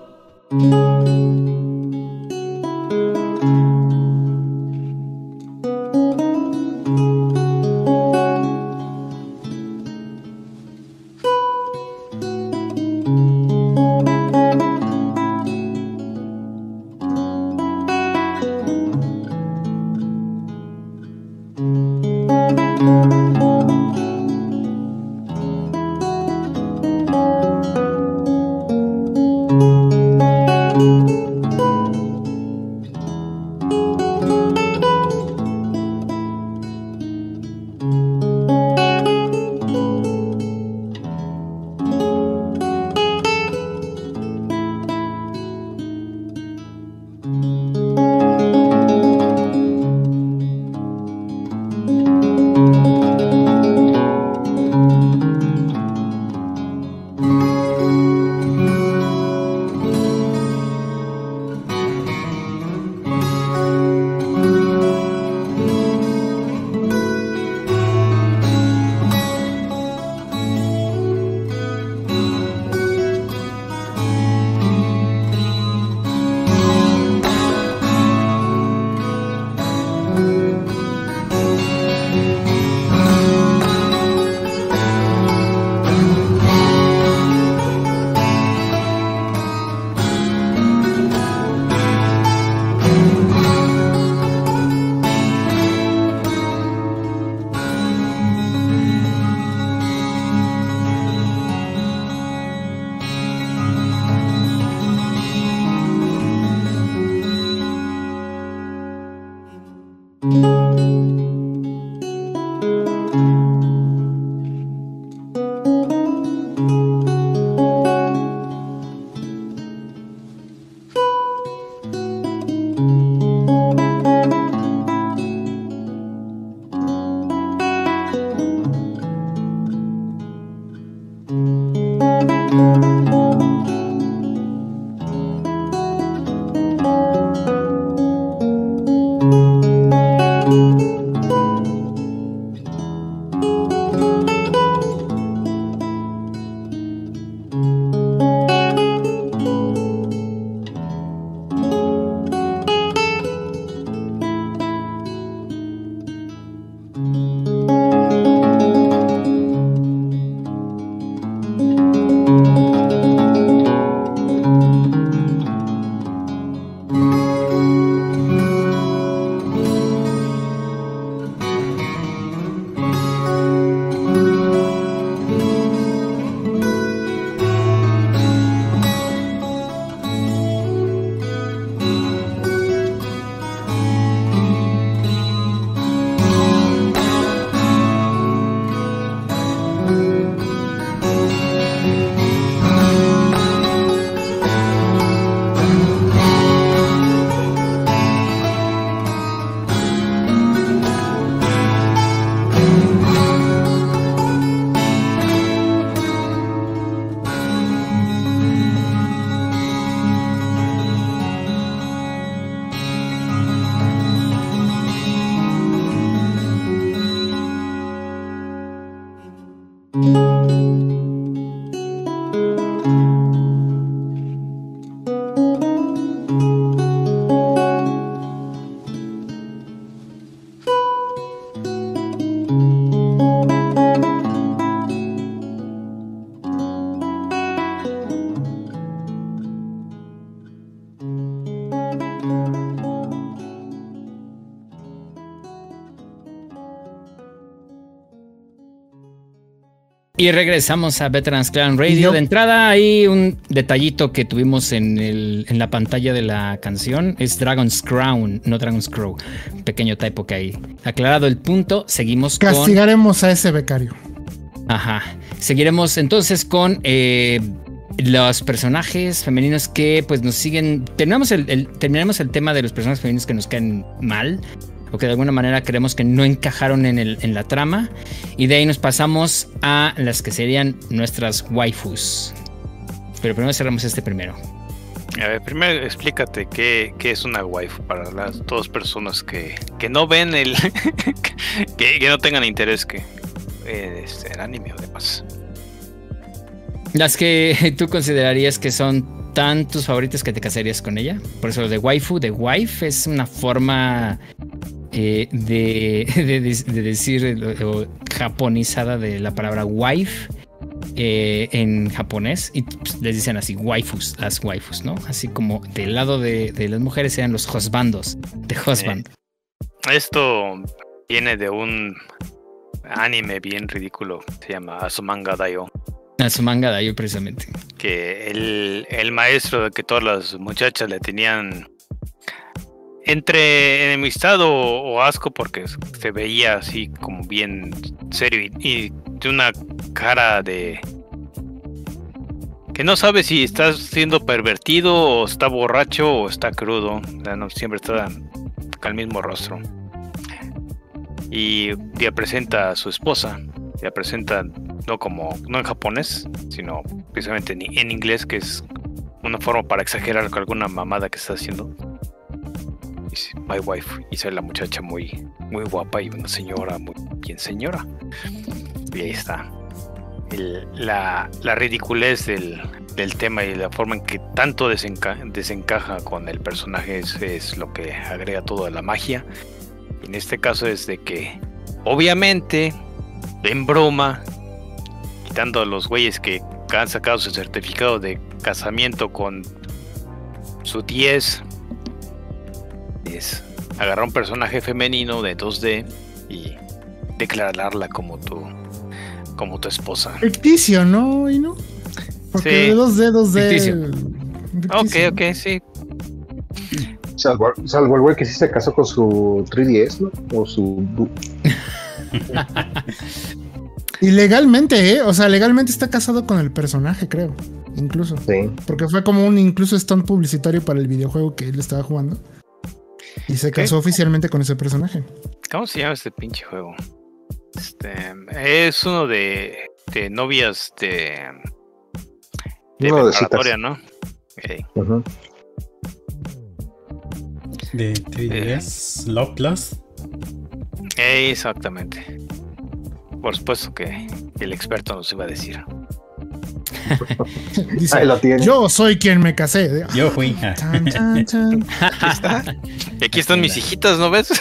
Y regresamos a Veterans Clan Radio. De entrada hay un detallito que tuvimos en la pantalla de la canción. Es Dragon's Crown, no Dragon's Crow. Pequeño typo que hay. Aclarado el punto, seguimos Castigaremos a ese becario. Ajá. Seguiremos entonces con los personajes femeninos que pues nos siguen. Terminamos el tema de los personajes femeninos que nos caen mal, o que de alguna manera creemos que no encajaron en la trama. Y de ahí nos pasamos a las que serían nuestras waifus. Pero primero cerramos este primero. A ver, primero explícate qué es una waifu para las dos personas que no ven el... que no tengan interés el anime o demás. Las que tú considerarías que son tan tus favoritas que te casarías con ella. Por eso lo de waifu, de wife, es una forma... de decir o japonizada de la palabra wife en japonés, y pues, les dicen así waifus, las waifus, ¿no? Así como del lado de las mujeres sean los husbandos, de husband. Esto viene de un anime bien ridículo, se llama Azumanga Daioh. Azumanga Daioh, precisamente. Que el maestro de que todas las muchachas le tenían entre enemistad o asco, porque se veía así como bien serio y de una cara de que no sabe si está siendo pervertido o está borracho o está crudo. O sea, no siempre está con el mismo rostro. Y ya presenta a su esposa, ya presenta no en japonés, sino precisamente en inglés, que es una forma para exagerar con alguna mamada que está haciendo. My wife, y sale la muchacha muy, muy guapa y una señora muy bien señora. Y ahí está la ridiculez del tema y la forma en que tanto desencaja con el personaje es lo que agrega todo a la magia. Y en este caso es de que obviamente en broma, quitando a los güeyes que han sacado su certificado de casamiento con su 10, es agarrar un personaje femenino de 2D y declararla como tu esposa. Ficticio, ¿no? ¿Y no? Porque sí. De 2D. Ficticio. Ok, sí. Salvo el güey que sí se casó con su 3DS, ¿no? O su... Y legalmente, o sea, legalmente está casado con el personaje, creo. Incluso. Sí. Porque fue como un incluso stunt publicitario para el videojuego que él estaba jugando. Y se casó oficialmente con ese personaje. ¿Cómo se llama este pinche juego? Es uno de novias de preparatoria, ¿no? Okay. Uh-huh. De 3DS, Love Plus. Exactamente. Por supuesto que el experto nos iba a decir. Dice, ahí lo tiene. Yo soy quien me casé. Yo fui. Chan, chan, chan. Aquí está. Y aquí están mis hijitas, ¿no ves?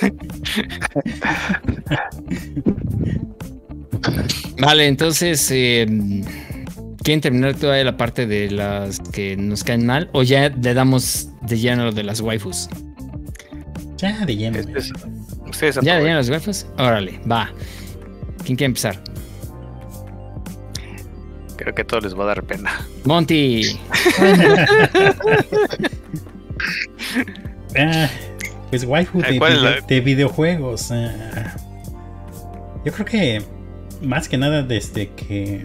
Vale, entonces ¿quieren terminar todavía la parte de las que nos caen mal o ya le damos de lleno lo de las waifus? Ya de lleno. Ustedes ¿Ya de lleno las waifus? Órale, va. ¿Quién quiere empezar? Creo que a todos les va a dar pena. Monty. Pues waifu de videojuegos. Yo creo que más que nada desde que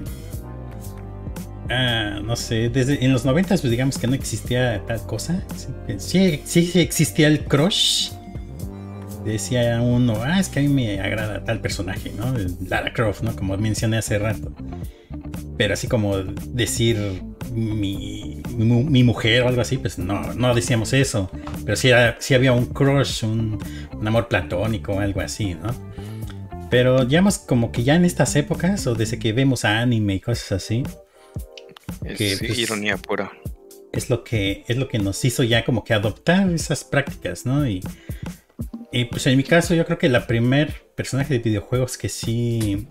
no sé, desde en los 90s pues digamos que no existía tal cosa. Sí existía el crush. Decía uno, es que a mí me agrada tal personaje, ¿no? Lara Croft, ¿no? Como mencioné hace rato. Pero así como decir mi mujer o algo así, pues no decíamos eso. Pero sí había un crush, un amor platónico o algo así, ¿no? Pero ya más como que ya en estas épocas, o desde que vemos anime y cosas así, es pues, ironía pura. Es lo que nos hizo ya como que adoptar esas prácticas, ¿no? Y pues en mi caso yo creo que la primer personaje de videojuegos que sí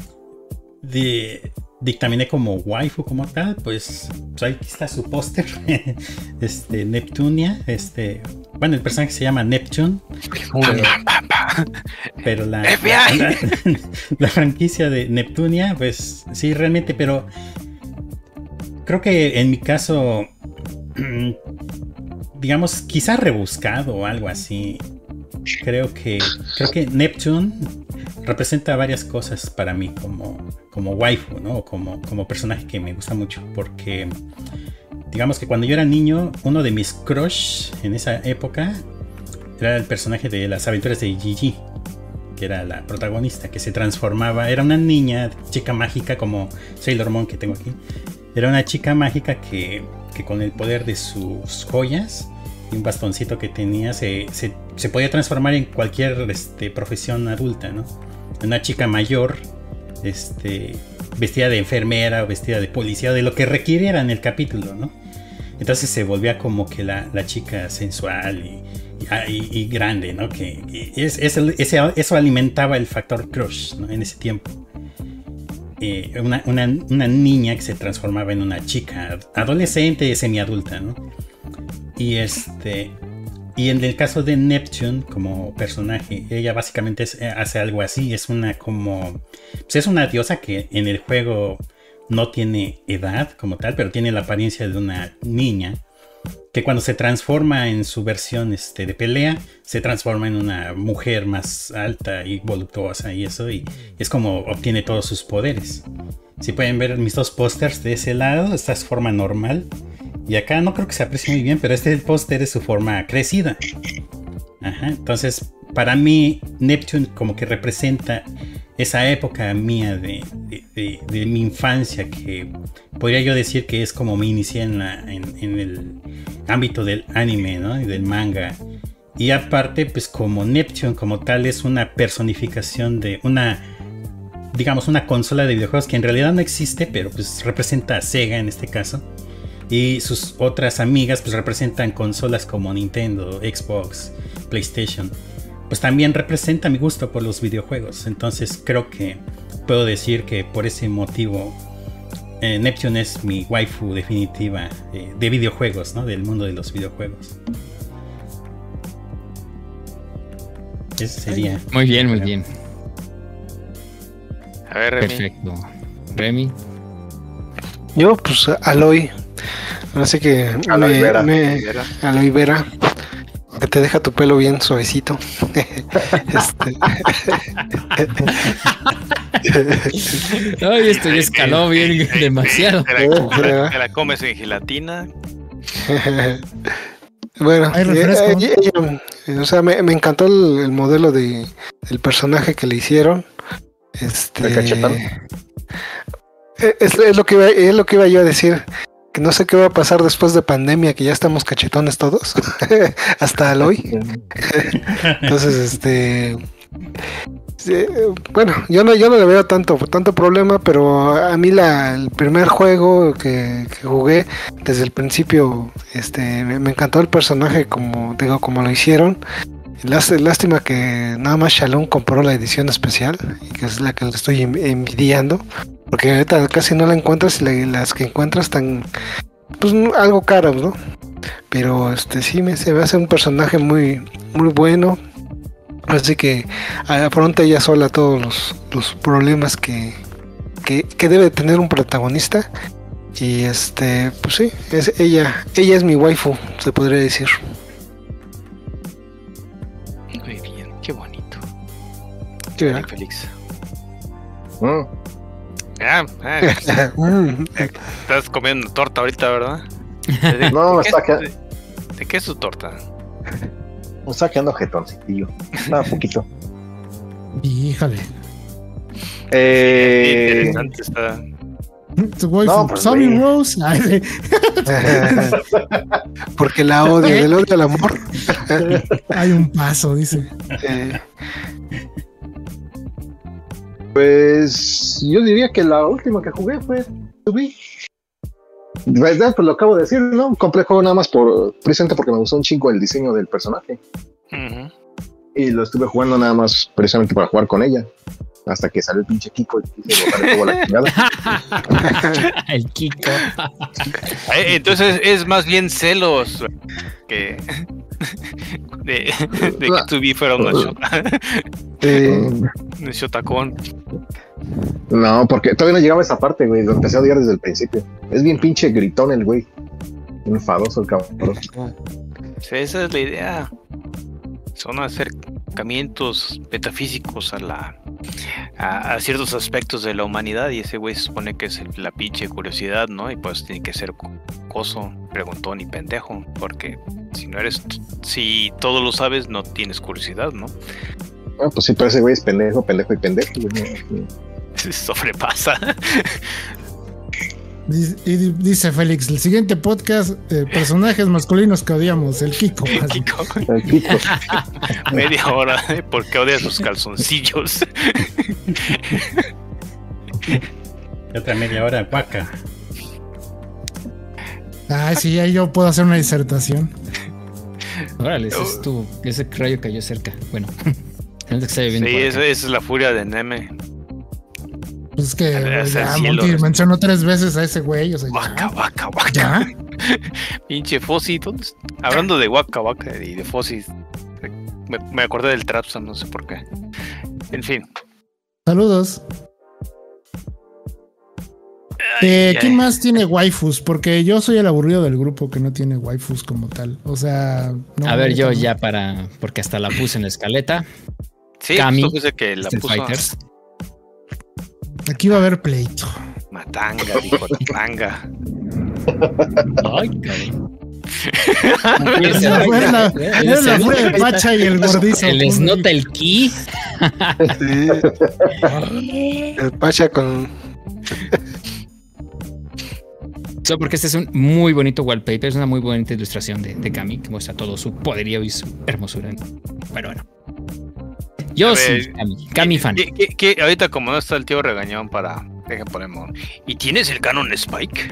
dictaminé como waifu como tal, pues ahí está su póster. Neptunia, bueno, el personaje se llama Neptune. Pero la FBI. la franquicia de Neptunia, pues sí, realmente, pero creo que en mi caso, digamos, quizá rebuscado o algo así. Creo que Neptune representa varias cosas para mí como waifu, ¿no? Como personaje que me gusta mucho, porque digamos que cuando yo era niño, uno de mis crush en esa época era el personaje de las aventuras de Gigi, que era la protagonista, que se transformaba, era una niña, chica mágica como Sailor Moon que tengo aquí. Era una chica mágica que con el poder de sus joyas y un bastoncito que tenía se podía transformar en cualquier profesión adulta, ¿no? Una chica mayor, vestida de enfermera o vestida de policía, o de lo que requiriera en el capítulo, ¿no? Entonces se volvía como que la chica sensual y grande, ¿no? Eso alimentaba el factor crush, ¿no? En ese tiempo. Una niña que se transformaba en una chica adolescente, semiadulta, ¿no? Y en el caso de Neptune como personaje, ella básicamente hace algo así. Es es una diosa que en el juego no tiene edad como tal, pero tiene la apariencia de una niña, que cuando se transforma en su versión de pelea, se transforma en una mujer más alta y voluptuosa y eso, y es como obtiene todos sus poderes. Si pueden ver mis dos pósters de ese lado, esta es forma normal, y acá no creo que se aprecie muy bien, pero este póster es su forma crecida. Ajá, entonces para mí Neptune como que representa esa época mía de mi infancia, que podría yo decir que es como me inicié en el ámbito del anime, ¿no? Y del manga. Y aparte, pues como Neptune como tal es una personificación de una consola de videojuegos que en realidad no existe, pero pues representa a Sega en este caso. Y sus otras amigas pues representan consolas como Nintendo, Xbox, PlayStation. Pues también representa mi gusto por los videojuegos. Entonces creo que puedo decir que por ese motivo Neptune es mi waifu definitiva de videojuegos, ¿no? Del mundo de los videojuegos. Ese sería. Muy bien, muy bien. A ver, Remy. Perfecto. Remy. Yo, pues, Aloy. Así que Aloy Vera. Que te deja tu pelo bien suavecito. Ay, esto ya escaló bien demasiado. Te la comes en gelatina. Bueno, o sea, me encantó el modelo del personaje que le hicieron. ¿El cachetón? Es lo que iba yo a decir. Que no sé qué va a pasar después de pandemia, que ya estamos cachetones todos. Hasta Aloy. Entonces, bueno, yo no le veo tanto problema, pero a mí el primer juego que jugué desde el principio, me encantó el personaje como lo hicieron. Lástima que nada más Shalom compró la edición especial, y que es la que le estoy envidiando, porque ahorita casi no la encuentras, y las que encuentras están pues algo caras, ¿no? Pero sí se me hace un personaje muy, muy bueno. Así que afronta ella sola todos los problemas que debe tener un protagonista. Y pues sí, ella es mi waifu, se podría decir. Muy bien, qué bonito. ¿Qué era? Félix. Estás comiendo torta ahorita, ¿verdad? No, está quedando. ¿De qué es su torta? Me está quedando jetoncillo. Está un poquito. Híjole. Interesante está. No, pues Zombie Rose. Porque la odio, del odio al amor. Hay un paso, dice. Pues yo diría que la última que jugué fue Tubi. ¿Verdad? Pues lo acabo de decir, ¿no? Compré el juego nada más precisamente porque me gustó un chingo el diseño del personaje. Uh-huh. Y lo estuve jugando nada más precisamente para jugar con ella. Hasta que salió el pinche Kiko y quise botar el juego a la chingada. El Kiko. Entonces es más bien celos que de que Tubi fuera una shota. Un shotacón. No, porque todavía no llegaba a esa parte, güey. Lo empecé a odiar desde el principio. Es bien pinche gritón el güey. Enfadoso el cabrón. Sí, esa es la idea. Son acercamientos metafísicos a ciertos aspectos de la humanidad, y ese güey se supone que es la pinche curiosidad, ¿no? Y pues tiene que ser coso, preguntón y pendejo, porque si todo lo sabes, no tienes curiosidad, ¿no? Ah, pues sí, pero ese güey es pendejo y pendejo. Se sobrepasa. Y dice Félix, el siguiente podcast, personajes masculinos que odiamos, el Kiko. El Kiko. Media hora, porque odias los calzoncillos. Y otra media hora, Guaca. Ah, sí, ahí yo puedo hacer una disertación. Órale, ese rayo cayó cerca. Bueno, sí, esa es la furia de Neme. Pues es que Monty mencionó 3 veces a ese güey, o sea, Waka. ¿ya? Pinche Fossi, hablando de Waka y de Fossi, me acordé del Trapsan, no sé por qué. En fin. Saludos. ¿Quién más tiene waifus? Porque yo soy el aburrido del grupo que no tiene waifus como tal. O sea, no, a ver, yo ya porque hasta la puse en la escaleta. Sí, Cami, puse que la puso. Fighters. Aquí va a haber pleito. Matanga, dijo Matanga. Ay, cabrón. Es la fuera de Pacha y el gordizo. Les nota el ki. Sí. El Pacha con. Porque este es un muy bonito wallpaper, es una muy bonita ilustración de Cami que muestra todo su poderío y su hermosura. Pero bueno. Yo sí, Cami fan. ¿Qué, ahorita como no está el tío regañón para... Dejen ponemos. ¿Y tienes el Canon Spike?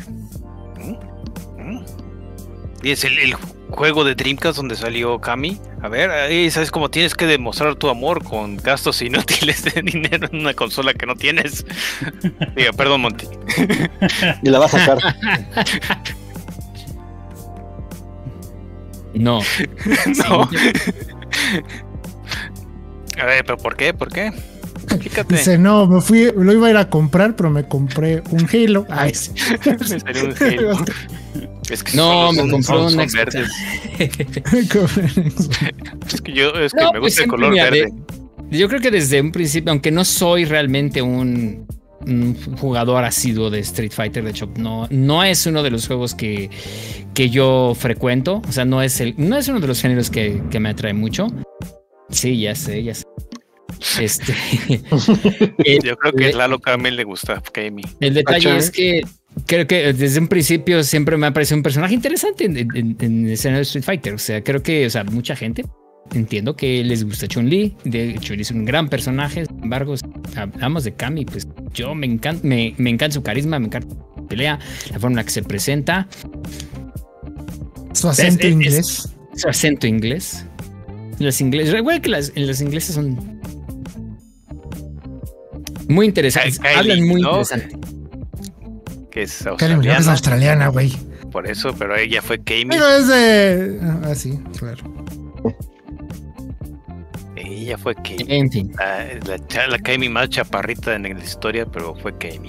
¿Y es el juego de Dreamcast donde salió Cami? A ver, ahí sabes cómo tienes que demostrar tu amor con gastos inútiles de dinero en una consola que no tienes. Diga, perdón, Monty. Y la vas a sacar. No. No. A ver, pero ¿por qué? Fíjate. Dice, no, lo iba a ir a comprar, pero me compré un Halo. Ay, sí. Me salió un Halo. Es que no, me compré un verde. Es que me gusta el color verde. Yo creo que desde un principio, aunque no soy realmente un jugador asiduo de Street Fighter, de hecho, no es uno de los juegos que yo frecuento. O sea, no es uno de los géneros que me atrae mucho. Sí, ya sé. Yo creo que a Lalo también le gusta Kami. El detalle es que creo que desde un principio siempre me ha parecido un personaje interesante en el escenario de Street Fighter. O sea, creo que mucha gente, entiendo que les gusta Chun-Li. De hecho, Chun-Li es un gran personaje. Sin embargo, hablamos de Kami, pues yo me encanta su carisma, me encanta su pelea, la forma en la que se presenta. Su acento inglés. Su acento inglés. Las inglesas, recuerda que las inglesas son muy interesantes. Kylie, hablan muy ¿no? interesante. Que es australiana. Es australiana, güey. Por eso, pero ella fue Kami. Pero es de... sí, claro. Ella fue Kami. En fin. La Kami más chaparrita en la historia, pero fue Kami.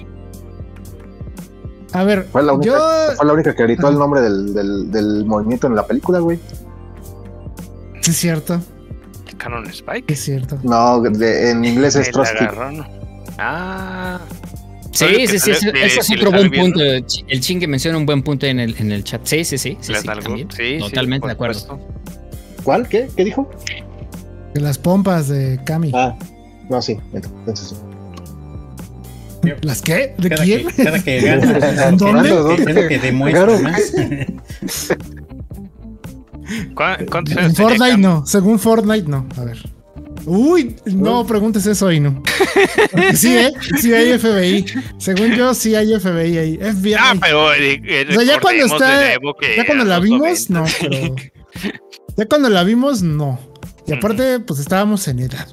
A ver, fue la única que gritó el nombre del movimiento en la película, güey. Sí, es cierto. ¿El Canon Spike? Es cierto. No, en inglés es Trusty. Sí, ese es otro buen punto. El Chingue menciona un buen punto en el chat. Sí, también. Sí, totalmente de acuerdo. ¿Cuál? ¿Qué dijo? De las pompas de Kami. No, sí. Entonces sí. ¿Las qué? ¿De quién? Cada que gana. ¿Dónde? Cada que demuestra más. En Fortnite no, según Fortnite no. A ver. Uy, no preguntes eso ahí, no. Sí, sí hay FBI. Según yo, sí hay FBI ahí. FBI. Pero o sea, ya cuando está, ya cuando la vimos, 90. No, pero ya cuando la vimos, no. Y aparte, pues estábamos en edad.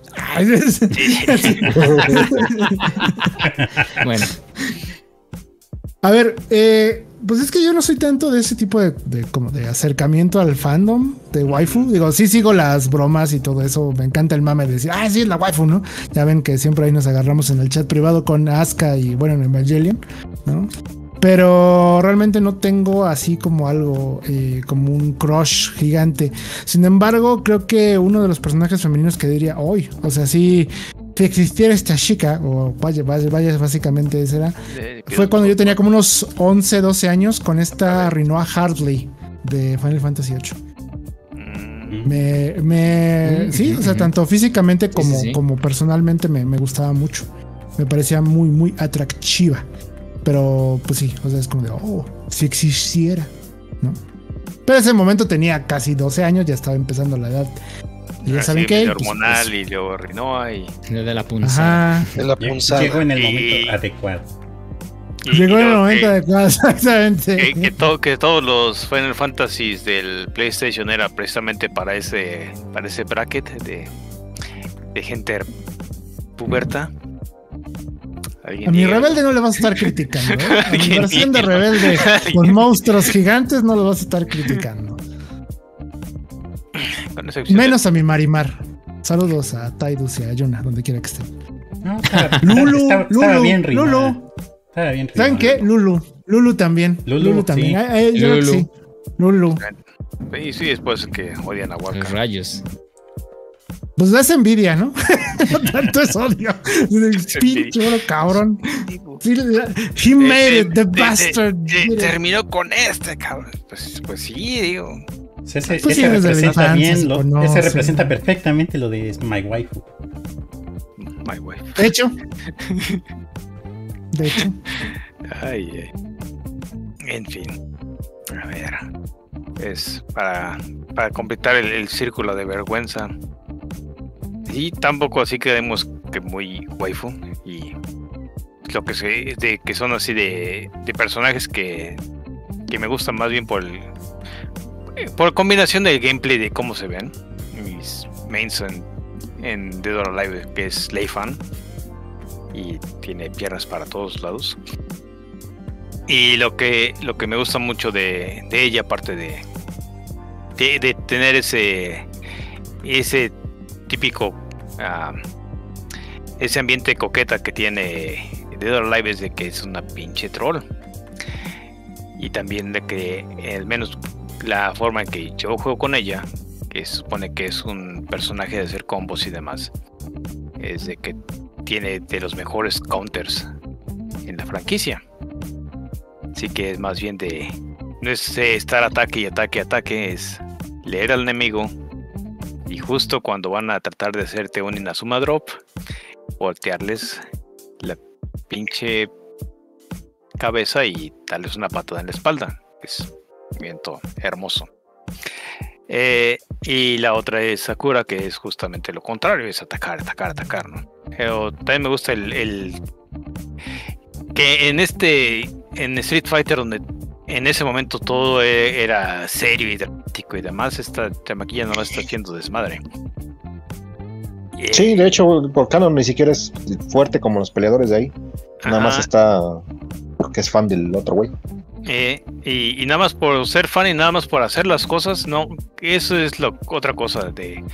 Bueno. A ver, Pues es que yo no soy tanto de ese tipo de como de acercamiento al fandom de waifu. Digo, sí sigo las bromas y todo eso. Me encanta el mame de decir, sí, es la waifu, ¿no? Ya ven que siempre ahí nos agarramos en el chat privado con Asuka y bueno, en Evangelion, ¿no? Pero realmente no tengo así como algo, como un crush gigante. Sin embargo, creo que uno de los personajes femeninos que diría hoy, o sea, si existiera esta chica, o vaya, básicamente esa era, fue cuando yo tenía como unos 11, 12 años con esta Rinoa Hartley de Final Fantasy VIII. Sí, o sea, tanto físicamente como personalmente me gustaba mucho. Me parecía muy, muy atractiva. Pero, pues sí, o sea, es como de, si existiera, ¿no? Pero en ese momento tenía casi 12 años, ya estaba empezando la edad. Y ya saben qué. Hormonal pues, y luego Rinoa y. De la punzada. Ajá, de la punzada. Llegó en el momento adecuado. Llegó en el momento adecuado, exactamente. Que todos los Final Fantasies del PlayStation era precisamente para ese bracket de gente puberta. A mi Rebelde no le vas a estar criticando, ¿eh? A mi versión de Rebelde con monstruos gigantes no lo vas a estar criticando. Menos a mi Marimar. Saludos a Tidus y a Yuna, donde quiera que estén. No, estaba bien rimado. Estaba bien rimado. ¿Saben qué? Lulu también. Lulu también. Sí. Lulu. Sí, después que odian a Waka. Los rayos. Pues es envidia, ¿no? No tanto es odio. Pinche oro cabrón. He made it, the bastard. Terminó con cabrón. Pues sí, digo. Ese representa bien ese representa perfectamente lo de My Waifu. My Waifu. De hecho. Ay. En fin. A ver. Es para completar el círculo de vergüenza. Y tampoco así quedemos que muy waifu. Y lo que sé de que son así de personajes que me gustan más bien por combinación del gameplay de cómo se ven. Mis mains en Dead or Alive, que es Leifan, y tiene piernas para todos lados. Y lo que me gusta mucho de ella, aparte de tener ese típico ese ambiente coqueta que tiene Dead or Alive, es de que es una pinche troll. Y también de que al menos la forma en que yo juego con ella, que se supone que es un personaje de hacer combos y demás, es de que tiene de los mejores counters en la franquicia. Así que es más bien no es estar ataque, es leer al enemigo y justo cuando van a tratar de hacerte un Inazuma Drop, voltearles la pinche cabeza y darles una patada en la espalda. Es un movimiento hermoso. Y la otra es Sakura, que es justamente lo contrario, es atacar, ¿no? Pero también me gusta el que en Street Fighter, donde en ese momento todo era serio y dramático y demás, esta chamaquilla nomás está haciendo desmadre. Sí, de hecho, por canon ni siquiera es fuerte como los peleadores de ahí. Nada más está porque es fan del otro güey. Y nada más por ser fan y nada más por hacer las cosas, no, eso es otra cosa de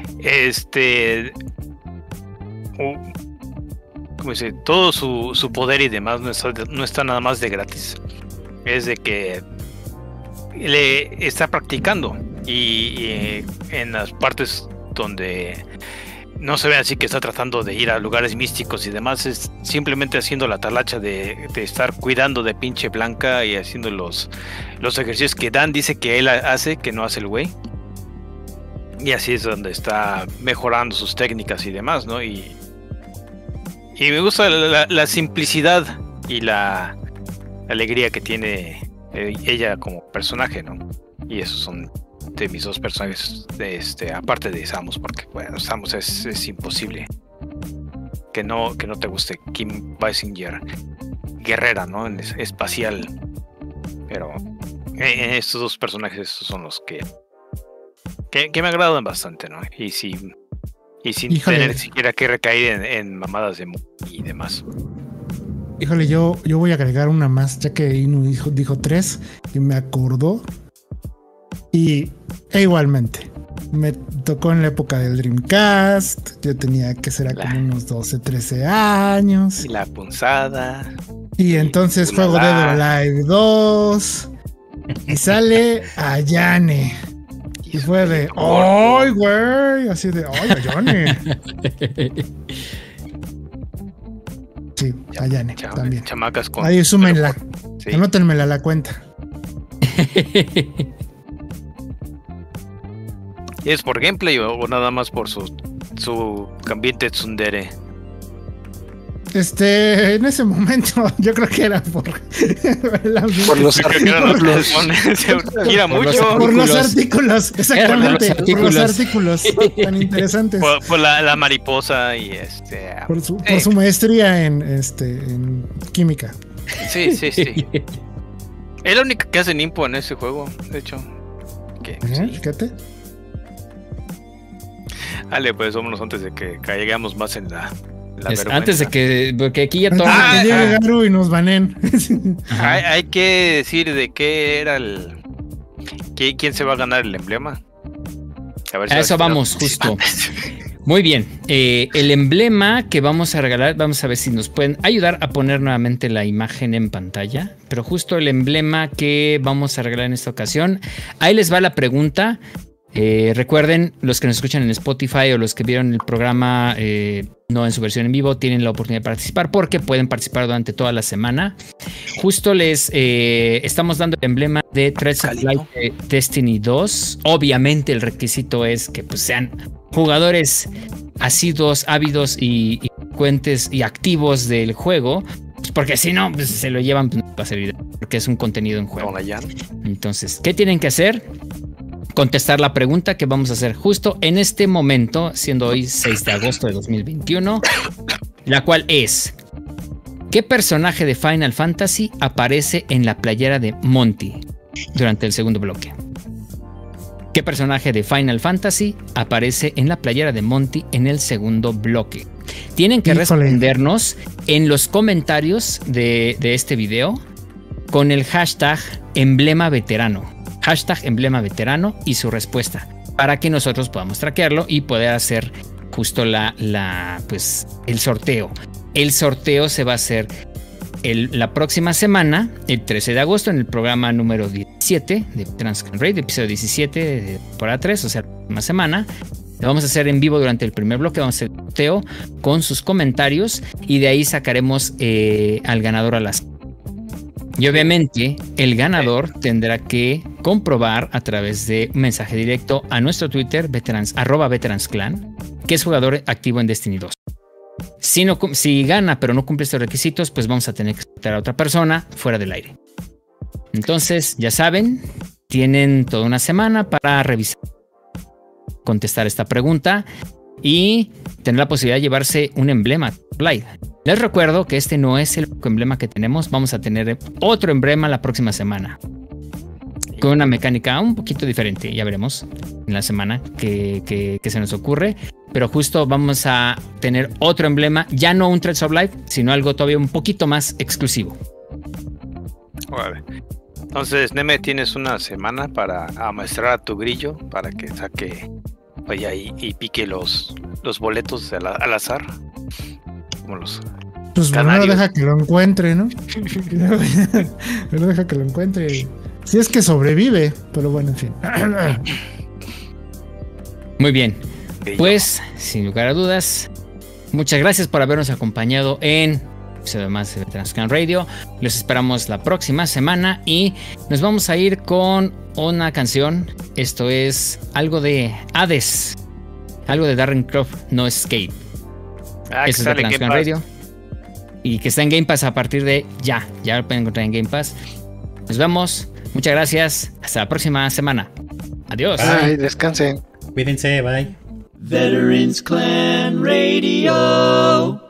como dice, todo su poder y demás no está nada más de gratis. Es de que le está practicando y en las partes donde no se ve así que está tratando de ir a lugares místicos y demás, es simplemente haciendo la talacha de estar cuidando de pinche Blanca y haciendo los ejercicios que Dan dice que él hace, que no hace el güey. Y así es donde está mejorando sus técnicas y demás, ¿no? Y me gusta la simplicidad y la alegría que tiene ella como personaje, ¿no? Y esos son de mis dos personajes, aparte de Samus, porque bueno, Samus es imposible que no te guste. Kim Basinger, guerrera, ¿no? Espacial, pero en estos dos personajes son los que me agradan bastante, ¿no? Y sin Híjole, tener siquiera que recaer en mamadas de y demás. Híjole, yo voy a agregar una más, ya que Inu dijo 3 y me acordó. E igualmente, me tocó en la época del Dreamcast. Yo tenía que ser como unos 12, 13 años. Y la punzada. Y entonces juego Dead or Alive 2 y sale Ayane. Y fue de ¡ay, güey! Así de ¡ay, Ayane! Sí, Ayane también. Chamacas con. Ahí súmenla. Sí. Anótenmela a la cuenta. ¿Es por gameplay o nada más por su ambiente tsundere? En ese momento yo creo que era por los artículos. Por los artículos, exactamente. Por los artículos tan interesantes. Por la mariposa y por su maestría en química. Sí. Es la única que hace Nimpo en ese juego, de hecho. Fíjate. Dale, pues vámonos antes de que caigamos más en la antes de que, porque aquí ya todo. Llegue Garu y nos banen. Hay que decir de qué era quién se va a ganar el emblema. A eso vamos, justo. Muy bien. El emblema que vamos a regalar, vamos a ver si nos pueden ayudar a poner nuevamente la imagen en pantalla. Pero justo el emblema que vamos a regalar en esta ocasión. Ahí les va la pregunta. Recuerden, los que nos escuchan en Spotify o los que vieron el programa no en su versión en vivo, tienen la oportunidad de participar porque pueden participar durante toda la semana. Justo les estamos dando el emblema de Threads of Light de Destiny 2. Obviamente el requisito es que pues, sean jugadores asiduos, ávidos y frecuentes y activos del juego, pues, porque si no pues, se lo llevan, pues, no va a servir porque es un contenido en juego. Entonces, ¿qué tienen que hacer? Contestar la pregunta que vamos a hacer justo en este momento, siendo hoy 6 de agosto de 2021, la cual es: ¿qué personaje de Final Fantasy aparece en la playera de Monty durante el segundo bloque? ¿Qué personaje de Final Fantasy aparece en la playera de Monty en el segundo bloque? Tienen que respondernos en los comentarios de este video con el hashtag emblema veterano. Hashtag emblema veterano y su respuesta para que nosotros podamos traquearlo y poder hacer justo pues, el sorteo. El sorteo se va a hacer la próxima semana, el 13 de agosto, en el programa número 17 de Transcon Radio, episodio 17 de temporada 3, o sea, la próxima semana. Lo vamos a hacer en vivo durante el primer bloque, vamos a hacer el sorteo con sus comentarios y de ahí sacaremos al ganador a las. Y obviamente el ganador tendrá que comprobar a través de un mensaje directo a nuestro Twitter, @veteransclan, que es jugador activo en Destiny 2. Si gana pero no cumple estos requisitos, pues vamos a tener que soltar a otra persona fuera del aire. Entonces, ya saben, tienen toda una semana para revisar, contestar esta pregunta y tener la posibilidad de llevarse un emblema Blade. Les recuerdo que este no es el único emblema que tenemos. Vamos a tener otro emblema la próxima semana con una mecánica un poquito diferente. Ya veremos en la semana que se nos ocurre. Pero justo vamos a tener otro emblema, ya no un Threads of Life, sino algo todavía un poquito más exclusivo. Vale. Entonces, Neme, tienes una semana para amaestrar a tu grillo para que saque, vaya y pique los boletos al azar. Como los pues primero deja que lo encuentre, ¿no? Primero deja que lo encuentre. Si es que sobrevive, pero bueno, en fin. Muy bien. Pues, sin lugar a dudas, muchas gracias por habernos acompañado en episodio más de Transcan Radio. Los esperamos la próxima semana y nos vamos a ir con una canción. Esto es algo de Hades, algo de Darren Croft, No Escape. Eso es de Transcan Radio y que está en Game Pass a partir de ya lo pueden encontrar en Game Pass. Nos vemos, muchas gracias, hasta la próxima semana. Adiós. Bye, descansen. Cuídense, bye. Veterans Clan Radio.